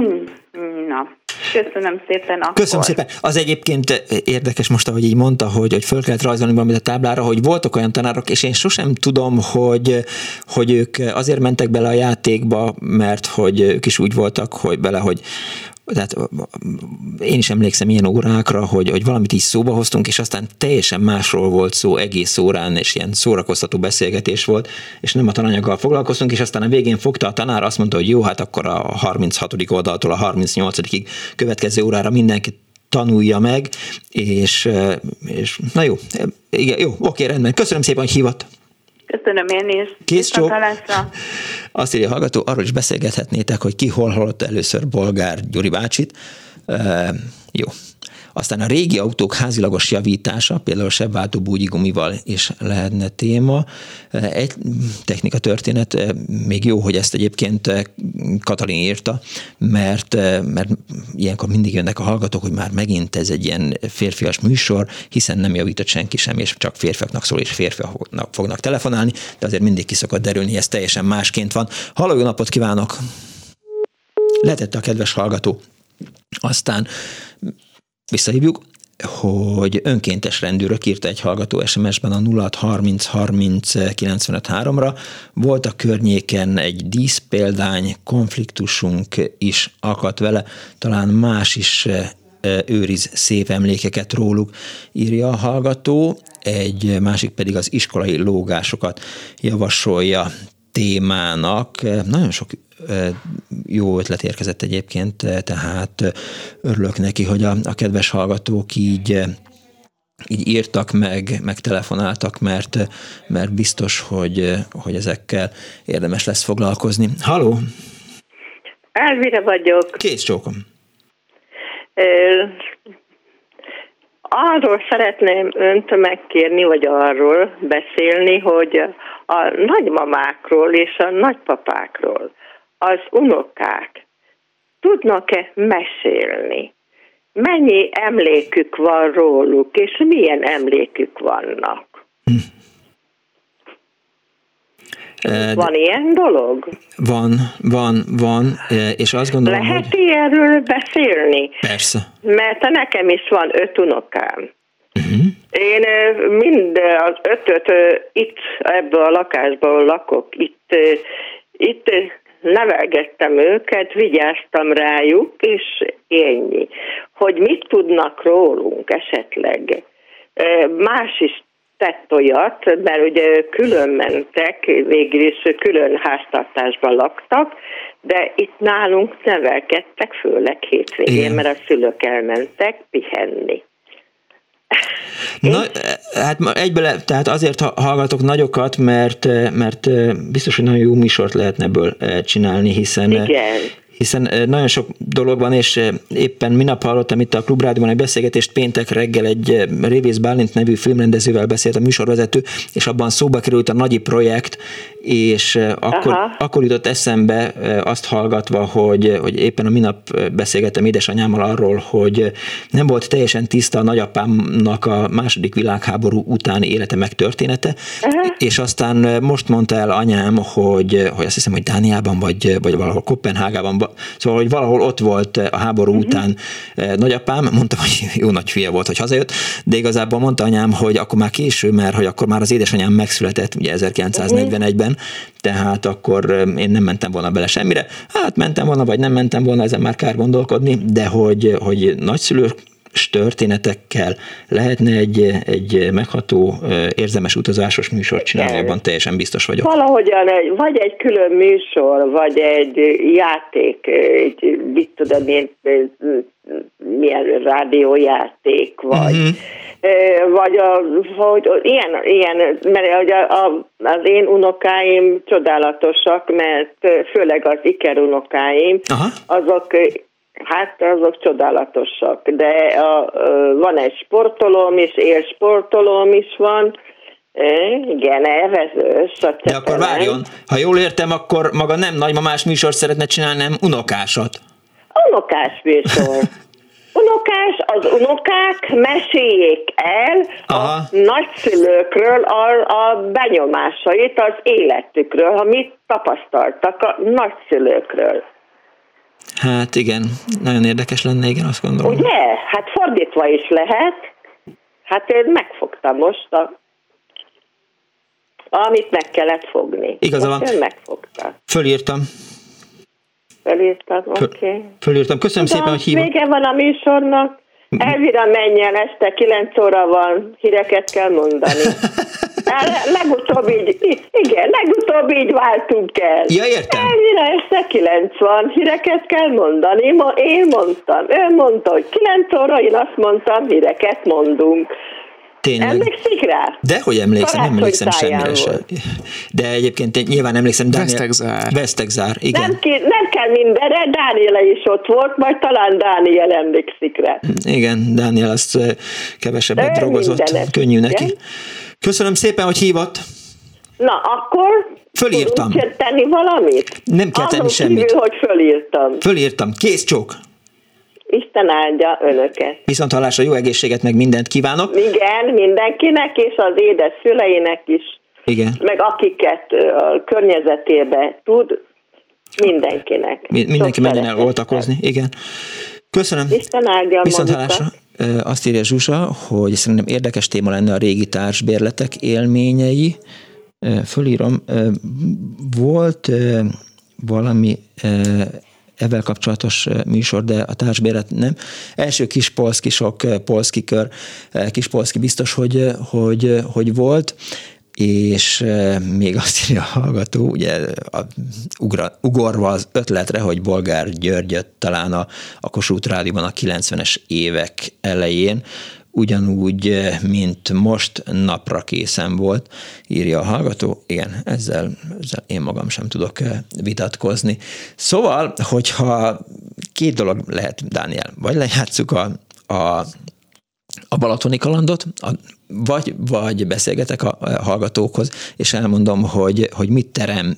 Na. Köszönöm szépen akkor. Köszönöm szépen. Az egyébként érdekes most, ahogy így mondta, hogy, hogy föl kellett rajzolni valamit a táblára, hogy voltak olyan tanárok, és én sosem tudom, hogy, hogy ők azért mentek bele a játékba, mert hogy ők is úgy voltak, hogy bele, hogy tehát én is emlékszem ilyen órákra, hogy, hogy valamit így szóba hoztunk, és aztán teljesen másról volt szó egész órán, és ilyen szórakoztató beszélgetés volt, és nem a tananyaggal foglalkoztunk, és aztán a végén fogta a tanár, azt mondta, hogy jó, hát akkor a harminchatodik oldaltól a harmincnyolcadikig következő órára mindenki tanulja meg, és, és na jó, igen, jó, oké, rendben. Köszönöm szépen, hogy hívott. Köszönöm én is. Kész csók. Azt írja a hallgató, arról is beszélgethetnétek, hogy ki hol hallott először Bolgár Gyuri bácsit. E, jó. Aztán a régi autók házilagos javítása, például sebváltó búgyigumival is lehetne téma. Egy technika történet, még jó, hogy ezt egyébként Katalin írta, mert, mert ilyenkor mindig jönnek a hallgatók, hogy már megint ez egy ilyen férfias műsor, hiszen nem javított senki sem, és csak férfiaknak szól, és férfiaknak fognak telefonálni, de azért mindig ki szokott derülni, ez teljesen másként van. Halló, jó napot kívánok! Letette a kedves hallgató. Aztán visszahívjuk, hogy önkéntes rendőrök, írta egy hallgató es em es-ben a nulla hat harminc harminc kilencvenöt háromra. Volt a környéken egy díszpéldány, konfliktusunk is akadt vele, talán más is őriz szép emlékeket róluk, írja a hallgató, egy másik pedig az iskolai lógásokat javasolja témának. Nagyon sok jó ötlet érkezett egyébként, tehát örülök neki, hogy a, a kedves hallgatók így, így írtak meg, meg telefonáltak, mert, mert biztos, hogy, hogy ezekkel érdemes lesz foglalkozni. Halló! Elvira vagyok. Kész csókom. Arról szeretném önt megkérni, vagy arról beszélni, hogy a nagymamákról és a nagypapákról az unokák tudnak-e mesélni? Mennyi emlékük van róluk, és milyen emlékük vannak? Hm. Van ilyen dolog? Van, van, van, és azt gondolom, lehet hogy... ilyenről beszélni? Persze. Mert nekem is van öt unokám. Uh-huh. Én mind az ötöt itt, ebben a lakásban, ahol lakok, itt, itt nevelgettem őket, vigyáztam rájuk, és ennyi. Hogy mit tudnak rólunk esetleg. Más is tett olyat, mert ugye külön mentek, végül is külön háztartásban laktak, de itt nálunk nevelkedtek, főleg hétvégén, mert a szülők elmentek pihenni. Na, hát egyből, tehát azért hallgatok nagyokat, mert, mert biztos, hogy nagyon jó műsort lehetne ebből csinálni, hiszen... Igen. hiszen nagyon sok dolog van, és éppen minap hallottam itt a Klubrádióban egy beszélgetést, péntek reggel egy Révész Bálint nevű filmrendezővel beszélt a műsorvezető, és abban szóba került a Nagyi projekt, és akkor, akkor jutott eszembe azt hallgatva, hogy, hogy éppen a minap beszélgettem édesanyámmal arról, hogy nem volt teljesen tiszta a nagyapámnak a második világháború utáni élete megtörténete, uh-huh. és aztán most mondta el anyám, hogy, hogy azt hiszem, hogy Dániában, vagy, vagy valahol Koppenhágában, szóval, hogy valahol ott volt a háború uh-huh. után nagyapám, mondtam, hogy jó nagy hülye volt, hogy hazajött, de igazából mondta anyám, hogy akkor már késő, mert hogy akkor már az édesanyám megszületett, ugye ezerkilencszáznegyvenegyben, tehát akkor én nem mentem volna bele semmire. Hát mentem volna, vagy nem mentem volna, ezen már kár gondolkodni, de hogy, hogy nagyszülők történetekkel lehetne egy, egy megható, érzelmes utazásos műsort csinálni, abban teljesen biztos vagyok. Valahogyan egy, vagy egy külön műsor, vagy egy játék, egy, mit tudom én, milyen rádiójáték, vagy uh-huh. vagy a, hogy ilyen, ilyen, mert a, a, az én unokáim csodálatosak, mert főleg az Iker unokáim, aha. azok, hát azok csodálatosak, de a, van egy sportolóm is, élsportolóm is van, igen, elvezős. De akkor várjon, ha jól értem, akkor maga nem nagymamás műsort szeretne csinálni, nem unokásat. Unokás műsor. Unokás, az unokák meséljék el aha. a nagyszülőkről a, a benyomásait az életükről, ha mit tapasztaltak a nagyszülőkről. Hát igen, nagyon érdekes lenne, igen, azt gondolom. Ugye? Hát fordítva is lehet. Hát én megfogtam most a amit meg kellett fogni. Igaza van. Ön megfogta. Fölírtam. Fölírtam, oké. Okay. Fölírtam. Köszönöm Tudom, szépen, hogy hívott. Vége van a műsornak. Elvira menjen, este kilenc óra van, híreket kell mondani. Legutóbb így, igen, legutóbb így váltunk el. Ja, értem. Elvira este kilenc van, híreket kell mondani. Én mondtam, ő mondta, hogy kilenc óra, én azt mondtam, híreket mondunk. Tényleg. Emlékszik rá? Dehogy emlékszem, nem emlékszem semmire se. De egyébként nyilván emlékszem. Vesztegzár. Vesztegzár, igen. Nem, ki, nem kell mindenre, Dániel is ott volt, majd talán Dániel emlékszik rá. Igen, Dániel azt kevesebbet ő drogozott, mindenet. Könnyű neki. Igen? Köszönöm szépen, hogy hívott. Na, akkor fölírtam. Tudunk tenni valamit? Nem kell tenni Azon semmit. Kívül, hogy fölírtam. Fölírtam, kész csók. Isten áldja önöket. Viszont hallásra, jó egészséget, meg mindent kívánok. Igen, mindenkinek, és az édes szüleinek is. Igen. Meg akiket a környezetébe tud, mindenkinek. Mi, mindenki menjen el oltakozni, igen. Köszönöm. Isten áldja Viszont hallásra. Azt írja Zsusa, hogy szerintem érdekes téma lenne a régi társbérletek élményei. Fölírom. Volt valami ezzel kapcsolatos műsor, de a társbérlet nem. Első kis polszkisok, polszki kör, kis polszki biztos, hogy, hogy, hogy volt, és még azt írja a hallgató, ugye a, ugra, ugorva az ötletre, hogy Bolgár Györgyöt talán a, a Kossuth Rádióban a kilencvenes évek elején ugyanúgy, mint most napra készen volt, írja a hallgató. Igen, ezzel, ezzel én magam sem tudok vitatkozni. Szóval, hogyha két dolog lehet, Dániel, vagy lejátsszuk a, a, a balatoni kalandot, a, vagy, vagy beszélgetek a, a hallgatókhoz, és elmondom, hogy, hogy mit teremt,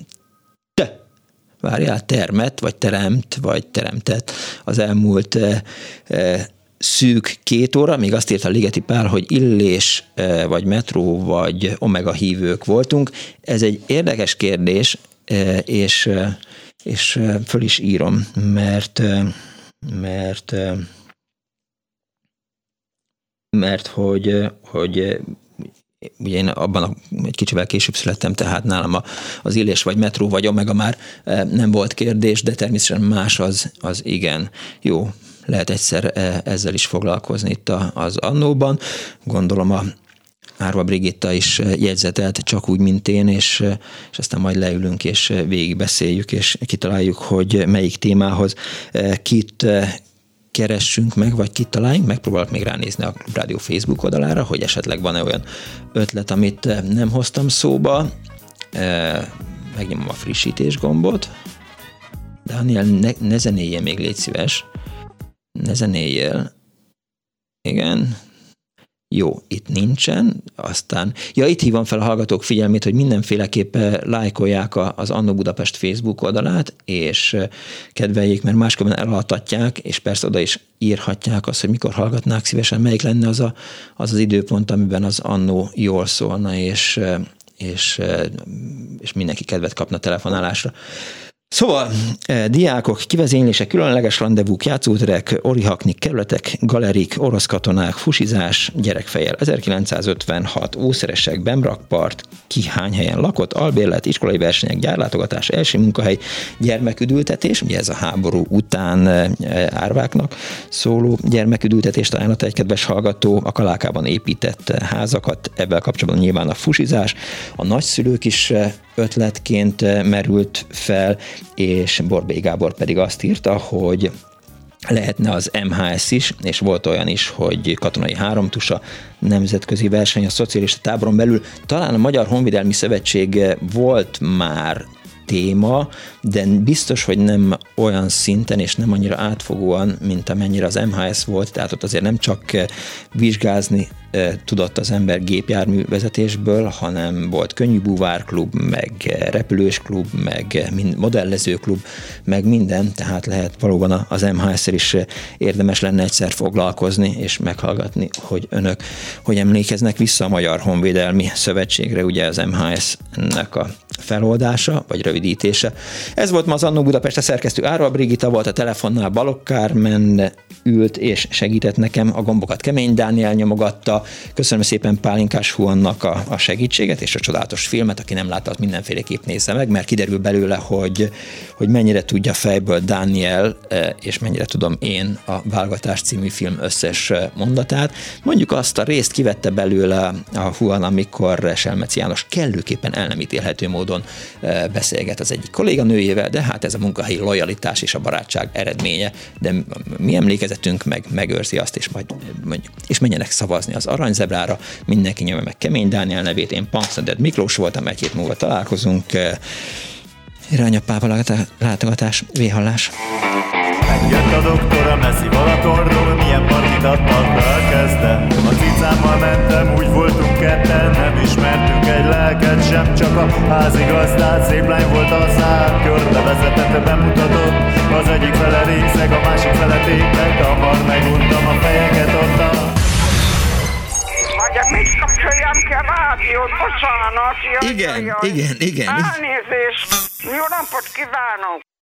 várjál, termet, vagy teremt, vagy teremtett az elmúlt e, e, szűk két óra, még azt írta Ligeti Pál, hogy Illés, vagy metró, vagy omega hívők voltunk. Ez egy érdekes kérdés, és, és föl is írom, mert, mert, mert hogy, hogy ugye én abban a, egy kicsivel később születtem, tehát nálam a, az Illés vagy metró vagy omega már nem volt kérdés, de természetesen más az, az igen. Jó, lehet egyszer ezzel is foglalkozni itt az annóban. Gondolom a Árva Brigitta is jegyzetelt csak úgy, mint én, és, és aztán majd leülünk, és végigbeszéljük, és kitaláljuk, hogy melyik témához kit keressünk meg, vagy kit találjunk. Megpróbálok még ránézni a rádió Facebook oldalára, hogy esetleg van-e olyan ötlet, amit nem hoztam szóba. Megnyomom a frissítés gombot. Dániel, ne, ne zenéljél még, légy szíves. Ne zenéljél. Igen. Jó, itt nincsen. Aztán, ja, itt hívom fel a hallgatók figyelmét, hogy mindenféleképp lájkolják az Annó Budapest Facebook oldalát, és kedveljék, mert máskülönben elhaltatják, és persze oda is írhatják azt, hogy mikor hallgatnák szívesen, melyik lenne az a, az, az időpont, amiben az Annó jól szólna, és, és, és mindenki kedvet kapna telefonálásra. Szóval, eh, diákok, kivezénylése, különleges rendezvúk, játszóterek, orihaknik, kerületek, galerik, orosz katonák, fusizás, gyerekfejjel, ezerkilencszázötvenhat, ószeresek, bemrakpart, ki hány helyen lakott, albérlet, iskolai versenyek, gyárlátogatás, első munkahely, gyermeküdültetés, ugye ez a háború után eh, árváknak szóló gyermeküdültetés, találata egy kedves hallgató, a Kalákában épített házakat, ebben kapcsolatban nyilván a fusizás, a nagyszülők is eh, ötletként merült fel, és Borbély Gábor pedig azt írta, hogy lehetne az em há es is, és volt olyan is, hogy katonai háromtusa, nemzetközi verseny a szocialista táboron belül. Talán a Magyar Honvédelmi Szövetség volt már téma, de biztos, hogy nem olyan szinten és nem annyira átfogóan, mint amennyire az em há es volt, tehát ott azért nem csak vizsgázni tudott az ember gépjárművezetésből, hanem volt könnyű búvárklub, meg repülős klub, meg modellező klub, meg minden, tehát lehet valóban az em há es-szel is érdemes lenne egyszer foglalkozni és meghallgatni, hogy önök hogy emlékeznek vissza a Magyar Honvédelmi Szövetségre, ugye az em há es-nek a feloldása, vagy rövidítése. Ez volt ma az Annó Budapest, a szerkesztő Árva Brigitta volt, a telefonnál Balogh Kármen ült és segített nekem, a gombokat Kemény Dániel nyomogatta. Köszönöm szépen Pálinkás Huannak a, a segítséget és a csodálatos filmet, aki nem látta, mindenféleképp nézze meg, mert kiderül belőle, hogy, hogy mennyire tudja fejből Dániel, és mennyire tudom én a Válogatás című film összes mondatát. Mondjuk azt a részt kivette belőle a Huan, amikor Selmeci János kellőképpen el nem ítélhető módon beszélget az egyik kolléganőjével, de hát ez a munkahelyi lojalitás és a barátság eredménye, de mi emlékezetünk meg megőrzi azt, és majd mondjuk, és menjenek szavazni az Aranyzebrára, mindenki nyomja meg Kemény Dániel nevét, én Punksnoded Miklós voltam, egy hét múlva találkozunk. Irányapába látogatás, véhallás. Megjött a doktor a messzi Balatonról, milyen partit adtak be a kezdet. A cicámmal mentem, úgy voltunk ketten, nem ismertünk egy lelket sem, csak a házigazdát, szép lány volt a szám, körbe vezetett, bemutatott, az egyik fele részeg, a másik fele tépek, hamar meguntam a fejeket ott a... Vagy mit kapcsoljam ki a rádiót, bocsánat, jaj, igen, jaj, igen, igen. Elnézést, jó napot kívánok!